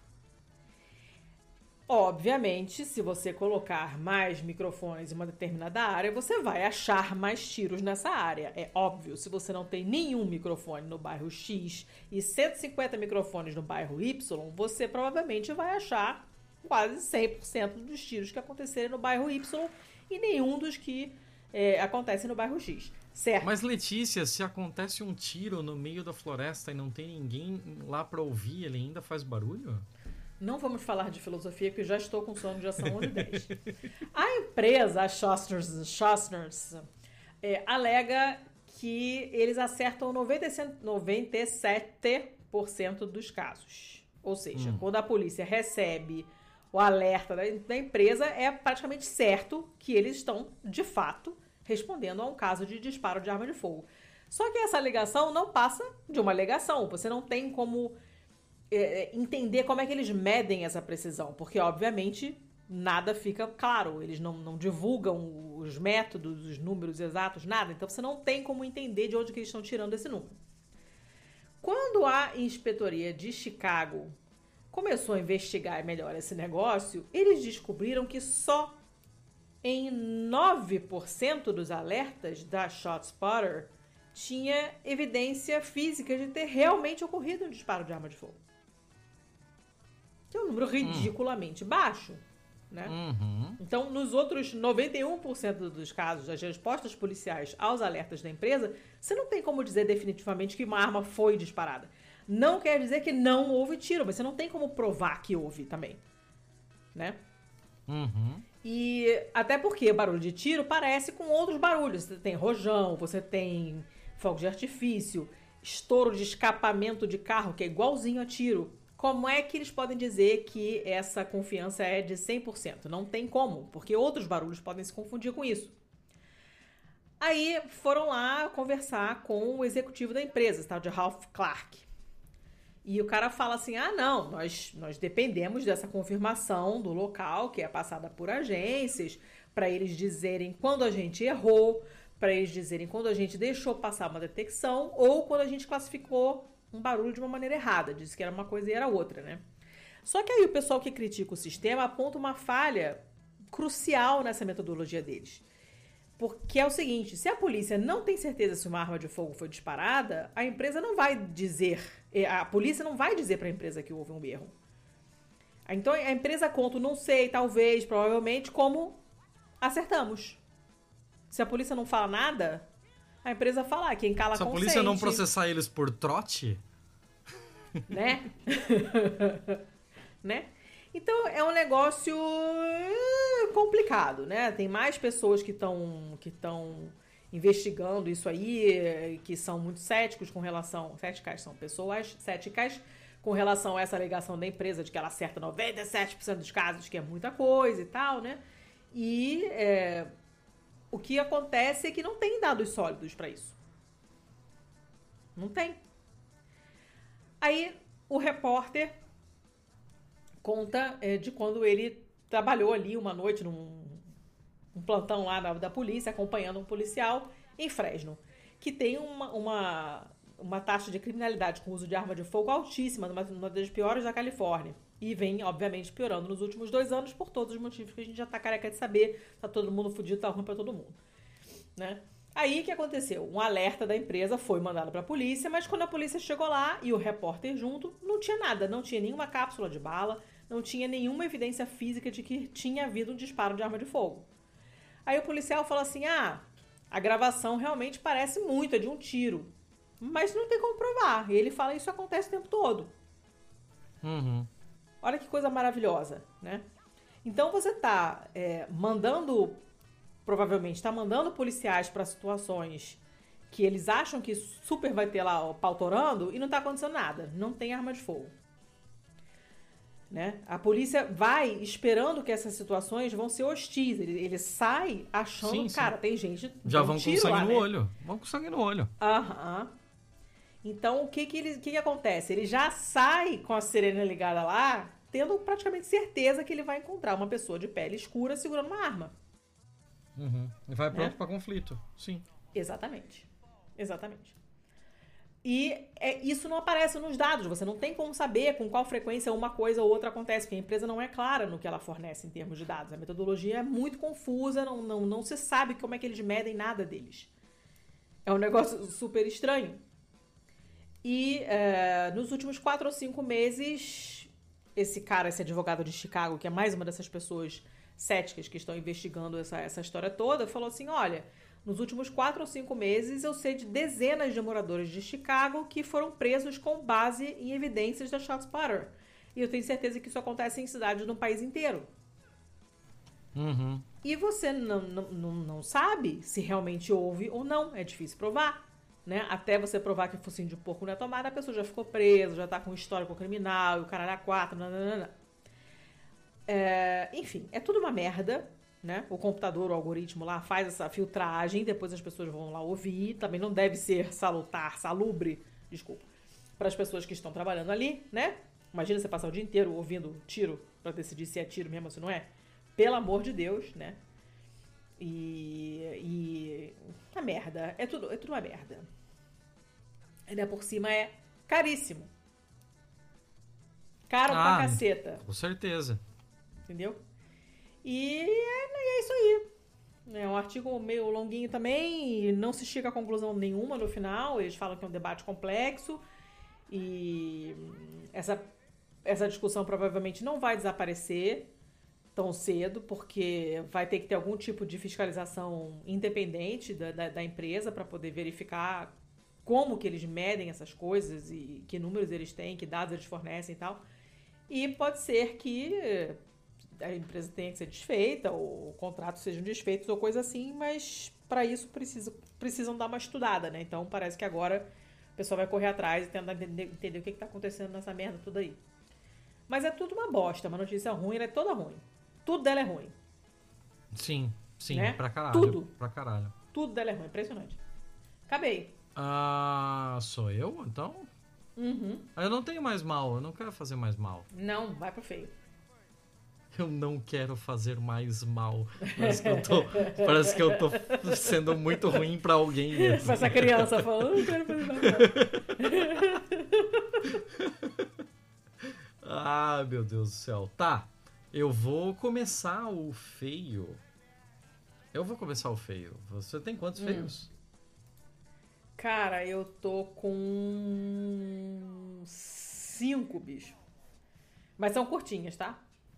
Obviamente, se você colocar mais microfones em uma determinada área, você vai achar mais tiros nessa área. É óbvio, se você não tem nenhum microfone no bairro X e cento e cinquenta microfones no bairro Y, você provavelmente vai achar quase cem por cento dos tiros que acontecerem no bairro Y e nenhum dos que é, acontecem no bairro X, certo? Mas, Letícia, se acontece um tiro no meio da floresta e não tem ninguém lá pra ouvir, ele ainda faz barulho? Não vamos falar de filosofia, porque já estou com sono, já são onze e dez. A empresa, a Schostners, Schostners é, alega que eles acertam noventa e sete por cento dos casos. Ou seja, hum. quando a polícia recebe o alerta da, da empresa, é praticamente certo que eles estão, de fato, respondendo a um caso de disparo de arma de fogo. Só que essa alegação não passa de uma alegação. Você não tem como é, entender como é que eles medem essa precisão, porque, obviamente, nada fica claro. Eles não, não divulgam os métodos, os números exatos, nada. Então, você não tem como entender de onde que eles estão tirando esse número. Quando a Inspetoria de Chicago começou a investigar melhor esse negócio, eles descobriram que só em nove por cento dos alertas da ShotSpotter tinha evidência física de ter realmente ocorrido um disparo de arma de fogo. Que é um número ridiculamente hum. baixo, né? Uhum. Então, nos outros noventa e um por cento dos casos, das respostas policiais aos alertas da empresa, você não tem como dizer definitivamente que uma arma foi disparada. Não quer dizer que não houve tiro, mas você não tem como provar que houve também, né? Uhum. E até porque barulho de tiro parece com outros barulhos. Você tem rojão, você tem fogo de artifício, estouro de escapamento de carro, que é igualzinho a tiro. Como é que eles podem dizer que essa confiança é de cem por cento? Não tem como, porque outros barulhos podem se confundir com isso. Aí foram lá conversar com o executivo da empresa, tal de Ralph Clark. E o cara fala assim, ah, não, nós, nós dependemos dessa confirmação do local, que é passada por agências, para eles dizerem quando a gente errou, para eles dizerem quando a gente deixou passar uma detecção ou quando a gente classificou um barulho de uma maneira errada. Disse que era uma coisa e era outra, né? Só que aí o pessoal que critica o sistema aponta uma falha crucial nessa metodologia deles. Porque é o seguinte, se a polícia não tem certeza se uma arma de fogo foi disparada, a empresa não vai dizer, a polícia não vai dizer para a empresa que houve um erro. Então a empresa conta, não sei, talvez, provavelmente, como acertamos. Se a polícia não fala nada, a empresa fala, ah, quem cala consente. Se a polícia não processar eles por trote... Né? Né? Então, é um negócio complicado, né? Tem mais pessoas que estão que estão investigando isso aí, que são muito céticos com relação... Céticas são pessoas céticas com relação a essa alegação da empresa de que ela acerta noventa e sete por cento dos casos, que é muita coisa e tal, né? E é, o que acontece é que não tem dados sólidos para isso. Não tem. Aí, o repórter conta é, de quando ele trabalhou ali uma noite num um plantão lá da, da polícia, acompanhando um policial em Fresno, que tem uma, uma, uma taxa de criminalidade com uso de arma de fogo altíssima, uma, uma das piores da Califórnia. E vem, obviamente, piorando nos últimos dois anos por todos os motivos que a gente já tá careca de saber. Tá todo mundo fudido, tá ruim pra todo mundo. Né? Aí, o que aconteceu? Um alerta da empresa foi mandado pra polícia, mas quando a polícia chegou lá e o repórter junto, não tinha nada. Não tinha nenhuma cápsula de bala, não tinha nenhuma evidência física de que tinha havido um disparo de arma de fogo. Aí o policial falou assim, ah, a gravação realmente parece muito, é de um tiro. Mas não tem como provar. E ele fala, isso acontece o tempo todo. Uhum. Olha que coisa maravilhosa, né? Então você tá é, mandando, provavelmente tá mandando policiais para situações que eles acham que super vai ter lá o pau torando e não tá acontecendo nada. Não tem arma de fogo. Né? A polícia vai esperando que essas situações vão ser hostis. Ele, ele sai achando, sim, sim. Cara, tem gente... Já vão com sangue lá, no né? olho. Vão com sangue no olho. Aham. Então, o que que, ele, que que acontece? Ele já sai com a sirene ligada lá, tendo praticamente certeza que ele vai encontrar uma pessoa de pele escura segurando uma arma. Uhum. E vai pronto né? para conflito, sim. Exatamente. Exatamente. E é, isso não aparece nos dados, você não tem como saber com qual frequência uma coisa ou outra acontece, porque a empresa não é clara no que ela fornece em termos de dados. A metodologia é muito confusa, não, não, não se sabe como é que eles medem nada deles. É um negócio super estranho. E é, nos últimos quatro ou cinco meses, esse cara, esse advogado de Chicago, que é mais uma dessas pessoas céticas que estão investigando essa, essa história toda, falou assim, olha... Nos últimos quatro ou cinco meses, eu sei de dezenas de moradores de Chicago que foram presos com base em evidências da ShotSpotter. E eu tenho certeza que isso acontece em cidades no país inteiro. Uhum. E você não, não, não, não sabe se realmente houve ou não. É difícil provar. Né? Até você provar que o focinho de porco não é tomada, a pessoa já ficou presa, já tá com histórico criminal, e o caralho a quatro, nananana. É, enfim, é tudo uma merda. Né? O computador, o algoritmo lá faz essa filtragem, depois as pessoas vão lá ouvir. Também não deve ser salutar, salubre, desculpa, para as pessoas que estão trabalhando ali, né? Imagina você passar o dia inteiro ouvindo tiro para decidir se é tiro mesmo ou se não é. Pelo amor de Deus, né? E, e a merda, é tudo, é tudo uma merda. Ainda por cima é caríssimo. Caro Ah, pra caceta. Com certeza. Entendeu? E é, é isso aí. É um artigo meio longuinho também, e não se chega a conclusão nenhuma no final. Eles falam que é um debate complexo e essa, essa discussão provavelmente não vai desaparecer tão cedo, porque vai ter que ter algum tipo de fiscalização independente da, da, da empresa para poder verificar como que eles medem essas coisas e que números eles têm, que dados eles fornecem e tal. E pode ser que a empresa tenha que ser desfeita, ou contratos sejam desfeitos, ou coisa assim, mas para isso precisa, precisam dar uma estudada, né? Então parece que agora o pessoal vai correr atrás e tentar entender, entender o que está acontecendo nessa merda tudo aí. Mas é tudo uma bosta, uma notícia ruim, ela é toda ruim. Tudo dela é ruim. Sim, sim, né? pra caralho. Tudo. Pra caralho. Tudo dela é ruim, impressionante. Acabei. Ah, sou eu, então? Uhum. Eu não tenho mais mal, eu não quero fazer mais mal. Não, vai pro feio. Eu não quero fazer mais mal. Parece que eu tô, parece que eu tô sendo muito ruim pra alguém mesmo. Essa criança falando, não quero fazer mais mal. Ah, meu Deus do céu. Tá, eu vou começar o feio. Eu vou começar o feio. Você tem quantos Hum. feios? Cara, eu tô com cinco, bicho. Mas são curtinhas, tá?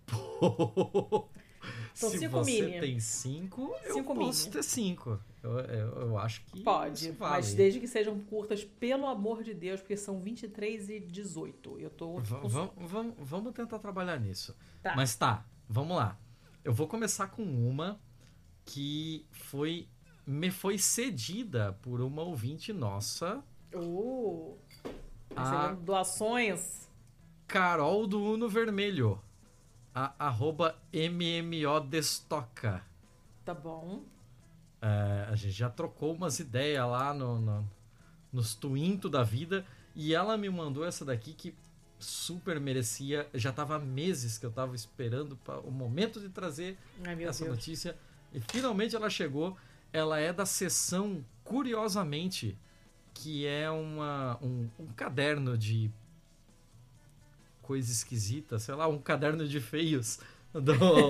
São Se cinco você mini. tem cinco, eu Cinco posso mini. ter cinco. Eu, eu, eu acho que Pode, isso vale. mas desde que sejam curtas, pelo amor de Deus, porque são vinte e três e dezoito. Eu tô... V- com- vam- vam- Vamos tentar trabalhar nisso. Tá. Mas tá, vamos lá. Eu vou começar com uma que foi me foi cedida por uma ouvinte nossa, Uh, A- recebendo doações. Carol do Uno Vermelho, a arroba mmodestoca. Tá bom. É, a gente já trocou umas ideias lá no, no, nos twinto da vida, e ela me mandou essa daqui que super merecia. Já tava há meses que eu tava esperando pra, o momento de trazer Ai, meu essa Deus. notícia, e finalmente ela chegou. Ela é da seção Curiosamente, que é uma, um, um caderno de coisa esquisita, sei lá, um caderno de feios do,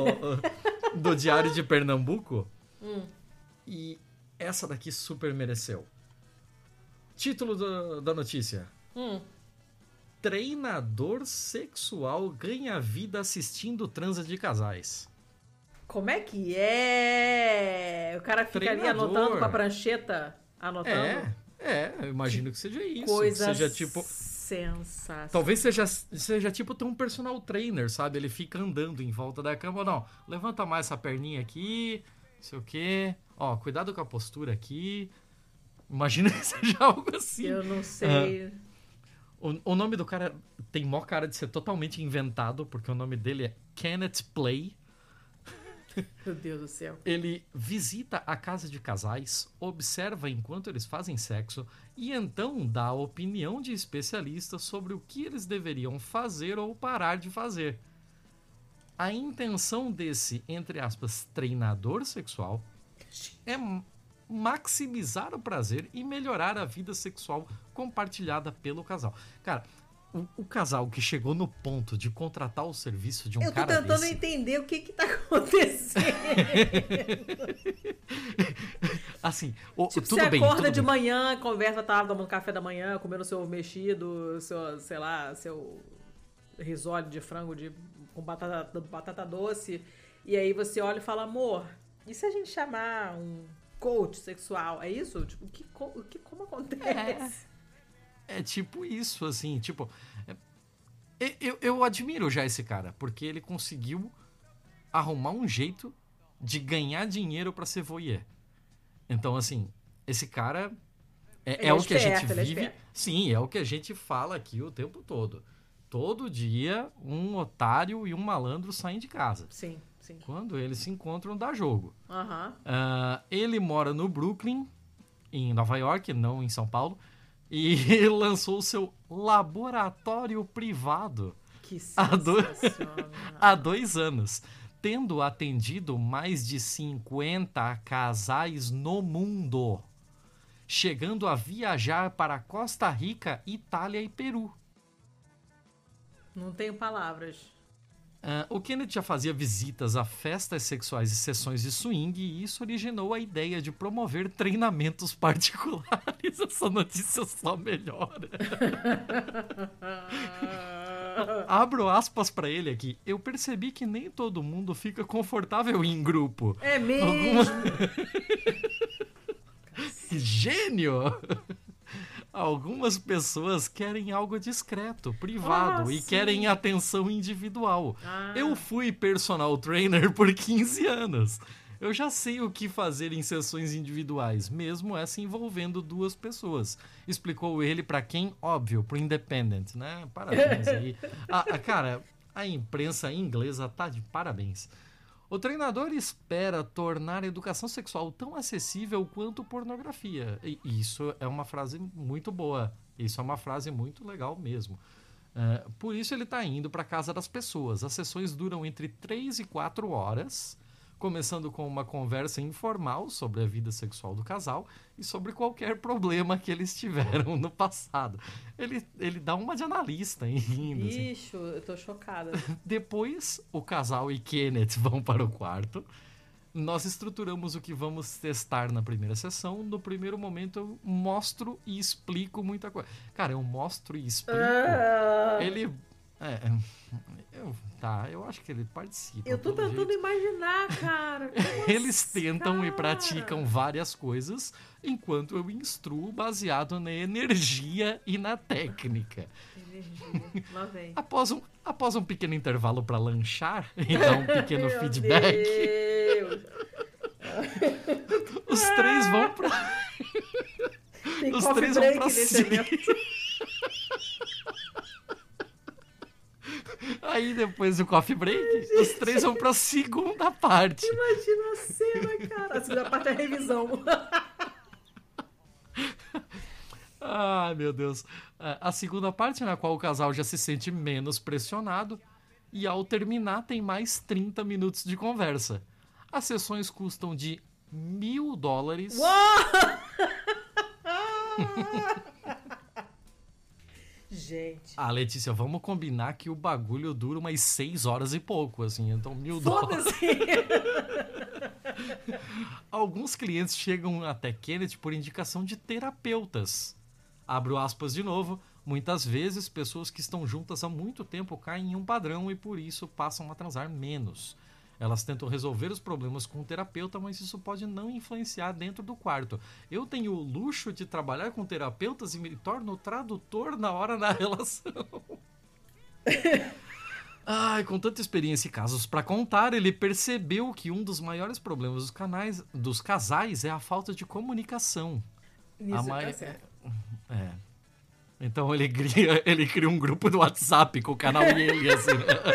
do Diário de Pernambuco. Hum. E essa daqui super mereceu. Título do, da notícia: Hum. Treinador sexual ganha vida assistindo transa de casais. Como é que é? O cara fica ali Treinador. anotando com a prancheta, anotando. É, é, eu imagino que seja isso. Coisa Seja tipo. sensacional. Talvez seja, seja tipo ter um personal trainer, sabe? Ele fica andando em volta da cama. Não, levanta mais essa perninha aqui, não sei o quê. Ó, cuidado com a postura aqui. Imagina que seja algo assim. Eu não sei. O, o nome do cara tem mó cara de ser totalmente inventado, porque o nome dele é Kenneth Play. Meu Deus do céu. Ele visita a casa de casais, observa enquanto eles fazem sexo e então dá a opinião de especialistas sobre o que eles deveriam fazer ou parar de fazer. A intenção desse, entre aspas, treinador sexual é maximizar o prazer e melhorar a vida sexual compartilhada pelo casal. Cara, o, o casal que chegou no ponto de contratar o serviço de um cara Eu tô tentando desse... entender o que que tá acontecendo. Assim, o, Tipo, tudo você bem, acorda tudo de bem. manhã, conversa, tá tomando café da manhã, comendo seu mexido, seu, sei lá, seu risole de frango de, com batata, batata doce. E aí você olha e fala, amor, e se a gente chamar um coach sexual? É isso? Tipo, o que, o que, como acontece? É, é tipo isso, assim, tipo... É, eu, eu admiro já esse cara, porque ele conseguiu arrumar um jeito de ganhar dinheiro pra ser voyeur. Então, assim, esse cara é, Ele é é o que a gente esperto, ele é vive. esperto. Sim, é o que a gente fala aqui o tempo todo. Todo dia, um otário e um malandro saem de casa. Sim, sim. Quando eles se encontram, dá jogo. Aham. Uh, ele mora no Brooklyn, em Nova York, não em São Paulo, e lançou o seu laboratório privado Que há, do... sensacional. há dois anos, tendo atendido mais de cinquenta casais no mundo, chegando a viajar para Costa Rica, Itália e Peru. Não tenho palavras. Uh, o Kenneth já fazia visitas a festas sexuais e sessões de swing, e isso originou a ideia de promover treinamentos particulares. Essa notícia só melhora. Abro aspas pra ele aqui. Eu percebi que nem todo mundo fica confortável em grupo. É mesmo? Alguma... Gênio! Algumas pessoas querem algo discreto, privado, Ah, e sim. querem atenção individual. Ah. Eu fui personal trainer por quinze anos. Eu já sei o que fazer em sessões individuais, mesmo essa envolvendo duas pessoas. Explicou ele pra quem? Óbvio, pro Independent, né? Parabéns aí. Ah, cara, a imprensa inglesa tá de parabéns. O treinador espera tornar a educação sexual tão acessível quanto pornografia. E isso é uma frase muito boa. Isso é uma frase muito legal mesmo. Uh, por isso ele está indo para a casa das pessoas. As sessões duram entre três e quatro horas, começando com uma conversa informal sobre a vida sexual do casal e sobre qualquer problema que eles tiveram no passado. Ele, ele dá uma de analista ainda. Bicho, assim. Eu tô chocada. Depois, o casal e Kenneth vão para o quarto. Nós estruturamos o que vamos testar na primeira sessão. No primeiro momento, eu mostro e explico muita coisa. Cara, eu mostro e explico. Ah. Ele... É, eu, tá, eu acho que ele participa. Eu tô tentando jeito. imaginar, cara. Como Eles assim, tentam cara? e praticam várias coisas, enquanto eu instruo baseado na energia e na técnica. Energia. Lá vem. Após um, após um pequeno intervalo para lanchar e dar um pequeno Meu feedback, Deus. os três vão pra. Tem os coffee três vão break pra nesse cima. evento. Aí depois do coffee break, Ai, os três vão pra segunda parte. Imagina a cena, cara. A segunda parte é a revisão. Ai, meu Deus. A segunda parte, na qual o casal já se sente menos pressionado, e ao terminar tem mais trinta minutos de conversa. As sessões custam de mil dólares. Gente. Ah, Letícia, vamos combinar que o bagulho dura umas seis horas e pouco, assim, então mil dólares. Alguns clientes chegam até Kenneth por indicação de terapeutas. Abro aspas de novo. Muitas vezes, pessoas que estão juntas há muito tempo caem em um padrão e por isso passam a transar menos. Elas tentam resolver os problemas com o terapeuta, mas isso pode não influenciar dentro do quarto. Eu tenho o luxo de trabalhar com terapeutas e me torno tradutor na hora da relação. Ai, com tanta experiência e casos para contar, ele percebeu que um dos maiores problemas dos, canais, dos casais é a falta de comunicação. Isso, a ma... tá certo. É. Então ele cria, ele cria um grupo do WhatsApp com o canal e ele, assim.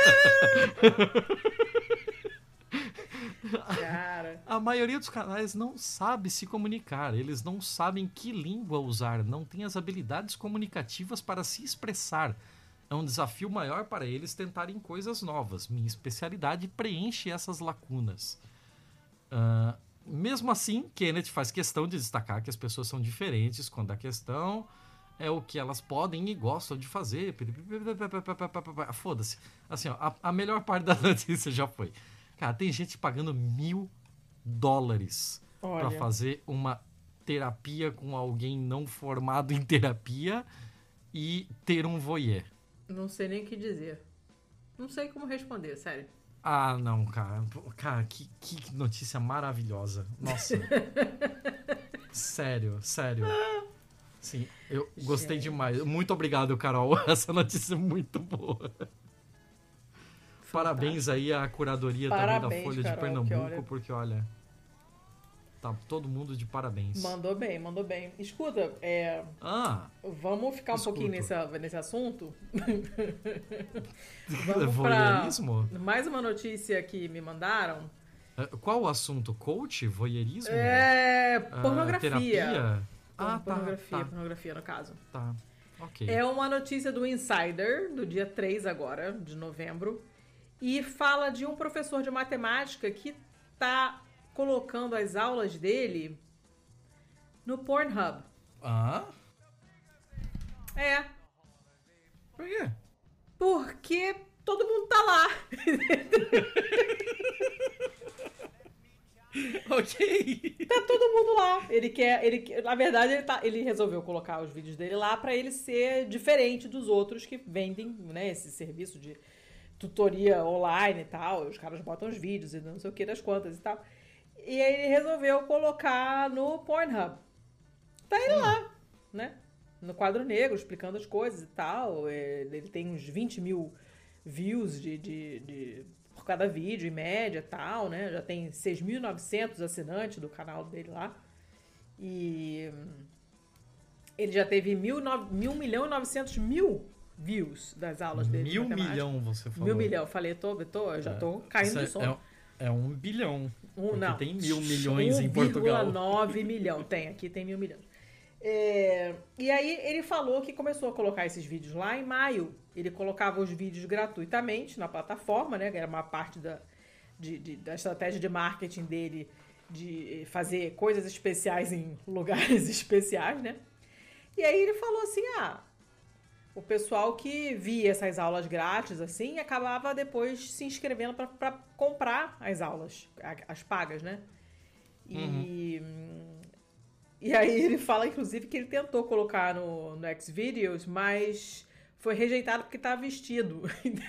Cara. A maioria dos canais não sabe se comunicar, eles não sabem que língua usar, não têm as habilidades comunicativas para se expressar. É um desafio maior para eles tentarem coisas novas. Minha especialidade preenche essas lacunas. Uh, mesmo assim, Kenneth faz questão de destacar que as pessoas são diferentes quando a questão é o que elas podem e gostam de fazer. Foda-se. Assim, ó, a, a melhor parte da notícia já foi. Cara, tem gente pagando mil dólares Olha. pra fazer uma terapia com alguém não formado em terapia e ter um voyeur. Não sei nem o que dizer. Não sei como responder, sério. Ah, não, cara. Cara, que, que notícia maravilhosa. Nossa. Sério, sério. Sim, eu gostei Gente. demais. Muito obrigado, Carol. Essa notícia é muito boa. Parabéns aí à curadoria Parabéns, também da Folha Carol, de Pernambuco, olha... porque olha, tá todo mundo de parabéns. Mandou bem, mandou bem. Escuta, é... Ah, vamos ficar um escuto. pouquinho nesse, nesse assunto? Vamos voyeurismo? pra mais uma notícia que me mandaram. Qual o assunto? Coach? Voyeurismo? É... Ah, pornografia. terapia? Ah, pornografia, tá, tá, pornografia no caso. tá, ok. É uma notícia do Insider, do dia três agora, de novembro, e fala de um professor de matemática que tá colocando as aulas dele no Pornhub. Ah? É, Por quê? porque todo mundo tá lá. Ok. Tá todo mundo lá. Ele quer, ele, quer- na verdade, ele, tá, ele resolveu colocar os vídeos dele lá pra ele ser diferente dos outros que vendem, né, esse serviço de tutoria online e tal. Os caras botam os vídeos e não sei o que das quantas e tal. E aí ele resolveu colocar no Pornhub. Tá ele lá, né? No quadro negro, explicando as coisas e tal. É, Ele tem uns vinte mil views de, de, de- por cada vídeo, em média e tal, né? Já tem seis mil e novecentos assinantes do canal dele lá. E hum, ele já teve mil, nove- mil milhão e novecentos mil views das aulas dele. de Mil matemática. milhão, você falou. Mil milhão. Falei, tô, tô, eu já tô caindo Isso de é, sono. é, é um bilhão. Um, porque não. tem mil milhões em Portugal. um vírgula nove milhão. Tem, aqui tem mil milhões. É, e aí ele falou que começou a colocar esses vídeos lá em maio. Ele colocava os vídeos gratuitamente na plataforma, né? Que era uma parte da, de, de- da estratégia de marketing dele de fazer coisas especiais em lugares especiais, né? E aí ele falou assim, ah, o pessoal que via essas aulas grátis, assim, acabava depois se inscrevendo para comprar as aulas, a- as pagas, né? E, e aí ele fala, inclusive, que ele tentou colocar no, no Xvideos, mas foi rejeitado porque estava vestido.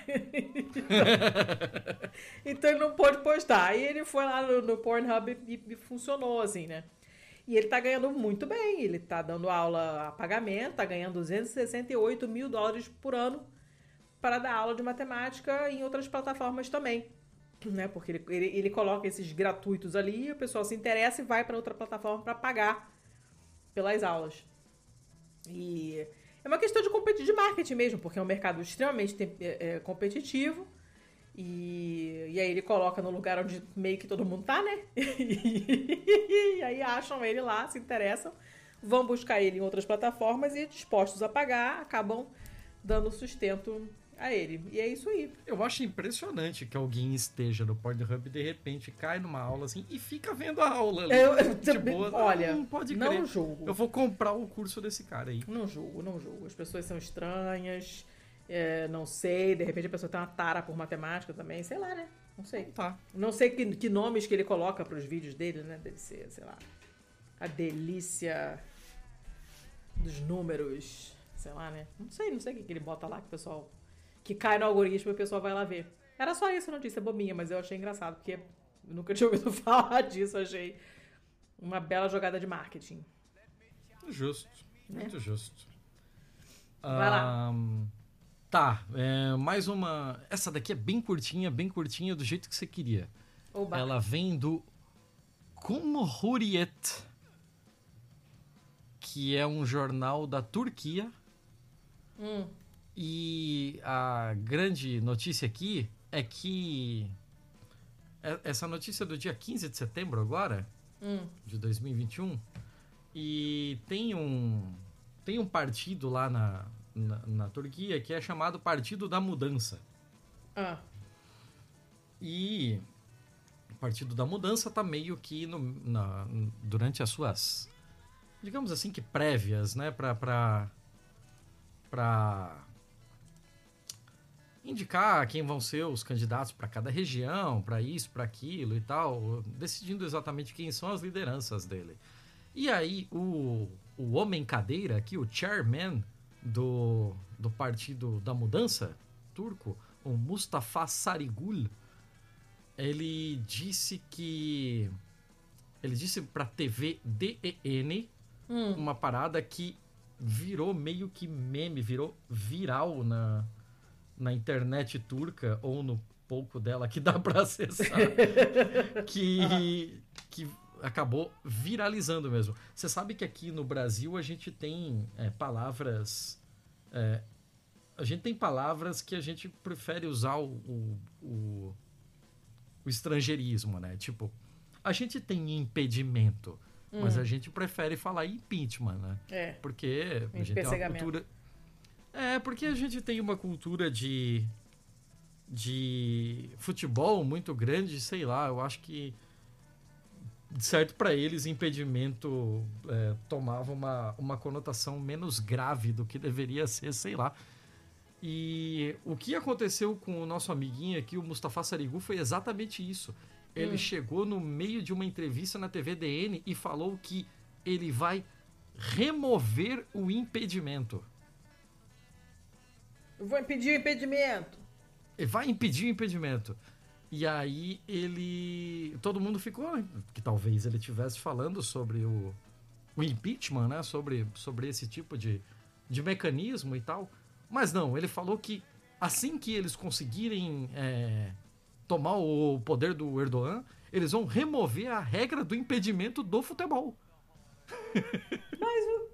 então, então ele não pôde postar. Aí ele foi lá no, no Pornhub e, e funcionou, assim, né? E ele tá ganhando muito bem. Ele tá dando aula a pagamento, tá ganhando duzentos e sessenta e oito mil dólares por ano para dar aula de matemática em outras plataformas também. Né? Porque ele, ele, ele coloca esses gratuitos ali, o pessoal se interessa e vai para outra plataforma para pagar pelas aulas. E é uma questão de, competi- de marketing mesmo, porque é um mercado extremamente tem- é, é, competitivo. E, e aí ele coloca no lugar onde meio que todo mundo tá, né? E aí acham ele lá, se interessam, vão buscar ele em outras plataformas e dispostos a pagar, acabam dando sustento a ele. E é isso aí. Eu acho impressionante que alguém esteja no Pornhub e de repente cai numa aula assim e fica vendo a aula ali. Eu, eu, de boa. olha, não pode não crer. julgo. Eu vou comprar o curso desse cara aí. Não julgo, não julgo. As pessoas são estranhas, é, não sei, de repente a pessoa tem uma tara por matemática também, sei lá, né? Não sei. Tá. Não sei que, que nomes que ele coloca pros vídeos dele, né? Deve ser, sei lá, a delícia dos números, sei lá, né? Não sei, não sei o que, que ele bota lá que o pessoal... Que cai no algoritmo e o pessoal vai lá ver. Era só isso a notícia, bobinha, mas eu achei engraçado, porque eu nunca tinha ouvido falar disso, achei uma bela jogada de marketing. Justo. Né? Muito justo. Vai lá. Ahn, Tá, é, mais uma. Essa daqui é bem curtinha, bem curtinha, do jeito que você queria. Oba. Ela vem do Cumhuriyet, que é um jornal da Turquia. Hum. E a grande notícia aqui é que é- essa notícia é do dia quinze de setembro agora, Hum. de dois mil e vinte e um, e tem um tem um partido lá na, na, na Turquia que é chamado Partido da Mudança. Ah. E Partido da Mudança está meio que no, na, durante as suas, digamos assim, que prévias, né, para para indicar quem vão ser os candidatos para cada região, para isso, para aquilo e tal, decidindo exatamente quem são as lideranças dele. E aí o, o homem cadeira aqui, o chairman do, do Partido da Mudança turco, o Mustafa Sarıgül, ele disse que ele disse para T V D E N hum. uma parada que virou meio que meme, virou viral na, na internet turca, ou no pouco dela que dá para acessar, que, que acabou viralizando mesmo. Você sabe que aqui no Brasil a gente tem é, palavras... É, a gente tem palavras que a gente prefere usar o, o, o, o estrangeirismo, né? Tipo, a gente tem impedimento, hum. mas a gente prefere falar impeachment, né? É. Porque a gente tem uma cultura... É, porque a gente tem uma cultura de, de futebol muito grande, sei lá, eu acho que certo para eles impedimento é, tomava uma, uma conotação menos grave do que deveria ser, sei lá. E o que aconteceu com o nosso amiguinho aqui, o Mustafa Sarıgül, foi exatamente isso. Ele hum. chegou no meio de uma entrevista na T V D N e falou que ele vai remover o impedimento. Eu vou impedir o impedimento. Ele vai impedir o impedimento. E aí ele... Todo mundo ficou... Que talvez ele estivesse falando sobre o, o impeachment, né? Sobre, sobre esse tipo de, de mecanismo e tal. Mas não, ele falou que assim que eles conseguirem é, tomar o poder do Erdogan, eles vão remover a regra do impedimento do futebol. Mas o...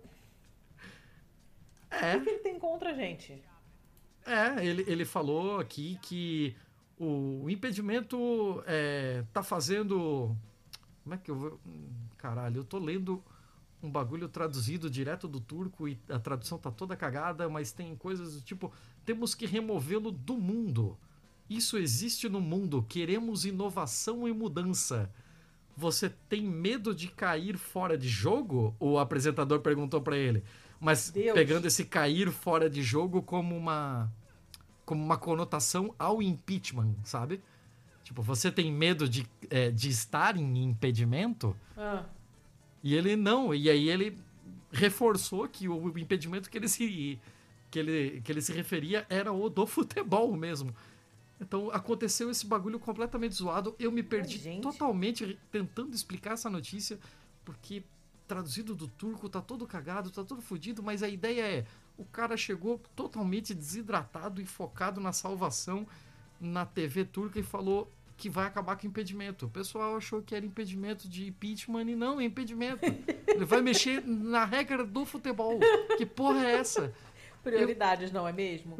É. O que ele tem contra a gente? É, ele, ele falou aqui que o impedimento é, tá fazendo... Como é que eu vou... Caralho, eu tô lendo um bagulho traduzido direto do turco e a tradução tá toda cagada, mas tem coisas do tipo... Temos que removê-lo do mundo. Isso existe no mundo. Queremos inovação e mudança. Você tem medo de cair fora de jogo? O apresentador perguntou pra ele. Mas Deus. Pegando esse cair fora de jogo como uma... como uma conotação ao impeachment, sabe? Tipo, você tem medo de, é, de estar em impedimento? Ah. E ele não. E aí ele reforçou que o impedimento que ele se, que ele, que ele se referia era o do futebol mesmo. Então aconteceu esse bagulho completamente zoado. Eu me perdi Ai, totalmente tentando explicar essa notícia, porque traduzido do turco tá todo cagado, tá todo fodido, mas a ideia é... O cara chegou totalmente desidratado e focado na salvação na T V turca e falou que vai acabar com o impedimento. O pessoal achou que era impedimento de impeachment e não, é impedimento. Ele vai mexer na regra do futebol. Que porra é essa? Prioridades, Eu... não é mesmo?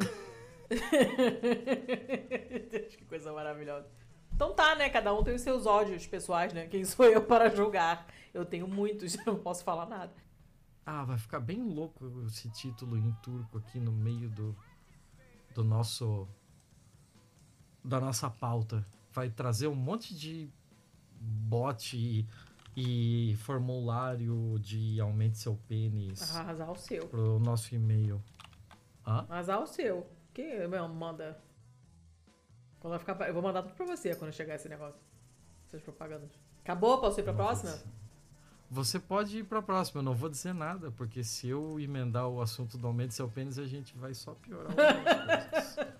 Que coisa maravilhosa. Então tá, né? Cada um tem os seus ódios pessoais, né? Quem sou eu para julgar? Eu tenho muitos, não posso falar nada. Ah, vai ficar bem louco esse título em turco aqui no meio do, do nosso... da nossa pauta. Vai trazer um monte de bot e, e formulário de aumente seu pênis. Arrasar o seu. Pro nosso e-mail. Hã? Arrasar o seu. Quem manda? Quando vai ficar... Eu vou mandar tudo pra você quando chegar esse negócio. Essas propagandas. Acabou? Posso ir pra Nossa. próxima? Você pode ir pra próxima, eu não vou dizer nada, porque se eu emendar o assunto do aumento do seu pênis, a gente vai só piorar algumas coisas.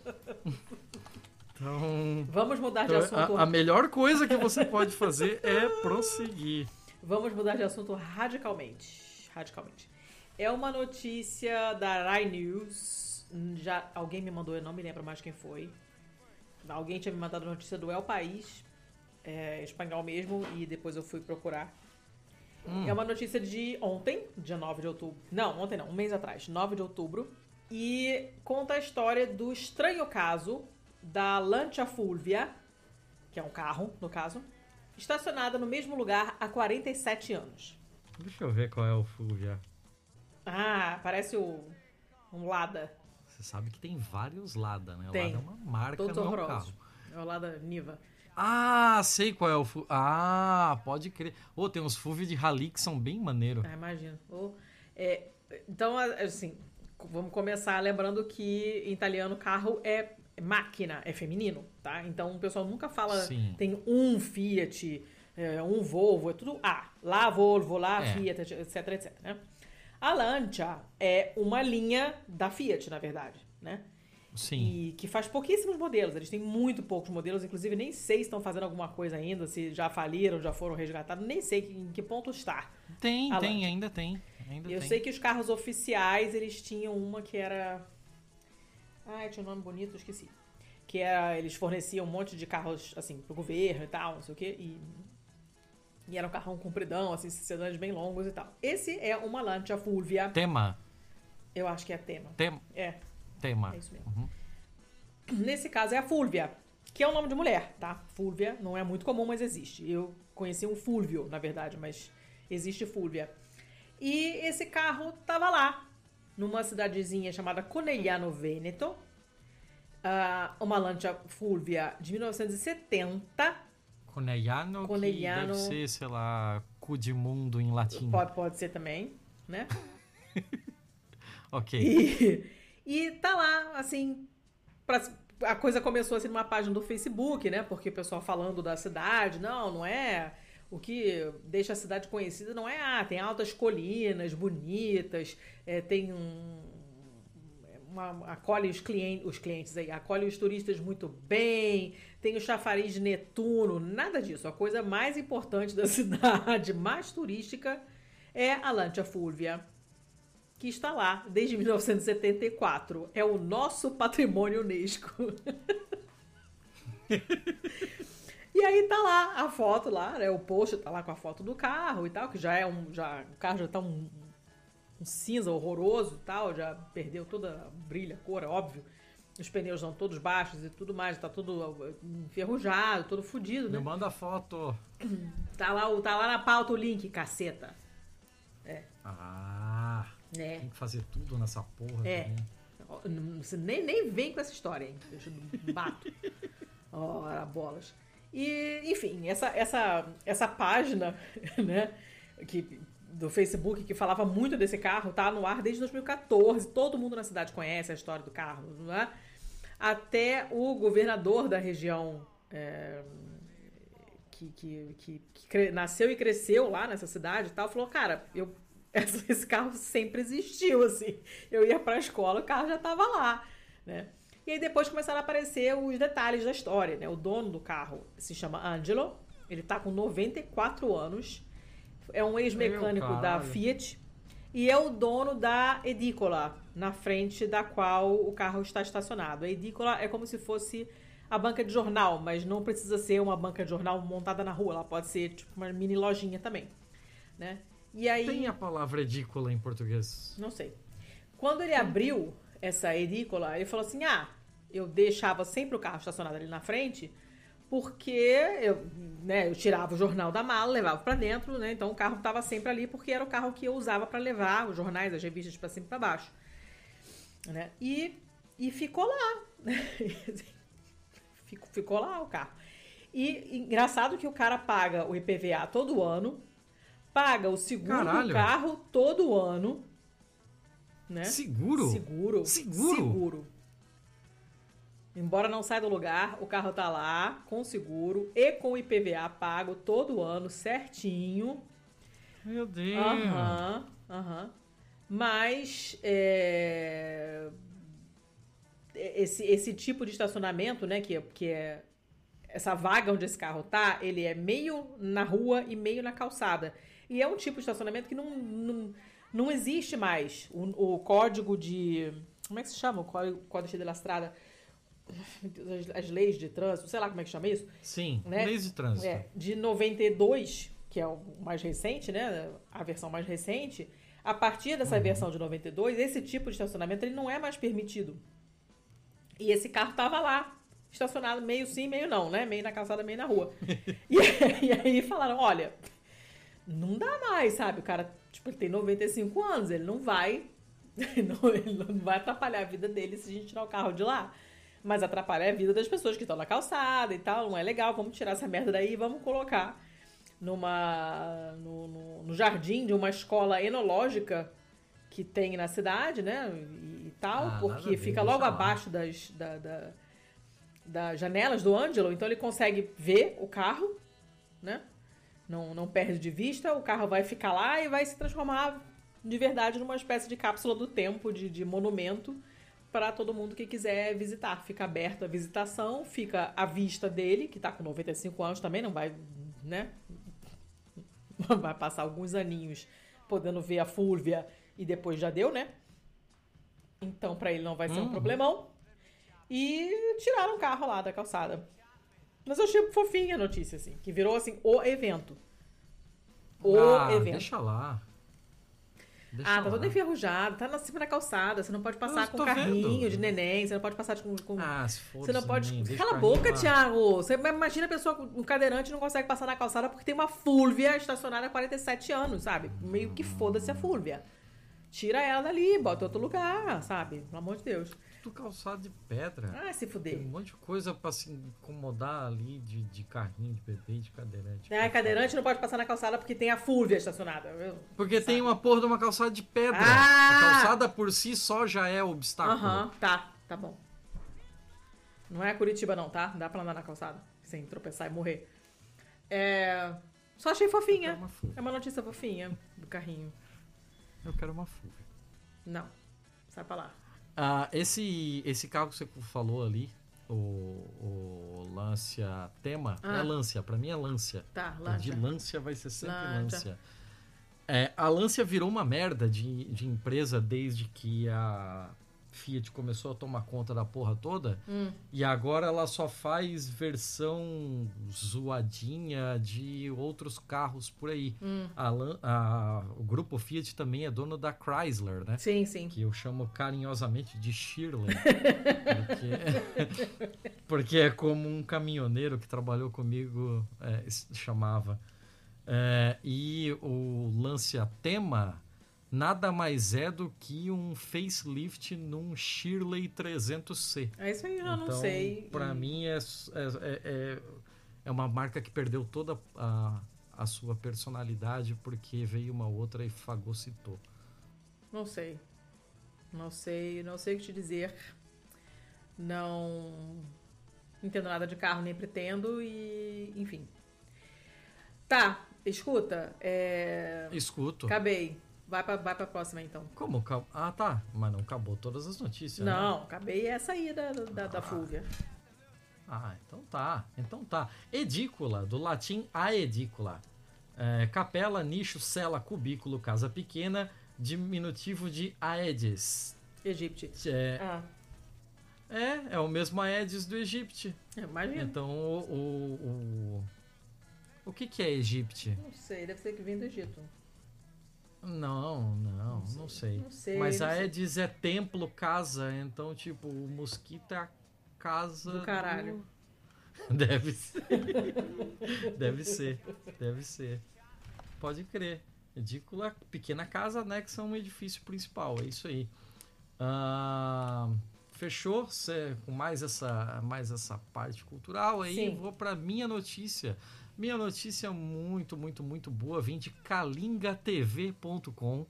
Então... Vamos mudar de então, assunto. A, a melhor coisa que você pode fazer é prosseguir. Vamos mudar de assunto radicalmente. Radicalmente. É uma notícia da Rai News. Já, alguém me mandou, eu não me lembro mais quem foi. Alguém tinha me mandado a notícia do El País, é, espanhol mesmo, e depois eu fui procurar. Hum. É uma notícia de ontem, dia nove de outubro. Não, ontem não, um mês atrás, nove de outubro. E conta a história do estranho caso da Lancia Fulvia, que é um carro, no caso, estacionada no mesmo lugar há quarenta e sete anos. Deixa eu ver qual é o Fulvia. Ah, parece o, um Lada. Você sabe que tem vários Lada, né? Tem. Lada é uma marca, Todos não é um horrorosos. carro. É o Lada Niva. Ah, sei qual é o F U V. Ah, pode crer. Ô, tem uns F U V de rally que são bem maneiro. Ah, imagino. Oh, é, então, assim, vamos começar lembrando que em italiano carro é máquina, é feminino, tá? Então o pessoal nunca fala Sim. tem um Fiat, é, um Volvo, é tudo A. Lá Volvo, lá É. Fiat, etc, etc, né? A Lancia é uma linha da Fiat, na verdade, né? Sim. E que faz pouquíssimos modelos. Eles têm muito poucos modelos, inclusive nem sei se estão fazendo alguma coisa ainda, se já faliram, já foram resgatados, nem sei em que ponto está. Tem, A tem, Lancia. ainda tem. Ainda Eu tem. sei que os carros oficiais, eles tinham uma que era... Ai, tinha um nome bonito, eu esqueci. Que era, eles forneciam um monte de carros, assim, pro governo e tal, não sei o quê, e... E era um carrão compridão, assim, sedãs bem longos e tal. Esse é uma Lancia Fulvia. Tema. Eu acho que é tema. Tem, É, tema. é isso mesmo. Uhum. Nesse caso é a Fulvia, que é um nome de mulher, tá? Fulvia não é muito comum, mas existe. Eu conheci um Fulvio, na verdade, mas existe Fulvia. E esse carro tava lá, numa cidadezinha chamada Conegliano Veneto. Ah, uma Lancia Fulvia de mil novecentos e setenta. Conegliano, Conegliano. que deve ser, sei lá, cu de mundo em latim. Pode, pode ser também, né? Ok. E, e tá lá, assim, pra, a coisa começou assim numa página do Facebook, né? Porque o pessoal falando da cidade, não, não é. O que deixa a cidade conhecida não é, ah, tem altas colinas bonitas, é, tem um. Uma, acolhe os clientes, os clientes aí, acolhe os turistas muito bem, tem o chafariz de Netuno, nada disso. A coisa mais importante da cidade, mais turística, é a Lancia Fulvia, que está lá desde mil novecentos e setenta e quatro. É o nosso patrimônio Unesco. E aí tá lá a foto lá, né? O post tá lá com a foto do carro e tal, que já é um. Já, o carro já tá um, um cinza horroroso e tal, já perdeu toda a brilha, a cor, é óbvio. Os pneus estão todos baixos e tudo mais, tá tudo enferrujado, todo fudido, né? Me manda foto. Tá lá, o- tá lá na pauta o link, caceta. Ah, É. tem que fazer tudo nessa porra. É. também. Não- Você nem, nem vem com essa história, hein? Deixa eu bato. Ora, bolas. E, enfim, essa, essa, essa página, né, que, do Facebook que falava muito desse carro, tá no ar desde dois mil e quatorze. Todo mundo na cidade conhece a história do carro, não é? Até o governador da região é, que, que, que, que cre- nasceu e cresceu lá nessa cidade e tal, falou, cara, eu, essa- esse carro sempre existiu, assim. Eu ia pra escola, o carro já tava lá, né? E aí depois começaram a aparecer os detalhes da história, né? O dono do carro se chama Angelo, ele tá com noventa e quatro anos, é um ex-mecânico Meu da caralho. Fiat e é o dono da edícola, na frente da qual o carro está estacionado. A edícola é como se fosse a banca de jornal, mas não precisa ser uma banca de jornal montada na rua, ela pode ser tipo uma mini lojinha também, né? E aí... Tem a palavra edícula em português. Não sei. Quando ele abriu essa edícola, ele falou assim: ah, eu deixava sempre o carro estacionado ali na frente, porque eu, né, eu tirava o jornal da mala, levava pra dentro, né? Então o carro tava sempre ali, porque era o carro que eu usava pra levar os jornais, as revistas pra cima e pra baixo, né? E, e ficou lá. ficou, ficou lá o carro. E engraçado que o cara paga o I P V A todo ano, paga o seguro Caralho. do carro todo ano, né? Seguro? Seguro. Seguro? Seguro. Embora não saia do lugar, o carro tá lá com seguro e com I P V A pago todo ano, certinho. Meu Deus. Aham, aham. Mas é, esse, esse tipo de estacionamento, né, que, é- que é essa vaga onde esse carro tá, ele é meio na rua e meio na calçada. E é um tipo de estacionamento que não, não, não existe mais. O, o código de... Como é que se chama? O código, código de la estrada? As, as leis de trânsito, sei lá como é que chama isso. Sim, Né? leis de trânsito. É, de noventa e dois, que é o mais recente, né? A versão mais recente. A partir dessa Uhum. versão de noventa e dois, esse tipo de estacionamento ele não é mais permitido. E esse carro tava lá, estacionado meio sim, meio não, né? Meio na calçada, meio na rua. e, e aí falaram, olha, não dá mais, sabe? O cara, tipo, ele tem noventa e cinco anos, ele não vai, não, ele não vai atrapalhar a vida dele se a gente tirar o carro de lá. Mas atrapalha a vida das pessoas que estão na calçada e tal. Não é legal. Vamos tirar essa merda daí e vamos colocar numa no, no, no jardim de uma escola enológica que tem na cidade, né? E, e tal, Ah, porque nada a ver, fica deixa logo lá. abaixo das, da, da- das janelas do Ângelo, então ele consegue ver o carro, né? Não, não perde de vista, o carro vai ficar lá e vai se transformar de verdade numa espécie de cápsula do tempo, de, de monumento para todo mundo que quiser visitar. Fica aberta a visitação, fica a vista dele, que tá com noventa e cinco anos também, não vai, né? Vai passar alguns aninhos podendo ver a Fúlvia e depois já deu, né? Então pra ele não vai ser um Uhum. problemão. E tiraram o carro lá da calçada. Mas eu achei fofinha a notícia, assim, que virou assim o evento. O ah, evento. deixa lá. Deixa Ah, tá lá. todo enferrujado, tá na cima da calçada, você não pode passar Eu com tô carrinho vendo. de neném, você não pode passar com... com... Ah, se for. Você não pode. Nem, deixa Cala a o carrinho boca, lá. Thiago! Você imagina a pessoa com um cadeirante não consegue passar na calçada porque tem uma Fúlvia estacionada há quarenta e sete anos, sabe? Meio que foda-se a Fúlvia. Tira ela dali, bota em outro lugar, sabe? Pelo amor de Deus. Tudo calçado de pedra. Ah, se Tem fuder. um monte de coisa pra se incomodar ali de, de carrinho, de bebê, de cadeirante. Ah, cadeirante não pode passar na calçada porque tem a Fúlvia estacionada. viu? Porque Sabe? tem uma porra de uma calçada de pedra. Ah! A calçada por si só já é obstáculo. Aham, tá, tá bom. Não é Curitiba não, tá? Não dá pra andar na calçada sem tropeçar e morrer. É... Só achei Eu quero fofinha. uma Fúvia. É uma notícia fofinha do carrinho. Eu quero uma Fúvia. Não, sai pra lá. Ah, esse, esse carro que você falou ali, o, o Lancia Tema, Ah. é Lancia, pra mim é Lancia. Tá, De Lancia. Lancia vai ser sempre Lancia. Lancia. É, a Lancia virou uma merda de, de empresa desde que a Fiat começou a tomar conta da porra toda. Hum. E agora ela só faz versão zoadinha de outros carros por aí. Hum. A Lan- a- o grupo Fiat também é dono da Chrysler, né? Sim, sim. Que eu chamo carinhosamente de Shirley. porque, porque é como um caminhoneiro que trabalhou comigo é, se chamava. É, e o Lancia Tema nada mais é do que um facelift num Shirley trezentos C. É isso aí, eu não Então, sei. pra E- mim é, é, é, é uma marca que perdeu toda a, a sua personalidade porque veio uma outra e fagocitou. Não sei. Não sei, não sei o que te dizer. Não entendo nada de carro, nem pretendo e, enfim. Tá, escuta, é... Escuto. acabei. Vai pra, vai pra próxima, então. Como? Acab- Ah, tá. Mas não acabou todas as notícias, né? Não, acabei essa aí da, da, da Fúlvia. Ah, então tá. Então tá. Edícula, do latim aedícula. É, capela, nicho, cela, cubículo, casa pequena, diminutivo de aedes. Egipte. É, Ah, é, é o mesmo aedes do Egito. imagina. Então, o, o, o, o que que é Egipte? Não sei, deve ser que vem do Egito. Não, não, não sei. Não sei, Mas não sei. aedes é templo, casa, então, tipo, o mosquito é a casa Do caralho. Deve ser. Deve ser. Deve ser. Pode crer. Edícula, pequena casa anexa a um edifício principal. É isso aí. Ah, fechou? Cê, com mais essa, mais essa parte cultural aí, Sim. vou para minha notícia. Minha notícia muito, muito, muito boa. Vem de kalinga t v ponto com.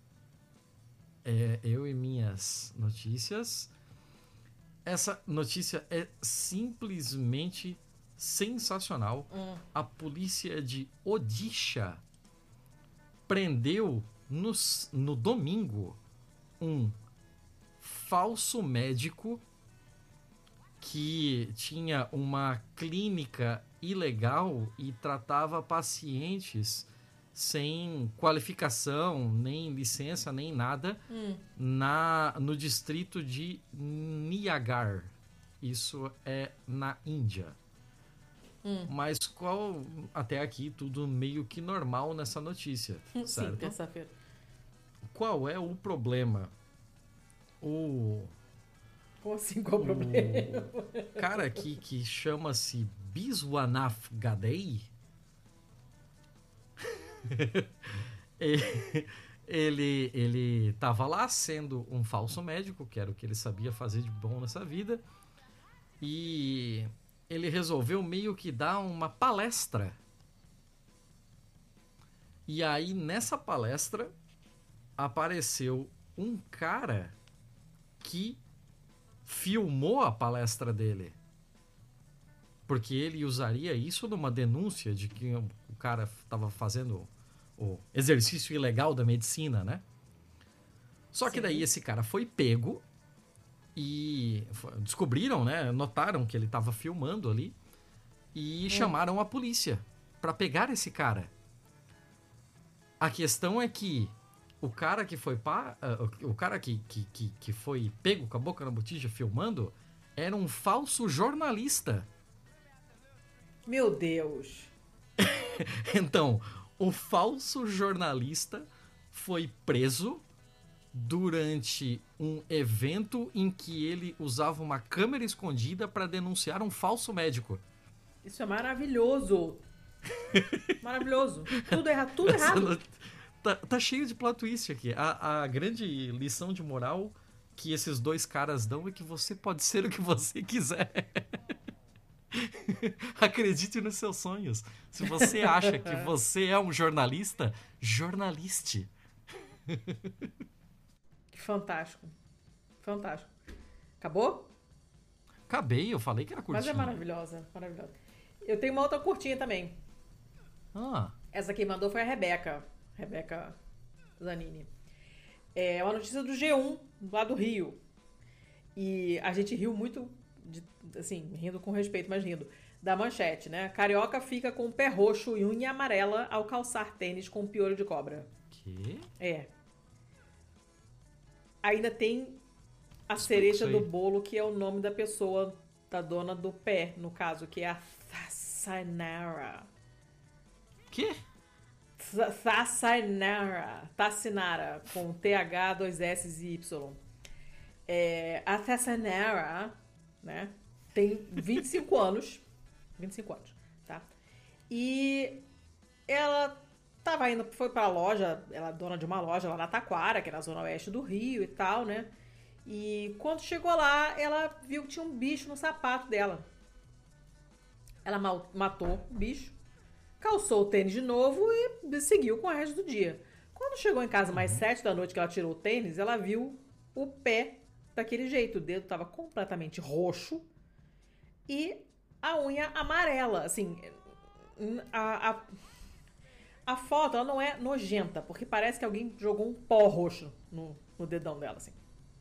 É, eu e minhas notícias. Essa notícia é simplesmente sensacional. Hum. A polícia de Odisha prendeu no, s- no domingo um falso médico que tinha uma clínica ilegal e tratava pacientes sem qualificação, nem licença, nem nada, Hum. na, no distrito de Niagar. Isso é na Índia. Hum. Mas qual, até aqui, tudo meio que normal nessa notícia, Sim, certo? terça-feira. Qual é o problema? O, Como assim, qual o problema? o cara aqui que chama-se Biswanath Gadei, ele ele estava lá sendo um falso médico, que era o que ele sabia fazer de bom nessa vida, E ele resolveu meio que dar uma palestra. E aí, nessa palestra, apareceu um cara que filmou a palestra dele. Porque ele usaria isso numa denúncia de que o cara estava fazendo o exercício ilegal da medicina, né? Só que daí esse cara foi pego e descobriram, né? Notaram que ele estava filmando ali e hum. chamaram a polícia para pegar esse cara. A questão é que o cara que foi pá, uh, o cara que, que, que, que foi pego com a boca na botija filmando era um falso jornalista. Meu Deus! Então, o falso jornalista foi preso durante um evento em que ele usava uma câmera escondida para denunciar um falso médico. Isso é maravilhoso! Maravilhoso! Tudo errado, tudo errado! Tá, tá cheio de plot twist aqui. A, a grande lição de moral que esses dois caras dão é que você pode ser o que você quiser. Acredite nos seus sonhos. Se você acha que você é um jornalista, jornaliste. Que fantástico. Fantástico. Acabou? Acabei, eu falei que era curtinha. Mas é maravilhosa, maravilhosa. Eu tenho uma outra curtinha também. Ah. Essa quem mandou foi a Rebeca. Rebeca Zanini. É uma notícia do G um, lá do Rio. E a gente riu muito, de, assim, rindo com respeito, mas rindo, da manchete, né? Carioca fica com o pé roxo e unha amarela ao calçar tênis com piolho de cobra. Que? É. Ainda tem a cereja do bolo, que é o nome da pessoa, da dona do pé, no caso, que é a Thassinara. Que? Thassinara. Thassinara, com T H, dois S e Y. É, a Thassinara, né, tem vinte e cinco anos. vinte e cinco anos, tá? E ela tava indo, foi pra loja, ela é dona de uma loja lá na Taquara, que é na zona oeste do Rio e tal, né? E quando chegou lá, ela viu que tinha um bicho no sapato dela. Ela mal, matou o bicho, calçou o tênis de novo e seguiu com o resto do dia. Quando chegou em casa mais sete da noite, que ela tirou o tênis, ela viu o pé daquele jeito. O dedo estava completamente roxo e a unha amarela. Assim, a, a, a foto ela não é nojenta, porque parece que alguém jogou um pó roxo no, no dedão dela, assim.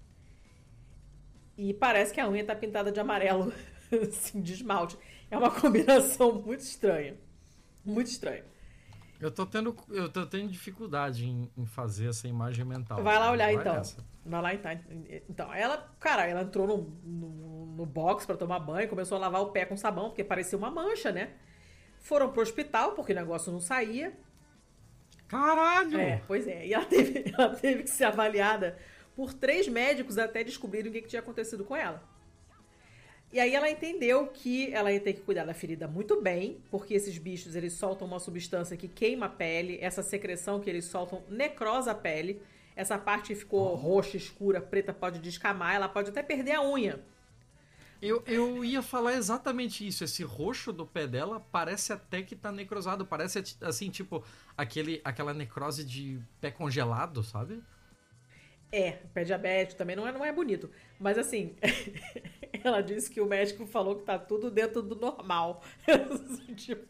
E parece que a unha tá pintada de amarelo, assim, de esmalte. É uma combinação muito estranha. Muito estranha. Eu tô tendo, eu tô tendo dificuldade em, em fazer essa imagem mental. Vai lá olhar, Vai então. nessa. Vai lá, então. Então, ela, cara, ela entrou no, no, no box pra tomar banho, começou a lavar o pé com sabão, porque parecia uma mancha, né? Foram pro hospital, porque o negócio não saía. Caralho! É, pois é. E ela teve, ela teve que ser avaliada por três médicos até descobrirem o que, que tinha acontecido com ela. E aí ela entendeu que ela ia ter que cuidar da ferida muito bem, porque esses bichos, eles soltam uma substância que queima a pele, essa secreção que eles soltam necrosa a pele, essa parte que ficou roxa, escura, preta, pode descamar, ela pode até perder a unha. Eu, eu ia falar exatamente isso, esse roxo do pé dela parece até que tá necrosado, parece assim, tipo, aquele, aquela necrose de pé congelado, sabe? É, pé diabético também não é, não é bonito. Mas assim, ela disse que o médico falou que tá tudo dentro do normal. Tipo,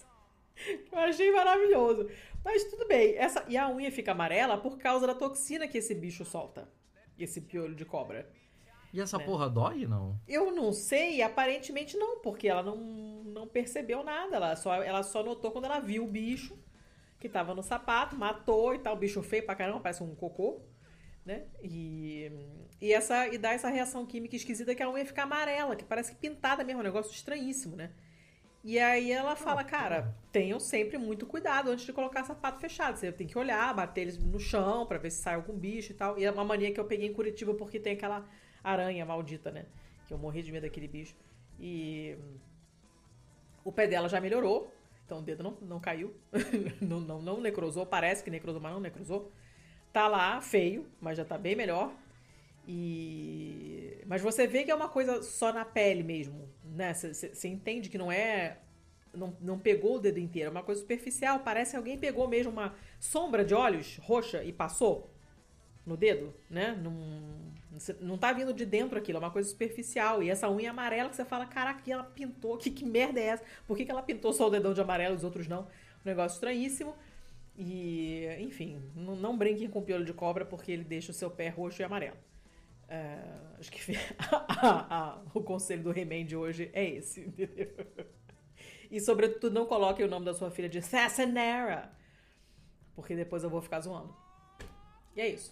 eu achei maravilhoso. Mas tudo bem. Essa, e a unha fica amarela por causa da toxina que esse bicho solta. Esse piolho de cobra. E essa né? porra dói, não? Eu não sei, aparentemente não, porque ela não, não percebeu nada. Ela só, ela só notou quando ela viu o bicho que tava no sapato, matou e tal. O bicho feio pra caramba, parece um cocô. Né? E, e, essa, e dá essa reação química esquisita que a unha fica amarela, que parece que pintada mesmo, um negócio estranhíssimo, né? E aí ela fala, cara, tenham sempre muito cuidado antes de colocar sapato fechado. Você tem que olhar, bater eles no chão pra ver se sai algum bicho e tal. E é uma mania que eu peguei em Curitiba porque tem aquela aranha maldita, né? Que eu morri de medo daquele bicho. E o pé dela já melhorou, então o dedo não, não caiu, não, não, não necrosou, parece que necrosou, mas não necrosou. Tá lá, feio, mas já tá bem melhor. E... Mas você vê que é uma coisa só na pele mesmo, né? Você entende que não é... Não, não pegou o dedo inteiro, é uma coisa superficial. Parece que alguém pegou mesmo uma sombra de olhos roxa e passou no dedo, né? Não, não tá vindo de dentro aquilo, é uma coisa superficial. E essa unha amarela que você fala, caraca, que ela pintou, que, que merda é essa? Por que, que ela pintou só o dedão de amarelo e os outros não? Um negócio estranhíssimo. E, enfim, não, não brinquem com piolho de cobra porque ele deixa o seu pé roxo e amarelo. Uh, acho que o conselho do He-Man de hoje é esse, entendeu? E, sobretudo, não coloque o nome da sua filha de Sassanera, porque depois eu vou ficar zoando. E é isso.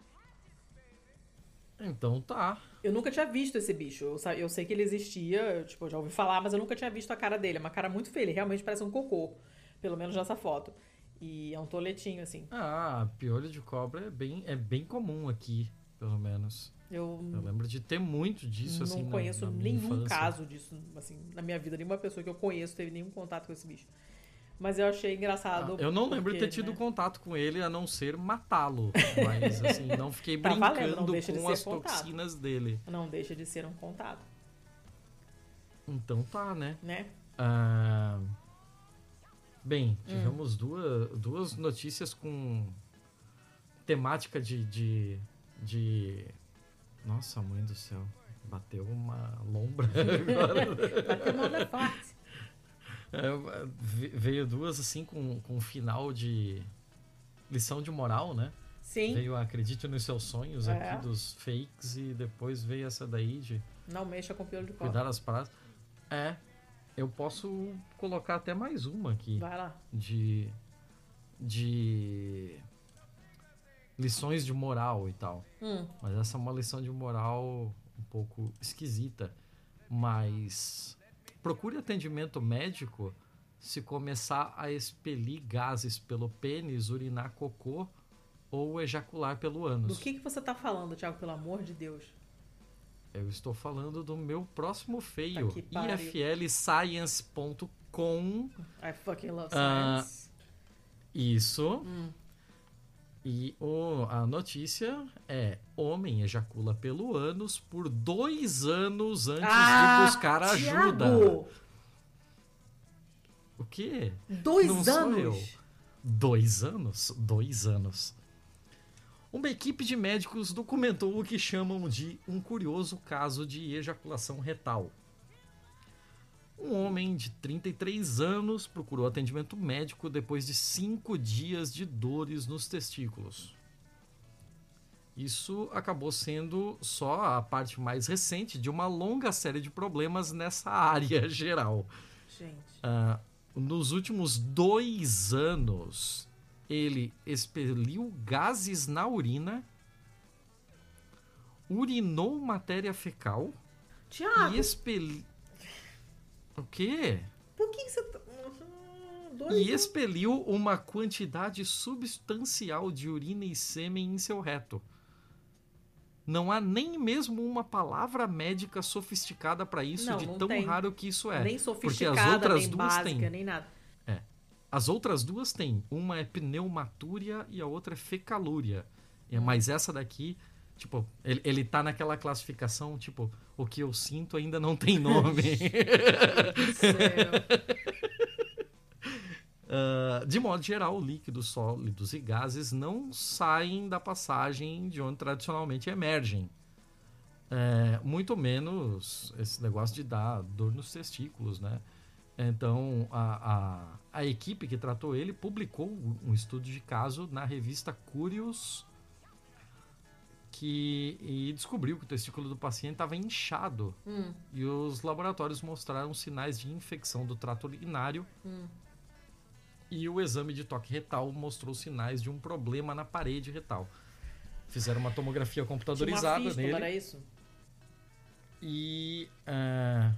Então tá. Eu nunca tinha visto esse bicho. Eu, eu sei que ele existia, eu, tipo, eu já ouvi falar, mas eu nunca tinha visto a cara dele. É uma cara muito feia, ele realmente parece um cocô. Pelo menos nessa foto. E é um toletinho, assim. Ah, piolho de cobra é bem, é bem comum aqui, pelo menos. Eu, eu lembro de ter muito disso, não assim, Não conheço na, na nenhum infância. caso disso, assim, na minha vida. Nenhuma pessoa que eu conheço teve nenhum contato com esse bicho. Mas eu achei engraçado. Ah, eu não porque, lembro de ter tido né? contato com ele, a não ser matá-lo. Mas, assim, não fiquei Tá brincando valendo, não deixa de com ser as contato. toxinas dele. Não deixa de ser um contato. Então tá, né? Né? Ah, bem, tivemos hum. duas, duas notícias com temática de, de, de... Nossa, mãe do céu. Bateu uma lombra agora. Bateu uma lombra forte. É, veio duas assim com, com final de lição de moral, né? Sim. Veio Acredite nos Seus Sonhos é. aqui dos fakes e depois veio essa daí de... Não mexa com piolho de cobra. Cuidar das praças. É, eu posso colocar até mais uma aqui. Vai lá. De... De... lições de moral e tal. Hum. Mas essa é uma lição de moral um pouco esquisita. Mas procure atendimento médico se começar a expelir gases pelo pênis, urinar cocô ou ejacular pelo ânus. Do que, que você tá falando, Thiago, pelo amor de Deus? Eu estou falando do meu próximo feio. Tá I F L science ponto com. I fucking love science. Uh, isso. Hum. E o, a notícia é: homem ejacula pelo ânus por dois anos antes ah, de buscar ajuda. Thiago! O quê? Dois Não anos? Sou eu. Dois anos? Dois anos. Uma equipe de médicos documentou o que chamam de um curioso caso de ejaculação retal. Um homem de trinta e três anos procurou atendimento médico depois de cinco dias de dores nos testículos. Isso acabou sendo só a parte mais recente de uma longa série de problemas nessa área geral. Gente. Uh, nos últimos dois anos, ele expeliu gases na urina, urinou matéria fecal Thiago. e expeliu... O quê? Por que você tá... Dois e anos. expeliu uma quantidade substancial de urina e sêmen em seu reto. Não há nem mesmo uma palavra médica sofisticada para isso, não, de não tão tem. raro que isso é. Nem sofisticada, porque as outras nem duas básica, têm. nem nada. É. As outras duas têm. Uma é pneumatúria e a outra é fecalúria. Hum. Mas essa daqui, tipo, ele, ele tá naquela classificação, tipo, o que eu sinto ainda não tem nome. Uh, de modo geral, líquidos, sólidos e gases não saem da passagem de onde tradicionalmente emergem. É, muito menos esse negócio de dar dor nos testículos, né? Então, a, a, a equipe que tratou ele publicou um estudo de caso na revista Curious que, e descobriu que o testículo do paciente estava inchado. Hum. E os laboratórios mostraram sinais de infecção do trato urinário. Hum. E o exame de toque retal mostrou sinais de um problema na parede retal. Fizeram uma tomografia computadorizada Tinha uma fístula, nele. Era isso? E, uh,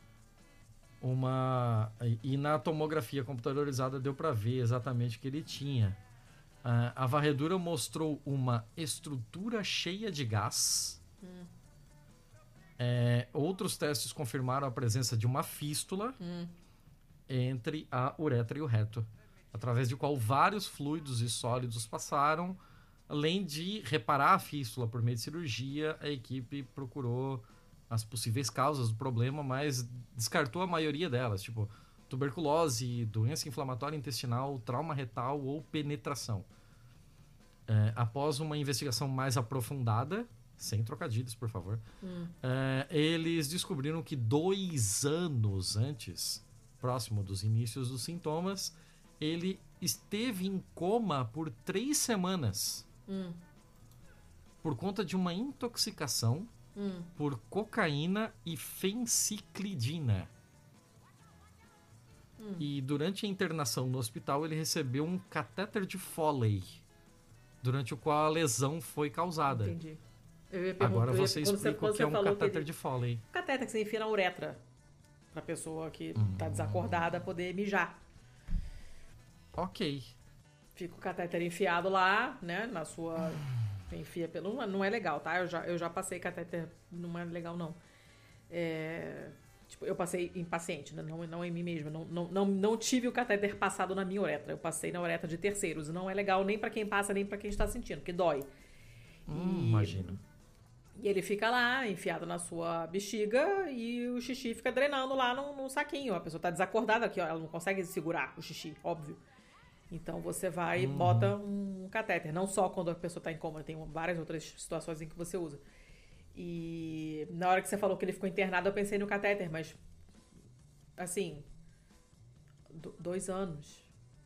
uma, e na tomografia computadorizada deu para ver exatamente o que ele tinha. Uh, a varredura mostrou uma estrutura cheia de gás. Hum. É, outros testes confirmaram a presença de uma fístula hum. entre a uretra e o reto, através de qual vários fluidos e sólidos passaram, Além de reparar a fístula por meio de cirurgia, a equipe procurou as possíveis causas do problema, mas descartou a maioria delas, tipo tuberculose, doença inflamatória intestinal, trauma retal ou penetração. É, após uma investigação mais aprofundada, sem trocadilhos, por favor, Hum. é, eles descobriram que dois anos antes, próximo dos inícios dos sintomas, ele esteve em coma por três semanas Hum. por conta de uma intoxicação Hum. por cocaína e fenciclidina. Hum. E durante a internação no hospital, ele recebeu um catéter de Foley, durante o qual a lesão foi causada. Entendi. Eu ia perguntar, Agora eu ia- você quando explica quando o que é um falou catéter ele- de Foley. Catéter que você enfia na uretra. Pra pessoa que Hum. tá desacordada poder mijar. Ok. Fica o catéter enfiado lá, né? Na sua. Você enfia pelo. Não, não é legal, tá? Eu já, eu já passei catéter. Não é legal, não. É. Tipo, eu passei em paciente, né? não, não em mim mesma. Não, não, não, não tive o catéter passado na minha uretra. Eu passei na uretra de terceiros. Não é legal nem pra quem passa, nem pra quem está sentindo, porque dói. Hum, E- imagino. E ele fica lá, enfiado na sua bexiga, e o xixi fica drenando lá no, no saquinho. A pessoa tá desacordada aqui, ó, ela não consegue segurar o xixi, óbvio. Então você vai e Uhum. bota um catéter. Não só quando a pessoa tá em coma, tem várias outras situações em que você usa. E na hora que você falou que ele ficou internado, eu pensei no catéter, mas assim, do- dois anos.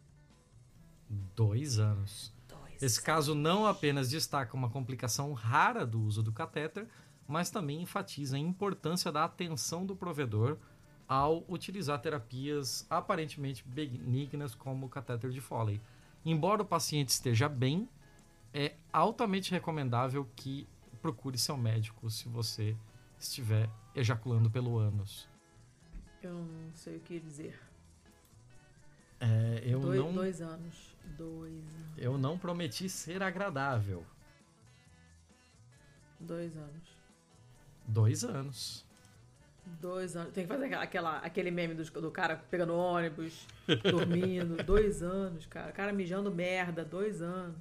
Dois anos. Dois. Esse caso não apenas destaca uma complicação rara do uso do catéter, mas também enfatiza a importância da atenção do provedor ao utilizar terapias aparentemente benignas como o catéter de Foley. Embora o paciente esteja bem, é altamente recomendável que procure seu médico se você estiver ejaculando pelo ânus. Eu não sei o que dizer. É, eu, dois, não, dois anos. Dois anos. eu não prometi ser agradável. Dois anos. Dois anos. Dois anos. Tem que fazer aquela, aquela- aquele meme do, do cara pegando ônibus, dormindo. Dois anos, cara. O cara mijando merda. Dois anos.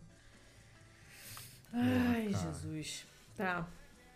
Ai, cara. Jesus. Tá.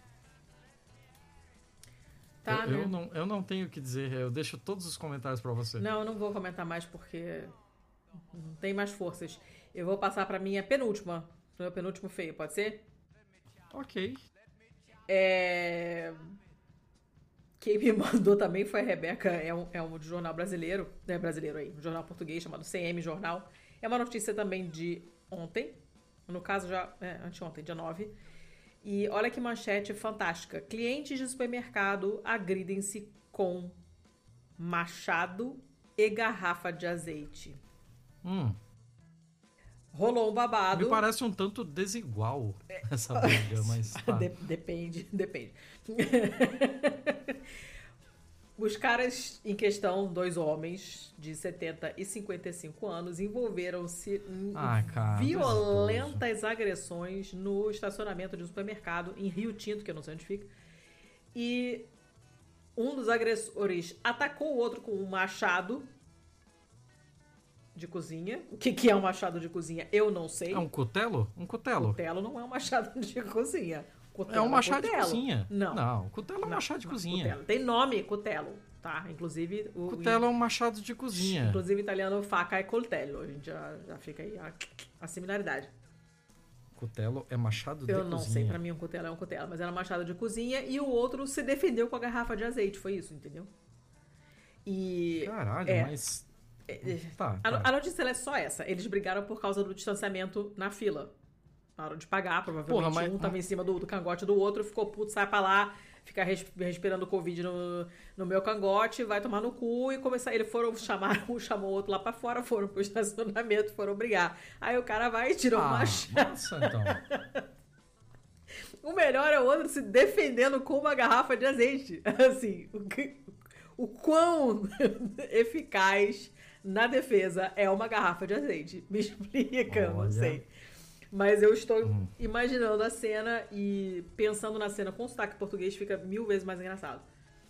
Tá, eu, né? eu, não, eu não tenho o que dizer, eu deixo todos os comentários pra você. Não, eu não vou comentar mais porque não tem mais forças. Eu vou passar pra minha penúltima. Pro meu penúltimo feio, pode ser? Ok. É... Quem me mandou também foi a Rebeca, é um, é um jornal brasileiro, né, brasileiro aí, um jornal português chamado C M Jornal. É uma notícia também de ontem, no caso já, é, anteontem, dia nove. E olha que manchete fantástica. Clientes de supermercado agridem-se com machado e garrafa de azeite. Hum, Rolou um babado. me parece um tanto desigual essa briga, mas tá. De- depende, depende. Os caras em questão, dois homens de setenta e cinquenta e cinco anos, envolveram-se em Ai, cara, violentas agressões no estacionamento de um supermercado em Rio Tinto, que eu não sei onde fica. E um dos agressores atacou o outro com um machado de cozinha. O que, que é um machado de cozinha? Eu não sei. É um cutelo? Um cutelo. Cutelo não é um machado de cozinha. Cutelo É um machado de cutelo. cozinha. Não. Não, cutelo é um Não, machado de não, cozinha. Cutelo. Tem nome, cutelo, tá? Inclusive... O, Cutelo é um machado de cozinha. Inclusive, italiano, faca é coltello. A gente já, já fica aí a, a similaridade. Cutelo é machado de Eu cozinha. não sei, pra mim um cutelo é um cutelo, mas era machado de cozinha e o outro se defendeu com a garrafa de azeite, foi isso, entendeu? E... Caralho, é, mas... Tá, A, tá. a notícia ela é só essa. Eles brigaram por causa do distanciamento na fila. Na hora de pagar, provavelmente Porra, mas- um tava em cima do, do cangote do outro, ficou puto, sai pra lá, fica res- respirando Covid no, no meu cangote, vai tomar no cu e começar. Eles foram chamar, um chamou o outro lá pra fora, foram pro estacionamento, foram brigar. Aí o cara vai e tira um Ah, machado. nossa, então. O melhor é o outro se defendendo com uma garrafa de azeite. Assim, o, que- o quão eficaz na defesa é uma garrafa de azeite. Me explica, eu não Olha. sei. Mas eu estou Hum. imaginando a cena e pensando na cena com sotaque português fica mil vezes mais engraçado.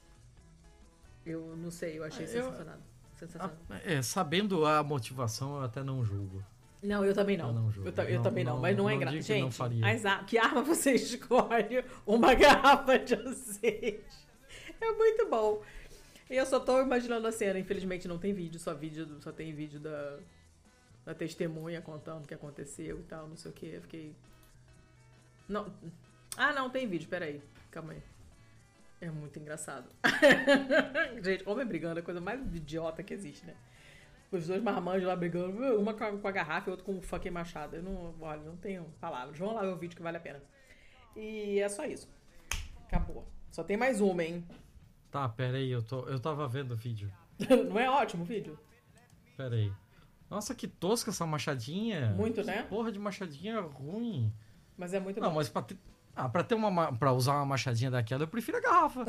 Eu não sei, eu achei Eu- sensacional. Sensacional. Ah, é, sabendo a motivação, eu até não julgo. Não, eu também não. Eu não julgo. Eu, ta- eu Não- também não, não- mas não é não engraçado. digo que não Gente, faria. as ar- que arma você escolhe uma garrafa de azeite? É muito bom. E eu só tô imaginando a cena. Infelizmente não tem vídeo, só vídeo, do- só tem vídeo da, da testemunha contando o que aconteceu e tal, não sei o que. Eu fiquei. Não. Ah, não, tem vídeo, peraí. Calma aí. É muito engraçado. Gente, homem brigando é a coisa mais idiota que existe, né? Os dois marmanjos lá brigando, uma com a, com a garrafa e outro com o fucking machado. Eu não, olha, não tenho palavras. Vão lá ver o vídeo que vale a pena. E é só isso. Acabou. Só tem mais uma, hein? Tá, pera aí, eu, tô, eu tava vendo o vídeo. Não é ótimo o vídeo? Pera aí. Nossa, que tosca essa machadinha. Muito, né? Porra de machadinha ruim. Mas é muito Não, bom. mas pra ter, ah, pra ter uma ma- pra usar uma machadinha daquela, eu prefiro a garrafa.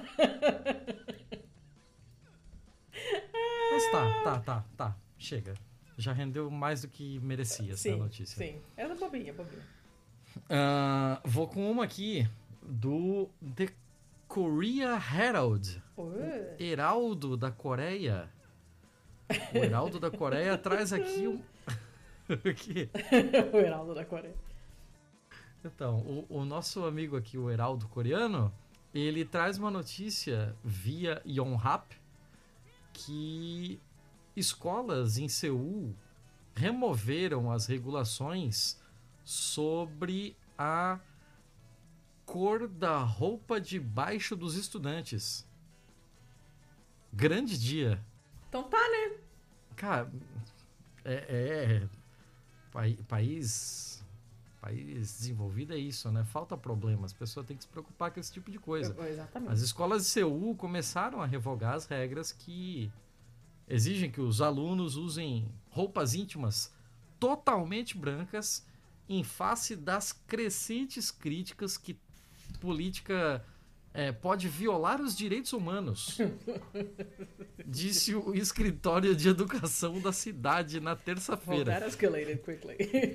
Mas tá, tá, tá, tá. Chega. Já rendeu mais do que merecia essa Sim, notícia. sim. É bobinha, bobinha. Ah, vou com uma aqui do The Korea Herald. Ué. Heraldo da Coreia. O Heraldo da Coreia traz aqui um. O quê? O Heraldo da Coreia. Então, o, o nosso amigo aqui, o Heraldo coreano, ele traz uma notícia via Yonhap que escolas em Seul removeram as regulações sobre a cor da roupa debaixo dos estudantes. Grande dia. Então tá, né? Cara, é, é pai- país país desenvolvido é isso, né? Falta problemas, a pessoa tem que se preocupar com esse tipo de coisa. Eu- exatamente. As escolas de Seul começaram a revogar as regras que exigem que os alunos usem roupas íntimas totalmente brancas em face das crescentes críticas que política é, pode violar os direitos humanos, disse o escritório de educação da cidade na Well, terça-feira. that escalated quickly.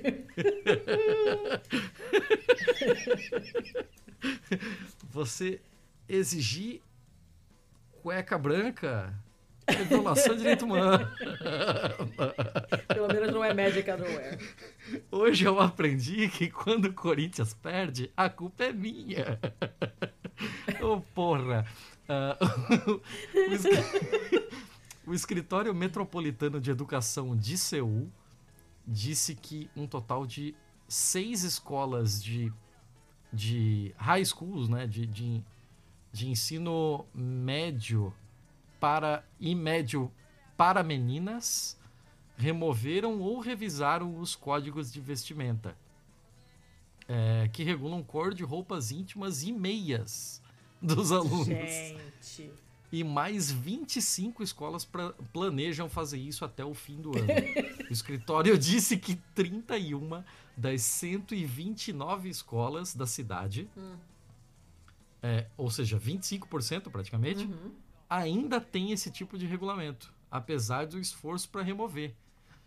Você exigir cueca branca é violação de direito humano. Pelo menos não é Magic Underwear. Hoje eu aprendi que quando o Corinthians perde, a culpa é minha. Ô, porra. Ah, o, escri- o Escritório Metropolitano de Educação de Seul disse que um total de seis escolas de, de high schools, né, de, de, de ensino médio para e médio para meninas removeram ou revisaram os códigos de vestimenta é, que regulam cor de roupas íntimas e meias dos alunos. Gente. E mais vinte e cinco escolas pra- planejam fazer isso até o fim do ano. O escritório disse que trinta e uma das cento e vinte e nove escolas da cidade, Hum. é, ou seja, vinte e cinco por cento praticamente, Uhum. ainda tem esse tipo de regulamento, apesar do esforço para remover.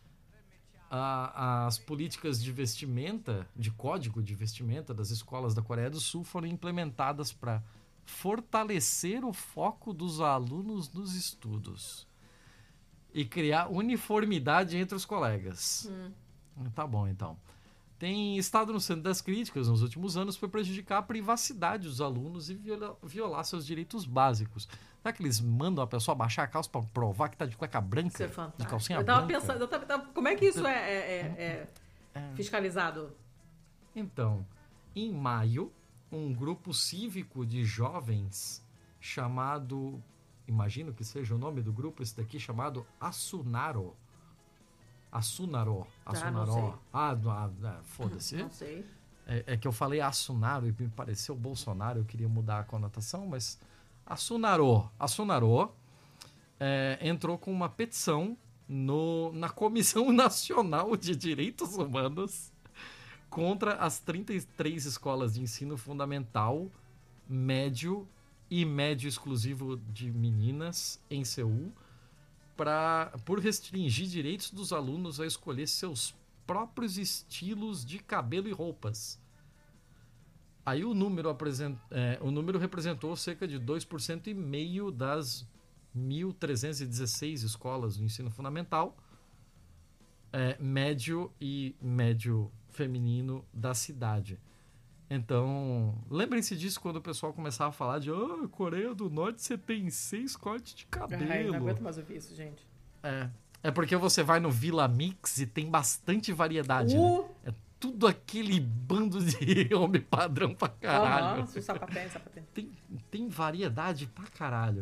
A- as políticas de vestimenta, de código de vestimenta das escolas da Coreia do Sul foram implementadas para fortalecer o foco dos alunos nos estudos e criar uniformidade entre os colegas. Hum. Tá bom, então. Tem estado no centro das críticas nos últimos anos por prejudicar a privacidade dos alunos e viola- violar seus direitos básicos. Será que eles mandam a pessoa baixar a calça para provar que tá de cueca branca? Isso é fantástico. De calcinha eu tava branca? pensando, eu tava, tava- como é que isso é, é- é- é fiscalizado? Então, em maio, um grupo cívico de jovens chamado, imagino que seja o nome do grupo esse daqui, chamado Asunaro. Asunaro. Tá, não Asunaro. sei. Ah, ah, ah, foda-se. Não sei. É, é que eu falei Asunaro e me pareceu Bolsonaro, eu queria mudar a conotação, mas Asunaro. Asunaro é, entrou com uma petição no, na Comissão Nacional de Direitos Humanos contra as trinta e três escolas de ensino fundamental, médio e médio exclusivo de meninas em Seul, pra, por restringir direitos dos alunos a escolher seus próprios estilos de cabelo e roupas. Aí o número, apresent, é, o número representou cerca de dois por cento e meio das mil trezentas e dezesseis escolas do ensino fundamental, é, médio e médio feminino da cidade. Então, lembrem-se disso quando o pessoal começava a falar de oh, Coreia do Norte você tem seis cortes de cabelo. Ai, não aguento mais ouvir isso, gente. É, é porque você vai no Vila Mix e tem bastante variedade, Uh! né? É tudo aquele bando de homem padrão pra caralho. Aham, sapatém, sapatém. Tem, tem variedade pra caralho.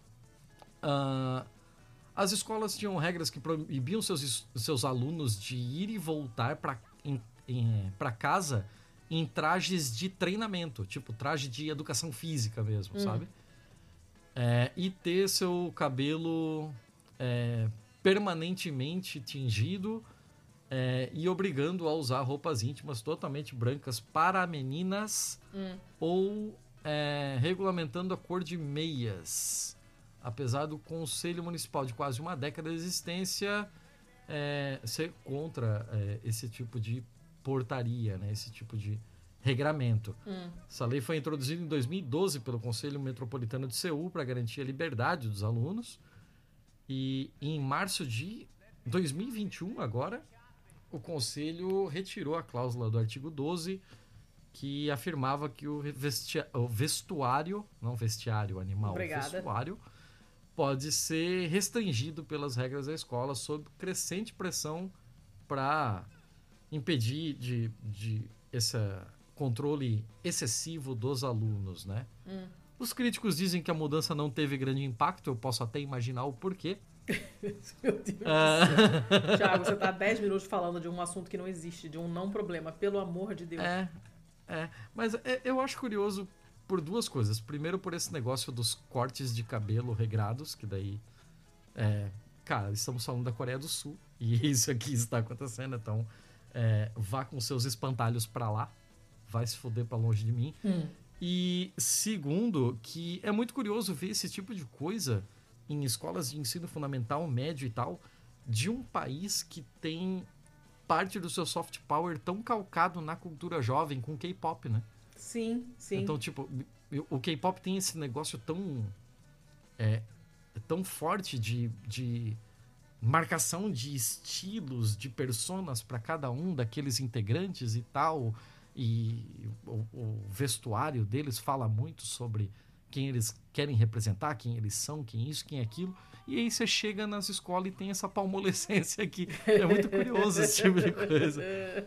Uh, as escolas tinham regras que proibiam seus, seus alunos de ir e voltar pra, em, em, pra casa em trajes de treinamento, tipo traje de educação física mesmo, hum. sabe? É, e ter seu cabelo é, permanentemente tingido é, e obrigando a usar roupas íntimas totalmente brancas para meninas hum. ou é, regulamentando a cor de meias. Apesar do Conselho Municipal de quase uma década de existência é, ser contra é, esse tipo de portaria, né? Esse tipo de regramento. Hum. Essa lei foi introduzida em dois mil e doze pelo Conselho Metropolitano de Seul para garantir a liberdade dos alunos. E em março de dois mil e vinte e um, agora, o Conselho retirou a cláusula do artigo doze que afirmava que o, vestia- o vestuário, não vestiário animal, Obrigada. vestuário, pode ser restringido pelas regras da escola sob crescente pressão para impedir de, de esse controle excessivo dos alunos, né? Hum. Os críticos dizem que a mudança não teve grande impacto, eu posso até imaginar o porquê. Meu Deus ah. do céu. Thiago, você tá há dez minutos falando de um assunto que não existe, de um não problema, pelo amor de Deus. É, é. Mas é, eu acho curioso por duas coisas. Primeiro, por esse negócio dos cortes de cabelo regrados, que daí... É, cara, estamos falando da Coreia do Sul, e isso aqui está acontecendo, então... É, vá com seus espantalhos pra lá, vai se foder pra longe de mim. Hum. E segundo, que é muito curioso ver esse tipo de coisa em escolas de ensino fundamental, médio e tal, de um país que tem parte do seu soft power tão calcado na cultura jovem com K-pop, né? Sim, sim. Então, tipo, o K-pop tem esse negócio tão é, tão forte de... de marcação de estilos, de personas para cada um daqueles integrantes e tal, e o, o vestuário deles fala muito sobre quem eles querem representar, quem eles são, quem isso, quem aquilo, e aí você chega nas escolas e tem essa palmolescência aqui. É muito curioso esse tipo de coisa.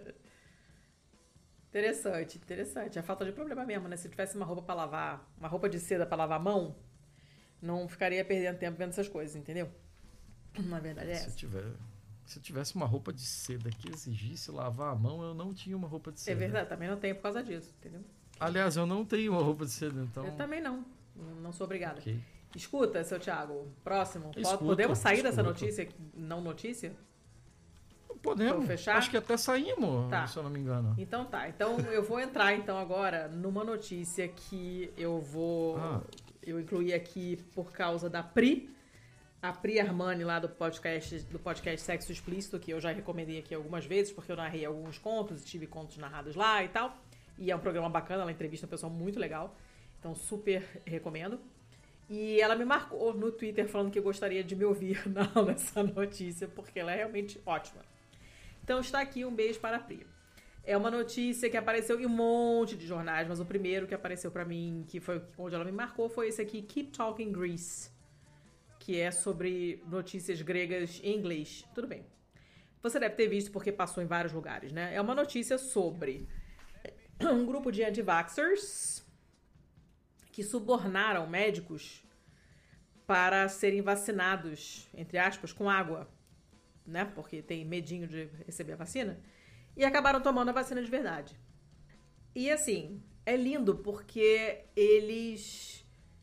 Interessante, interessante. É falta de problema mesmo, né? Se tivesse uma roupa para lavar, uma roupa de seda para lavar a mão, não ficaria perdendo tempo vendo essas coisas, entendeu? Na verdade é se essa. Tiver, se eu tivesse uma roupa de seda que exigisse lavar a mão, eu não tinha uma roupa de seda. É verdade, também não tenho por causa disso, entendeu? Aliás, eu não tenho uma roupa de seda, então... Eu também não, não sou obrigada. Okay. Escuta, seu Thiago, próximo. Escuto, Podemos sair escuto. dessa notícia, não notícia? Podemos, fechar? acho que até saímos, tá. se eu não me engano. Então tá, então eu vou entrar então agora numa notícia que eu vou... Ah. Eu incluí aqui por causa da Pri, a Pri Armani lá do podcast, do podcast Sexo Explícito, que eu já recomendei aqui algumas vezes, porque eu narrei alguns contos e tive contos narrados lá e tal. E é um programa bacana, ela entrevista uma pessoa muito legal. Então super recomendo. E ela me marcou no Twitter falando que gostaria de me ouvir nessa notícia, porque ela é realmente ótima. Então está aqui um beijo para a Pri. É uma notícia que apareceu em um monte de jornais, mas o primeiro que apareceu para mim, que foi onde ela me marcou, foi esse aqui, Keep Talking Greece, que é sobre notícias gregas em inglês. Tudo bem. Você deve ter visto porque passou em vários lugares, né? É uma notícia sobre um grupo de anti-vaxxers que subornaram médicos para serem vacinados, entre aspas, com água, né? Porque tem medinho de receber a vacina. E acabaram tomando a vacina de verdade. E assim, é lindo porque eles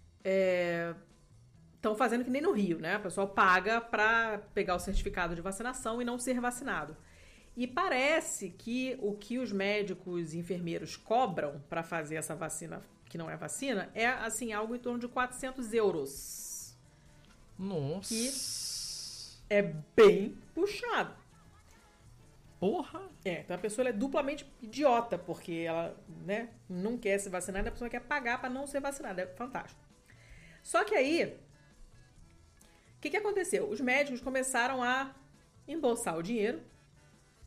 estão é, fazendo que nem no Rio, né? O pessoal paga para pegar o certificado de vacinação e não ser vacinado. E parece que o que os médicos e enfermeiros cobram para fazer essa vacina, que não é vacina, é assim, algo em torno de quatrocentos euros. Nossa! Que é bem puxado. Porra! É, então a pessoa é duplamente idiota, porque ela, né, não quer se vacinar e a pessoa quer pagar para não ser vacinada. É fantástico. Só que aí, o que, que aconteceu? Os médicos começaram a embolsar o dinheiro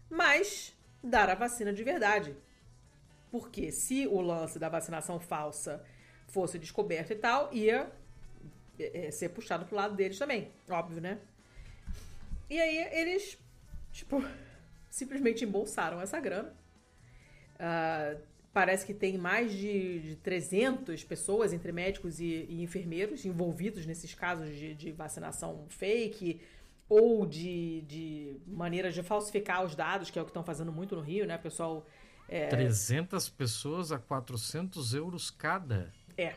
mas dar a vacina de verdade. Porque se o lance da vacinação falsa fosse descoberto e tal, ia é, ser puxado pro lado deles também, óbvio, né? E aí eles, tipo, simplesmente embolsaram essa grana. Uh, parece que tem mais de, de trezentas pessoas, entre médicos e, e enfermeiros, envolvidos nesses casos de, de vacinação fake ou de, de maneiras de falsificar os dados, que é o que estão fazendo muito no Rio, né, pessoal? É... trezentas pessoas a quatrocentos euros cada? É.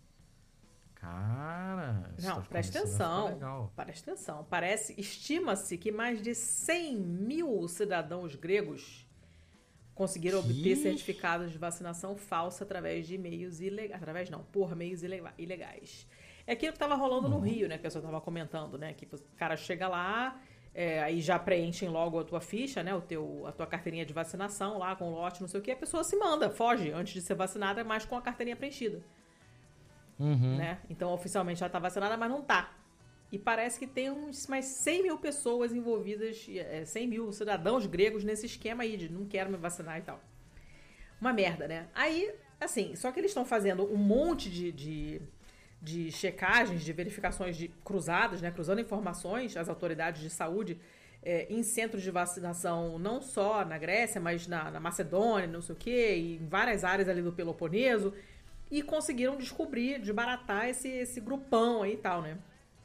Cara, não, tá presta atenção. Presta atenção. Parece, estima-se que mais de cem mil cidadãos gregos conseguiram que? obter certificados de vacinação falsa através de meios ilegais. Através não, por meios ilegais. É aquilo que estava rolando uhum. no Rio, né? Que a pessoa estava comentando, né? Que o cara chega lá, é, aí já preenchem logo a tua ficha, né? O teu, a tua carteirinha de vacinação lá, com o lote, não sei o que. A pessoa se manda, foge antes de ser vacinada, mas com a carteirinha preenchida. Uhum. Né? Então, oficialmente ela tá vacinada, mas não tá. E parece que tem uns mais cem mil pessoas envolvidas, é, cem mil cidadãos gregos nesse esquema aí de não quero me vacinar e tal. Uma merda, né? Aí, assim, só que eles estão fazendo um monte de, de, de checagens, de verificações de, cruzadas, né? Cruzando informações, as autoridades de saúde, é, em centros de vacinação, não só na Grécia, mas na, na Macedônia, não sei o quê, e em várias áreas ali do Peloponeso. E conseguiram descobrir, desbaratar esse, esse grupão aí e tal, né?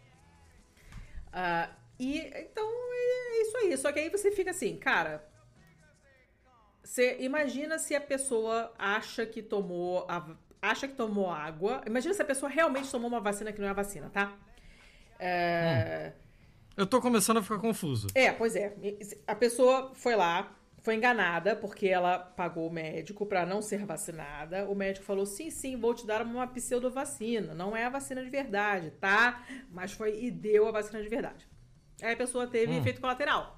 Uh, e então é isso aí. Só que aí você fica assim, cara. Você imagina se a pessoa acha que tomou a, acha que tomou água. Imagina se a pessoa realmente tomou uma vacina que não é a vacina, tá? É... Hum. Eu tô começando a ficar confuso. É, pois é. A pessoa foi lá. Foi enganada porque ela pagou o médico para não ser vacinada. O médico falou, sim, sim, vou te dar uma pseudovacina. Não é a vacina de verdade, tá? Mas foi e deu a vacina de verdade. Aí a pessoa teve hum. efeito colateral.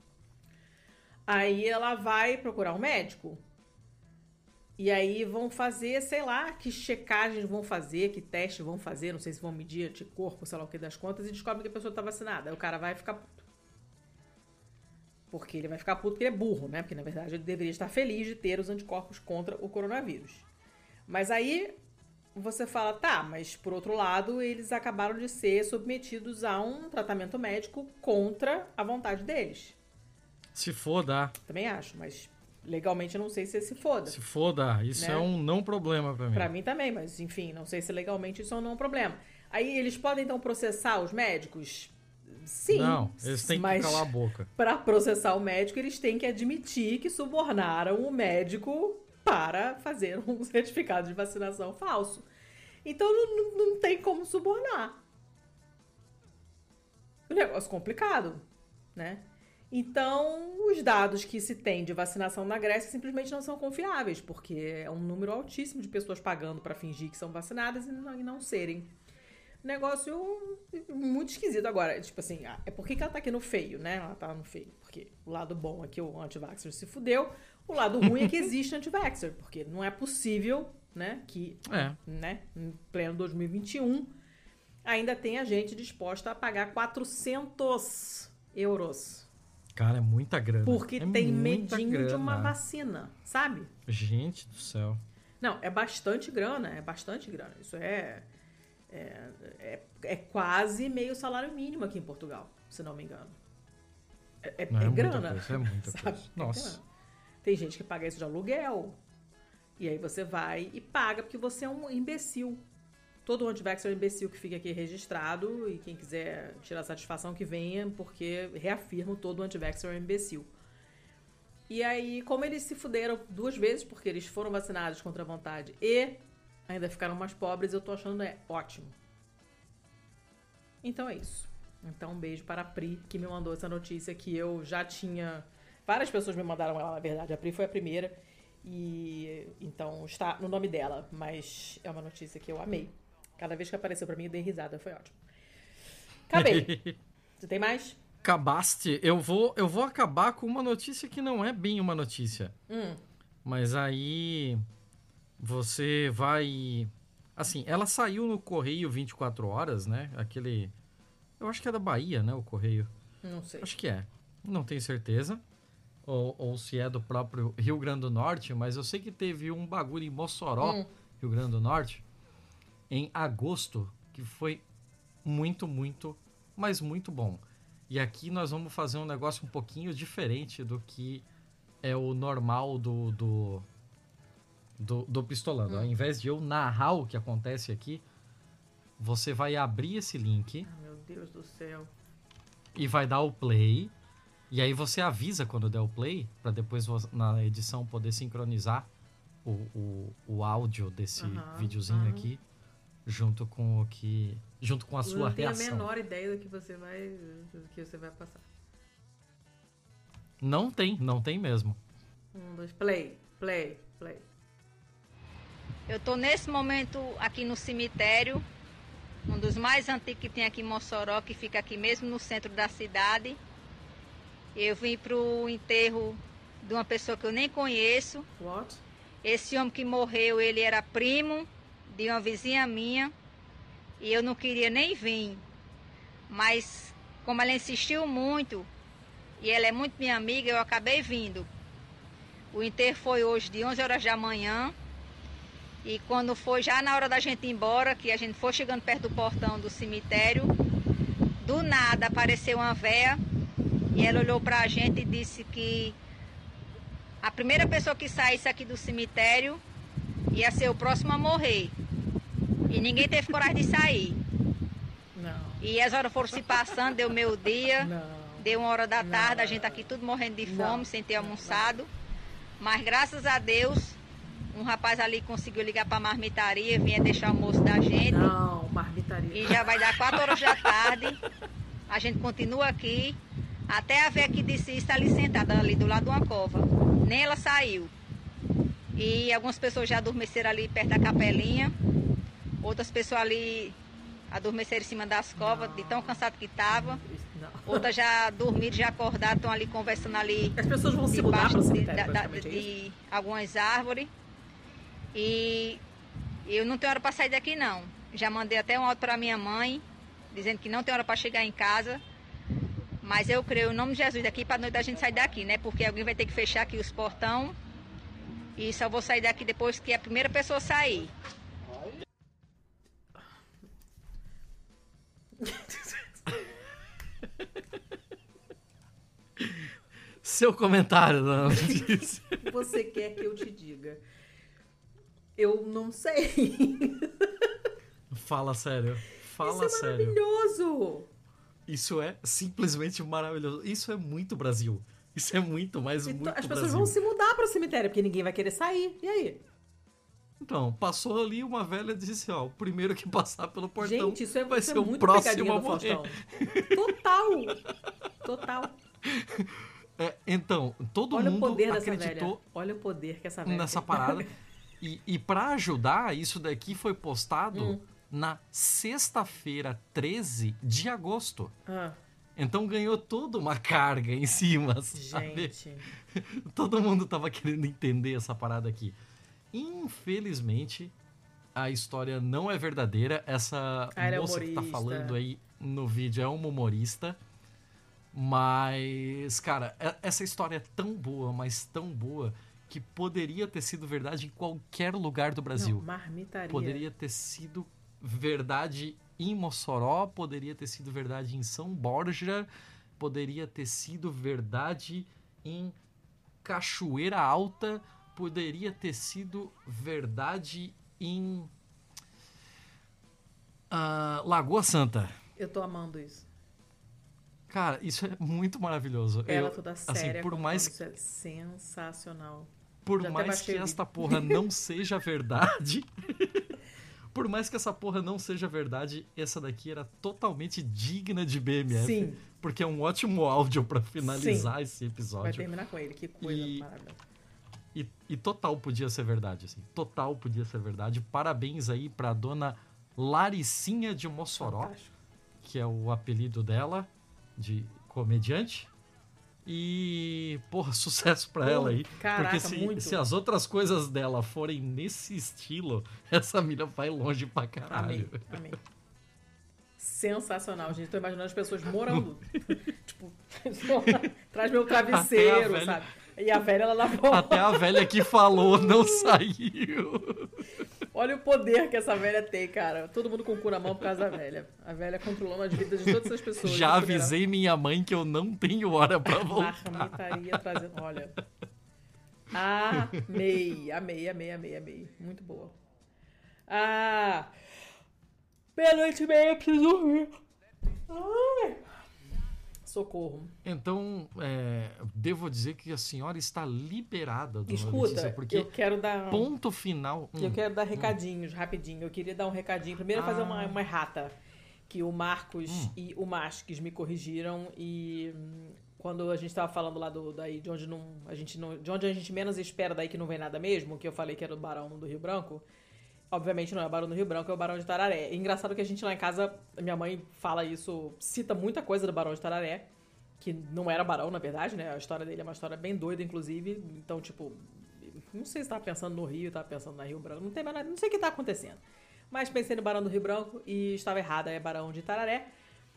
Aí ela vai procurar um médico. E aí vão fazer, sei lá, que checagens vão fazer, que testes vão fazer. Não sei se vão medir anticorpo, sei lá o que das contas. E descobre que a pessoa tá vacinada. Aí o cara vai ficar... Porque ele vai ficar puto porque ele é burro, né? Porque, na verdade, ele deveria estar feliz de ter os anticorpos contra o coronavírus. Mas aí você fala, tá, mas por outro lado, eles acabaram de ser submetidos a um tratamento médico contra a vontade deles. Se foda. Também acho, mas legalmente eu não sei se é se foda. Se foda, isso né? é um não problema pra mim. Pra mim também, mas enfim, não sei se legalmente isso é um não problema. Aí eles podem então processar os médicos? Sim, não, eles têm que calar a boca. Para processar o médico, eles têm que admitir que subornaram o médico para fazer um certificado de vacinação falso. Então não, não, não tem como subornar. Um negócio complicado, né? Então, os dados que se tem de vacinação na Grécia simplesmente não são confiáveis, porque é um número altíssimo de pessoas pagando para fingir que são vacinadas e não, e não serem. Negócio muito esquisito. Agora, tipo assim, é por que ela tá aqui no feio, né? Ela tá no feio. Porque o lado bom é que o anti-vaxxer se fudeu, o lado ruim é que existe anti-vaxxer, porque não é possível, né, que, é. né, em pleno dois mil e vinte e um, ainda tenha gente disposta a pagar quatrocentos euros. Cara, é muita grana. Porque é tem muita medinho grana. de uma vacina, sabe? Gente do céu. Não, é bastante grana, é bastante grana. Isso é... É, é, é quase meio salário mínimo aqui em Portugal, se não me engano. É, é, não, é, é muita grana. Coisa, é muita sabe? coisa. Nossa. Tem gente que paga isso de aluguel. E aí você vai e paga porque você é um imbecil. Todo anti-vaxxer é um imbecil que fica aqui registrado. E quem quiser tirar satisfação que venha, porque reafirmo, todo anti-vaxxer é um imbecil. E aí, como eles se fuderam duas vezes, porque eles foram vacinados contra a vontade e ainda ficaram mais pobres, eu tô achando é ótimo. Então é isso. Então um beijo para a Pri, que me mandou essa notícia que eu já tinha... Várias pessoas me mandaram ela, na verdade. A Pri foi a primeira. E então está no nome dela. Mas é uma notícia que eu amei. Cada vez que apareceu pra mim, eu dei risada. Foi ótimo. Acabei. Você tem mais? Acabaste. Eu vou, eu vou acabar com uma notícia que não é bem uma notícia. Hum. Mas aí... Você vai... Assim, ela saiu no Correio vinte e quatro horas, né? Aquele... Eu acho que é da Bahia, né? O Correio. Não sei. Acho que é. Não tenho certeza. ou, ou se é do próprio Rio Grande do Norte, mas eu sei que teve um bagulho em Mossoró, Hum. Rio Grande do Norte, em agosto, que foi muito, muito, mas muito bom. E aqui nós vamos fazer um negócio um pouquinho diferente do que é o normal do, do, do, do Pistolando. Hum. Ao invés de eu narrar o que acontece aqui, você vai abrir esse link Ah, meu Deus do céu. e vai dar o play. E aí você avisa quando der o play, para depois na edição poder sincronizar o, o, o áudio desse Aham, videozinho aham. aqui junto com o que junto com a Eu sua não tenho a reação. menor ideia do que você vai, do que você vai passar. Não tem, não tem mesmo. Um, dois, play, play, play. Eu tô nesse momento aqui no cemitério, um dos mais antigos que tem aqui em Mossoró, que fica aqui mesmo no centro da cidade. Eu vim pro enterro de uma pessoa que eu nem conheço. What? Esse homem que morreu, ele era primo de uma vizinha minha e eu não queria nem vir. Mas como ela insistiu muito e ela é muito minha amiga, eu acabei vindo. O enterro foi hoje de onze horas da manhã. E quando foi já na hora da gente ir embora, que a gente foi chegando perto do portão do cemitério, do nada apareceu uma véia e ela olhou pra gente e disse que a primeira pessoa que saísse aqui do cemitério ia ser o próximo a morrer. E ninguém teve coragem de sair. Não. E as horas foram se passando, deu meio dia, Não. deu uma hora da Não. tarde, a gente aqui tudo morrendo de fome, Não. sem ter Não. almoçado. Mas graças a Deus, um rapaz ali conseguiu ligar para a marmitaria, vinha deixar o almoço da gente. Não, marmitaria. E já vai dar quatro horas da tarde. A gente continua aqui. Até a véia que disse isso está ali sentada, ali do lado de uma cova. Nem ela saiu. E algumas pessoas já adormeceram ali perto da capelinha. Outras pessoas ali adormeceram em cima das covas, Não. de tão cansado que estava. Não. Outras já dormiram, já acordaram, estão ali conversando ali As pessoas vão se mudar debaixo para o de, cemitério, da- da- praticamente, é isso? de algumas árvores. E eu não tenho hora para sair daqui não. Já mandei até um áudio para minha mãe, dizendo que não tem hora para chegar em casa. Mas eu creio, em nome de Jesus, daqui para noite a gente sair daqui, né? Porque alguém vai ter que fechar aqui os portão. E só vou sair daqui depois que a primeira pessoa sair. Seu comentário, dona Letícia. Você quer que eu te diga? Eu não sei. Fala sério. Fala Isso é sério. maravilhoso. Isso é simplesmente maravilhoso. Isso é muito Brasil. Isso é muito, mas Então, muito as pessoas Brasil. vão se mudar para o cemitério, porque ninguém vai querer sair. E aí? Então, passou ali uma velha e disse, ó, o primeiro que passar pelo portão Gente, isso é, vai isso ser é o muito próximo pegadinha a do morrer. Faustão. Total. Total. É, então, todo Olha o mundo poder dessa acreditou velha. Olha o poder que essa velha nessa tem. parada. E, e para ajudar, isso daqui foi postado Hum. na sexta-feira, treze de agosto. Ah, Então ganhou toda uma carga em cima, sabe? gente. Todo mundo tava querendo entender essa parada aqui. Infelizmente, a história não é verdadeira. Essa Ah, ela é moça que tá humorista. falando aí no vídeo é uma humorista. Mas, cara, é- essa história é tão boa, mas tão boa, que poderia ter sido verdade em qualquer lugar do Brasil. Não, marmitaria. Poderia ter sido verdade em Mossoró, poderia ter sido verdade em São Borja, poderia ter sido verdade em Cachoeira Alta, poderia ter sido verdade em ah, Lagoa Santa. Eu tô amando isso. Cara, isso é muito maravilhoso. Ela Eu, toda assim, séria. por contando, mais, isso é sensacional. por já até mais baixei que o esta vídeo. porra não seja verdade, por mais que essa porra não seja verdade, essa daqui era totalmente digna de B M F. Sim. Porque é um ótimo áudio pra finalizar esse Vai episódio. terminar com ele. Que coisa E- maravilhosa. E, e total podia ser verdade, assim. Total podia ser verdade. Parabéns aí pra dona Laricinha de Mossoró, Fantástico. que é o apelido dela, de comediante. E, porra, sucesso pra Pô, ela aí. caraca, porque se, muito. se as outras coisas dela forem nesse estilo, essa mina vai longe pra caralho. Amém. Amém. sensacional, gente. Tô imaginando as pessoas morando. Tipo, traz meu travesseiro, velha... sabe? E a velha, ela lavou. Até a velha que falou não saiu. Olha o poder que essa velha tem, cara. Todo mundo com o cu na mão por causa da velha. A velha controlando as vidas de todas essas pessoas. Já avisei minha mãe que eu não tenho hora pra voltar. Marmitaria trazendo... Olha... Amei, amei, amei, amei, amei. Muito boa. Ah... Meia-noite e meia, preciso dormir. Ai... Socorro. Então, é, devo dizer que a senhora está liberada do Escuta, Letícia, porque eu quero dar... ponto final... Eu hum, quero dar recadinhos, hum. rapidinho. Eu queria dar um recadinho. Primeiro, ah. fazer uma, uma errata. Que o Marcos hum. e o Masques me corrigiram. E hum, quando a gente estava falando lá do, daí, de, onde não, a gente não, de onde a gente menos espera, daí que não vem nada mesmo, que eu falei que era o Barão do Rio Branco... Obviamente não é o Barão do Rio Branco, é o Barão de Tararé. É engraçado que a gente lá em casa, minha mãe fala isso, cita muita coisa do Barão de Tararé, que não era barão, na verdade, né? A história dele é uma história bem doida, inclusive. Então, tipo, não sei se estava pensando no Rio, estava pensando na Rio Branco, não tem mais nada, não sei o que está acontecendo. Mas pensei no Barão do Rio Branco e estava errada, é Barão de Tararé.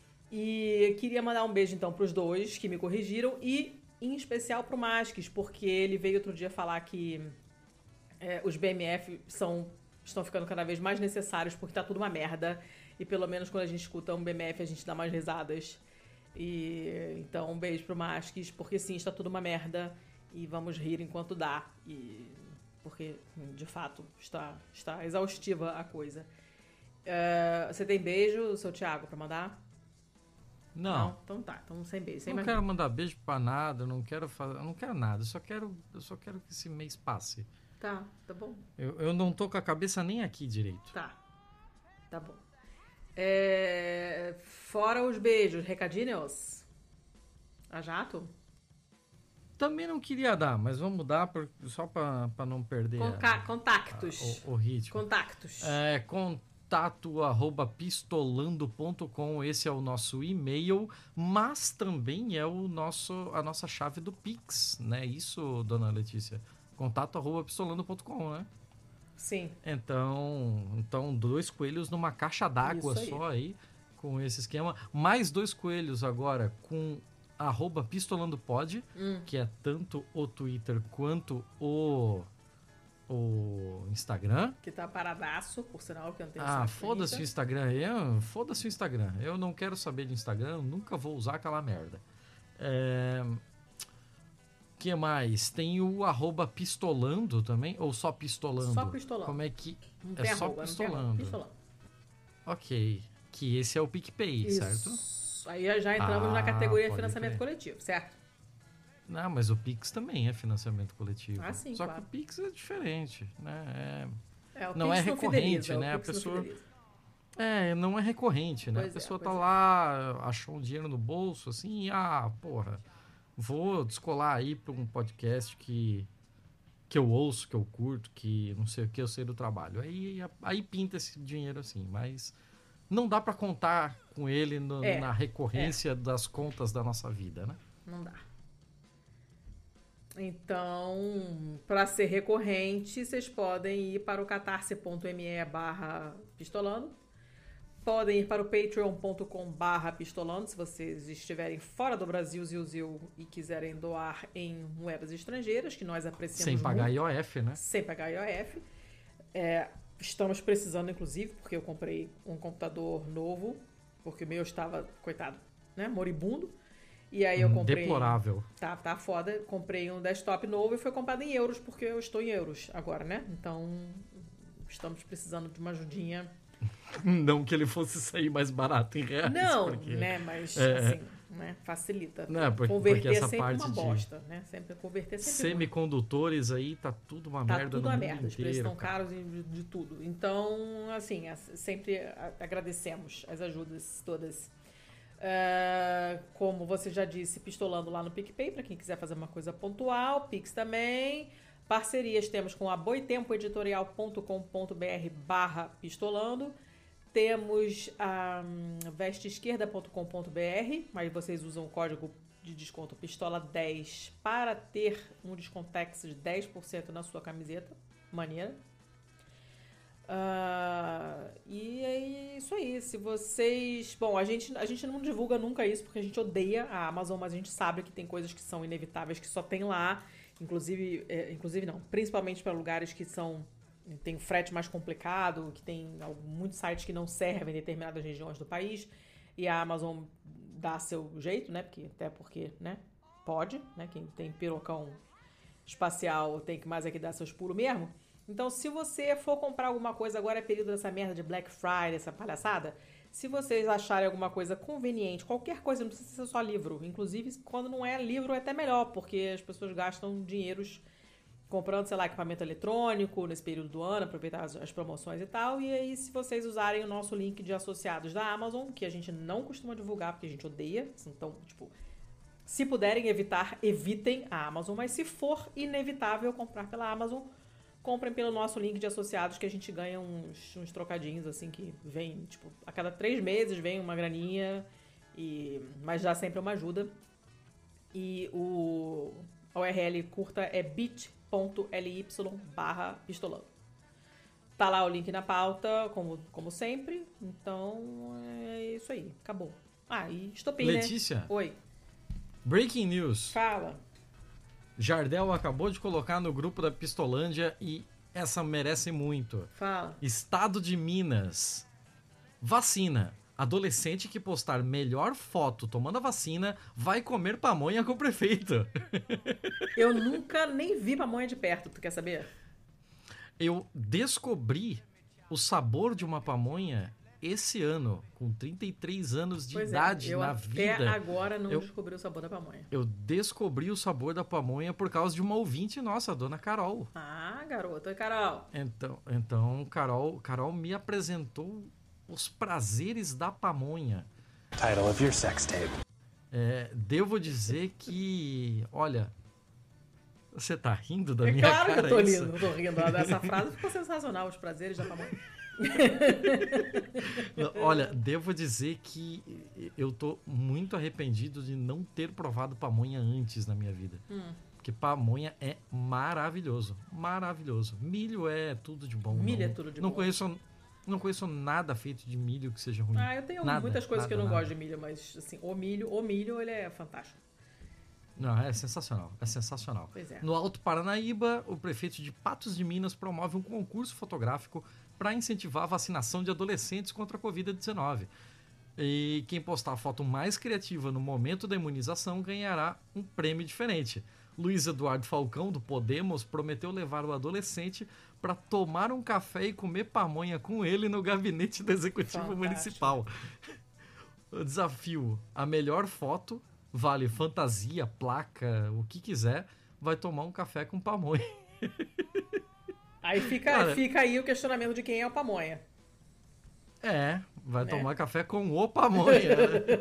E queria mandar um beijo, então, para os dois que me corrigiram e, em especial, para o Masques, porque ele veio outro dia falar que é, os B M F são... estão ficando cada vez mais necessários porque tá tudo uma merda. E pelo menos quando a gente escuta um B M F, a gente dá mais risadas. E então, um beijo pro Masques, porque sim, está tudo uma merda. E vamos rir enquanto dá. E porque, de fato, está, está exaustiva a coisa. Uh, você tem beijo, seu Thiago, pra mandar? Não. Não? Então tá, então sem beijo. Sem não mais... quero mandar beijo pra nada, não quero fazer, não quero nada. Eu só quero, eu só quero que esse mês passe. Tá, tá bom. Eu, eu não tô com a cabeça nem aqui direito. Tá, tá bom. É... Fora os beijos, recadinhos? A jato? Também não queria dar, mas vamos dar por, só pra, pra não perder Conca- a, contactos. a, o, o ritmo. Contactos. É, contato arroba pistolando ponto com, esse é o nosso e-mail, mas também é o nosso, a nossa chave do Pix, né? Isso, dona Letícia? Contato arroba pistolando ponto com, né? Sim. Então, então, dois coelhos numa caixa d'água Isso aí. só aí, com esse esquema. Mais dois coelhos agora com arroba pistolandopod, Hum. que é tanto o Twitter quanto o, o Instagram. Que tá paradaço, por sinal, que eu não tenho Ah, saco foda-se o ainda. Instagram. Eu, foda-se o Instagram. Eu não quero saber de Instagram, eu nunca vou usar aquela merda. É... que mais? Tem o arroba pistolando também? Ou só pistolando? Só pistolando. Como é que... Não é tem só arroba, não tem arroba, pistolando. pistolando. Ok. Que esse é o PicPay, Isso. certo? Aí já entramos Ah, na categoria pode financiamento crer. coletivo, certo? Não, mas o Pix também é financiamento coletivo. Ah, sim, Só claro. que o Pix é diferente, né? É, o Não Pix é recorrente, fideliza, o né? A Pix não pessoa- fideliza. É, é, não é recorrente, né? Pois a é, pessoa pois tá é. lá, achou um dinheiro no bolso, assim, e, ah, porra, vou descolar aí pra um podcast que, que eu ouço, que eu curto, que não sei o que, eu sei do trabalho. Aí, aí pinta esse dinheiro assim, mas não dá pra contar com ele no- É, na recorrência das contas da nossa vida, né? Não dá. Então, para ser recorrente, vocês podem ir para o catarse.me barra pistolando. Podem ir para o patreon.com barra pistolando, se vocês estiverem fora do Brasil, Zil, Zil, e quiserem doar em moedas estrangeiras, que nós apreciamos Sem pagar muito. I O F, né? Sem pagar I O F. É, estamos precisando, inclusive, porque eu comprei um computador novo, porque o meu estava, coitado, né, moribundo. E aí eu comprei... Deplorável. Tá, tá foda. Comprei um desktop novo e foi comprado em euros, porque eu estou em euros agora, né? Então, estamos precisando de uma ajudinha. Não que ele fosse sair mais barato em reais. Não, porque... né? Mas, é, assim, né? Facilita. Não, porque- converter porque essa é sempre parte uma de bosta, né? Sempre converter é sempre ruim. Semicondutores aí, tá tudo uma Tá merda tudo no uma mundo merda, os preços inteiro, estão cara. caros de, de tudo. Então, assim, é- sempre a- agradecemos as ajudas todas. Ah, como você já disse, pistolando lá no PicPay, para quem quiser fazer uma coisa pontual, Pix também. Parcerias temos com a boitempoeditorial.com.br barra pistolando. Temos a hum, vesteesquerda ponto com ponto b r, mas vocês usam o código de desconto pistola dez para ter um descontex de dez por cento na sua camiseta. Maneira. Uh, e é isso aí. Se vocês... Bom, a gente, a gente não divulga nunca isso porque a gente odeia a Amazon, mas a gente sabe que tem coisas que são inevitáveis, que só tem lá. Inclusive, é, inclusive não, principalmente para lugares que são... Tem o frete mais complicado, que tem muitos sites que não servem em determinadas regiões do país. E a Amazon dá seu jeito, né? Porque, até porque, né? Pode, né? Quem tem pirocão espacial tem que mais aqui dar seus pulos mesmo. Então, se você for comprar alguma coisa, agora é período dessa merda de Black Friday, essa palhaçada. Se vocês acharem alguma coisa conveniente, qualquer coisa, não precisa ser só livro. Inclusive, quando não é livro, é até melhor, porque as pessoas gastam dinheiros comprando, sei lá, equipamento eletrônico nesse período do ano, aproveitar as, as promoções e tal. E aí, se vocês usarem o nosso link de associados da Amazon, que a gente não costuma divulgar, porque a gente odeia. Então, tipo, se puderem evitar, evitem a Amazon. Mas se for inevitável comprar pela Amazon, comprem pelo nosso link de associados, que a gente ganha uns, uns trocadinhos, assim, que vem, tipo, a cada três meses vem uma graninha, e, mas já sempre é uma ajuda. E o a U R L curta é bit.ly barra pistolando. Tá lá o link na pauta, como, como sempre. Então, é isso aí. Acabou. Ah, e estopim, né? Letícia. Oi. Breaking news. Fala. Jardel acabou de colocar no grupo da Pistolândia e essa merece muito. Fala. Estado de Minas. Vacina. Adolescente que postar melhor foto tomando a vacina vai comer pamonha com o prefeito. Eu nunca nem vi pamonha de perto, tu quer saber? Eu descobri o sabor de uma pamonha esse ano, com trinta e três anos de pois idade é, eu na até vida. agora não eu, descobri o sabor da pamonha. Eu descobri o sabor da pamonha por causa de uma ouvinte nossa, a dona Carol. Ah, garota, Carol. Então, então Carol, Carol me apresentou os prazeres da pamonha. Title of your sex tape. É, devo dizer que, olha, você tá rindo da é minha claro cara? Que eu tô isso? rindo, eu tô rindo dessa frase, ficou sensacional, os prazeres da pamonha. Olha, devo dizer que eu tô muito arrependido de não ter provado pamonha antes na minha vida. Hum. Porque pamonha é maravilhoso, maravilhoso. Milho é tudo de bom. Milho não, é tudo de não bom. Conheço, não conheço nada feito de milho que seja ruim. Ah, eu tenho nada, muitas coisas nada, que eu não nada. gosto de milho, mas assim, o milho, o milho, ele é fantástico. Não, é sensacional, é sensacional. Pois é. No Alto Paranaíba, o prefeito de Patos de Minas promove um concurso fotográfico para incentivar a vacinação de adolescentes contra a covid dezenove. E quem postar a foto mais criativa no momento da imunização ganhará um prêmio diferente. Luiz Eduardo Falcão, do Podemos, prometeu levar o adolescente para tomar um café e comer pamonha com ele no gabinete do Executivo Fantástico. Municipal. O desafio, a melhor foto, vale fantasia, placa, o que quiser, vai tomar um café com pamonha. Aí fica, Cara, fica aí o questionamento de quem é o pamonha. É, vai né? tomar café com o pamonha.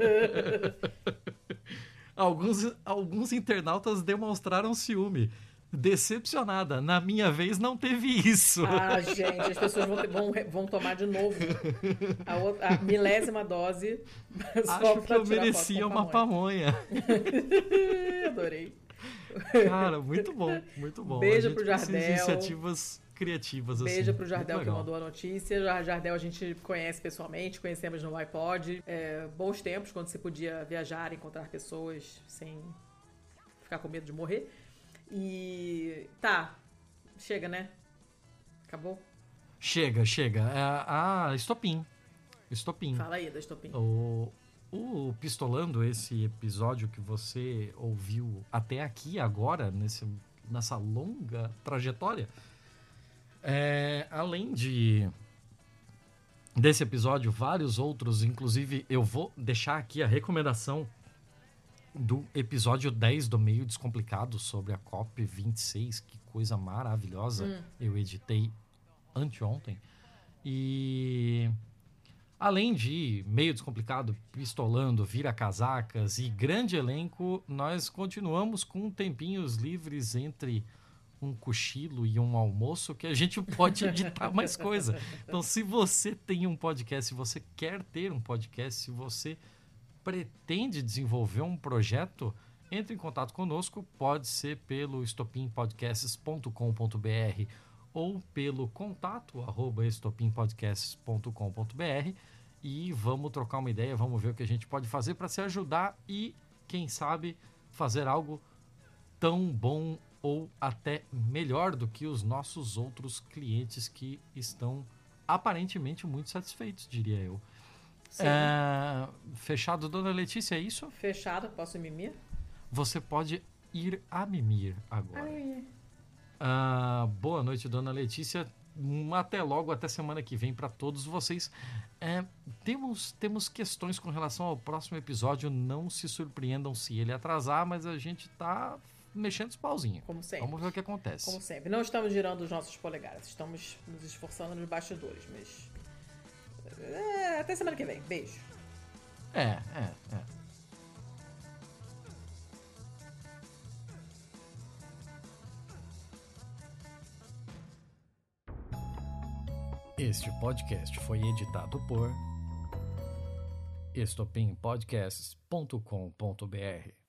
alguns, alguns internautas demonstraram ciúme. Decepcionada. Na minha vez não teve isso. Ah, gente, as pessoas vão, ter, vão, vão tomar de novo a, outra, a milésima dose. Só Acho que eu merecia uma pamonha. pamonha. Adorei. Cara, muito bom, muito bom. Beijo pro Jardel. Iniciativas criativas assim. Beijo pro Jardel que mandou a notícia. O Jardel a gente conhece pessoalmente, conhecemos no iPod. É, bons tempos, quando você podia viajar, encontrar pessoas sem ficar com medo de morrer. E tá, chega, né? Acabou? Chega, chega. Ah, estopim. Estopim. Fala aí da estopim. O, o Pistolando, esse episódio que você ouviu até aqui agora, nesse, nessa longa trajetória, é, além de desse episódio, vários outros, inclusive eu vou deixar aqui a recomendação do episódio dez do Meio Descomplicado sobre a COP vinte e seis, que coisa maravilhosa. Hum. Eu editei anteontem. E além de Meio Descomplicado, Pistolando, Vira Casacas e grande elenco, nós continuamos com tempinhos livres entre um cochilo e um almoço que a gente pode editar mais coisa. Então, se você tem um podcast, se você quer ter um podcast, se você pretende desenvolver um projeto, entre em contato conosco, pode ser pelo estopim podcasts ponto com ponto b r ou pelo contato arroba estopimpodcasts ponto com ponto b r e vamos trocar uma ideia, vamos ver o que a gente pode fazer para se ajudar e, quem sabe, fazer algo tão bom ou até melhor do que os nossos outros clientes que estão aparentemente muito satisfeitos, diria eu. É, fechado, dona Letícia, é isso? Fechado, posso mimir? Você pode ir a mimir agora. A mimir. Ah, boa noite, dona Letícia. Até logo, até semana que vem para todos vocês. É, temos, temos questões com relação ao próximo episódio. Não se surpreendam se ele atrasar, mas a gente tá mexendo os pauzinhos. Como sempre. Vamos ver o que acontece. Como sempre. Não estamos girando os nossos polegares. Estamos nos esforçando nos bastidores, mas... É, até semana que vem. Beijo. É, é, é. Este podcast foi editado por estopim podcasts ponto com ponto b r.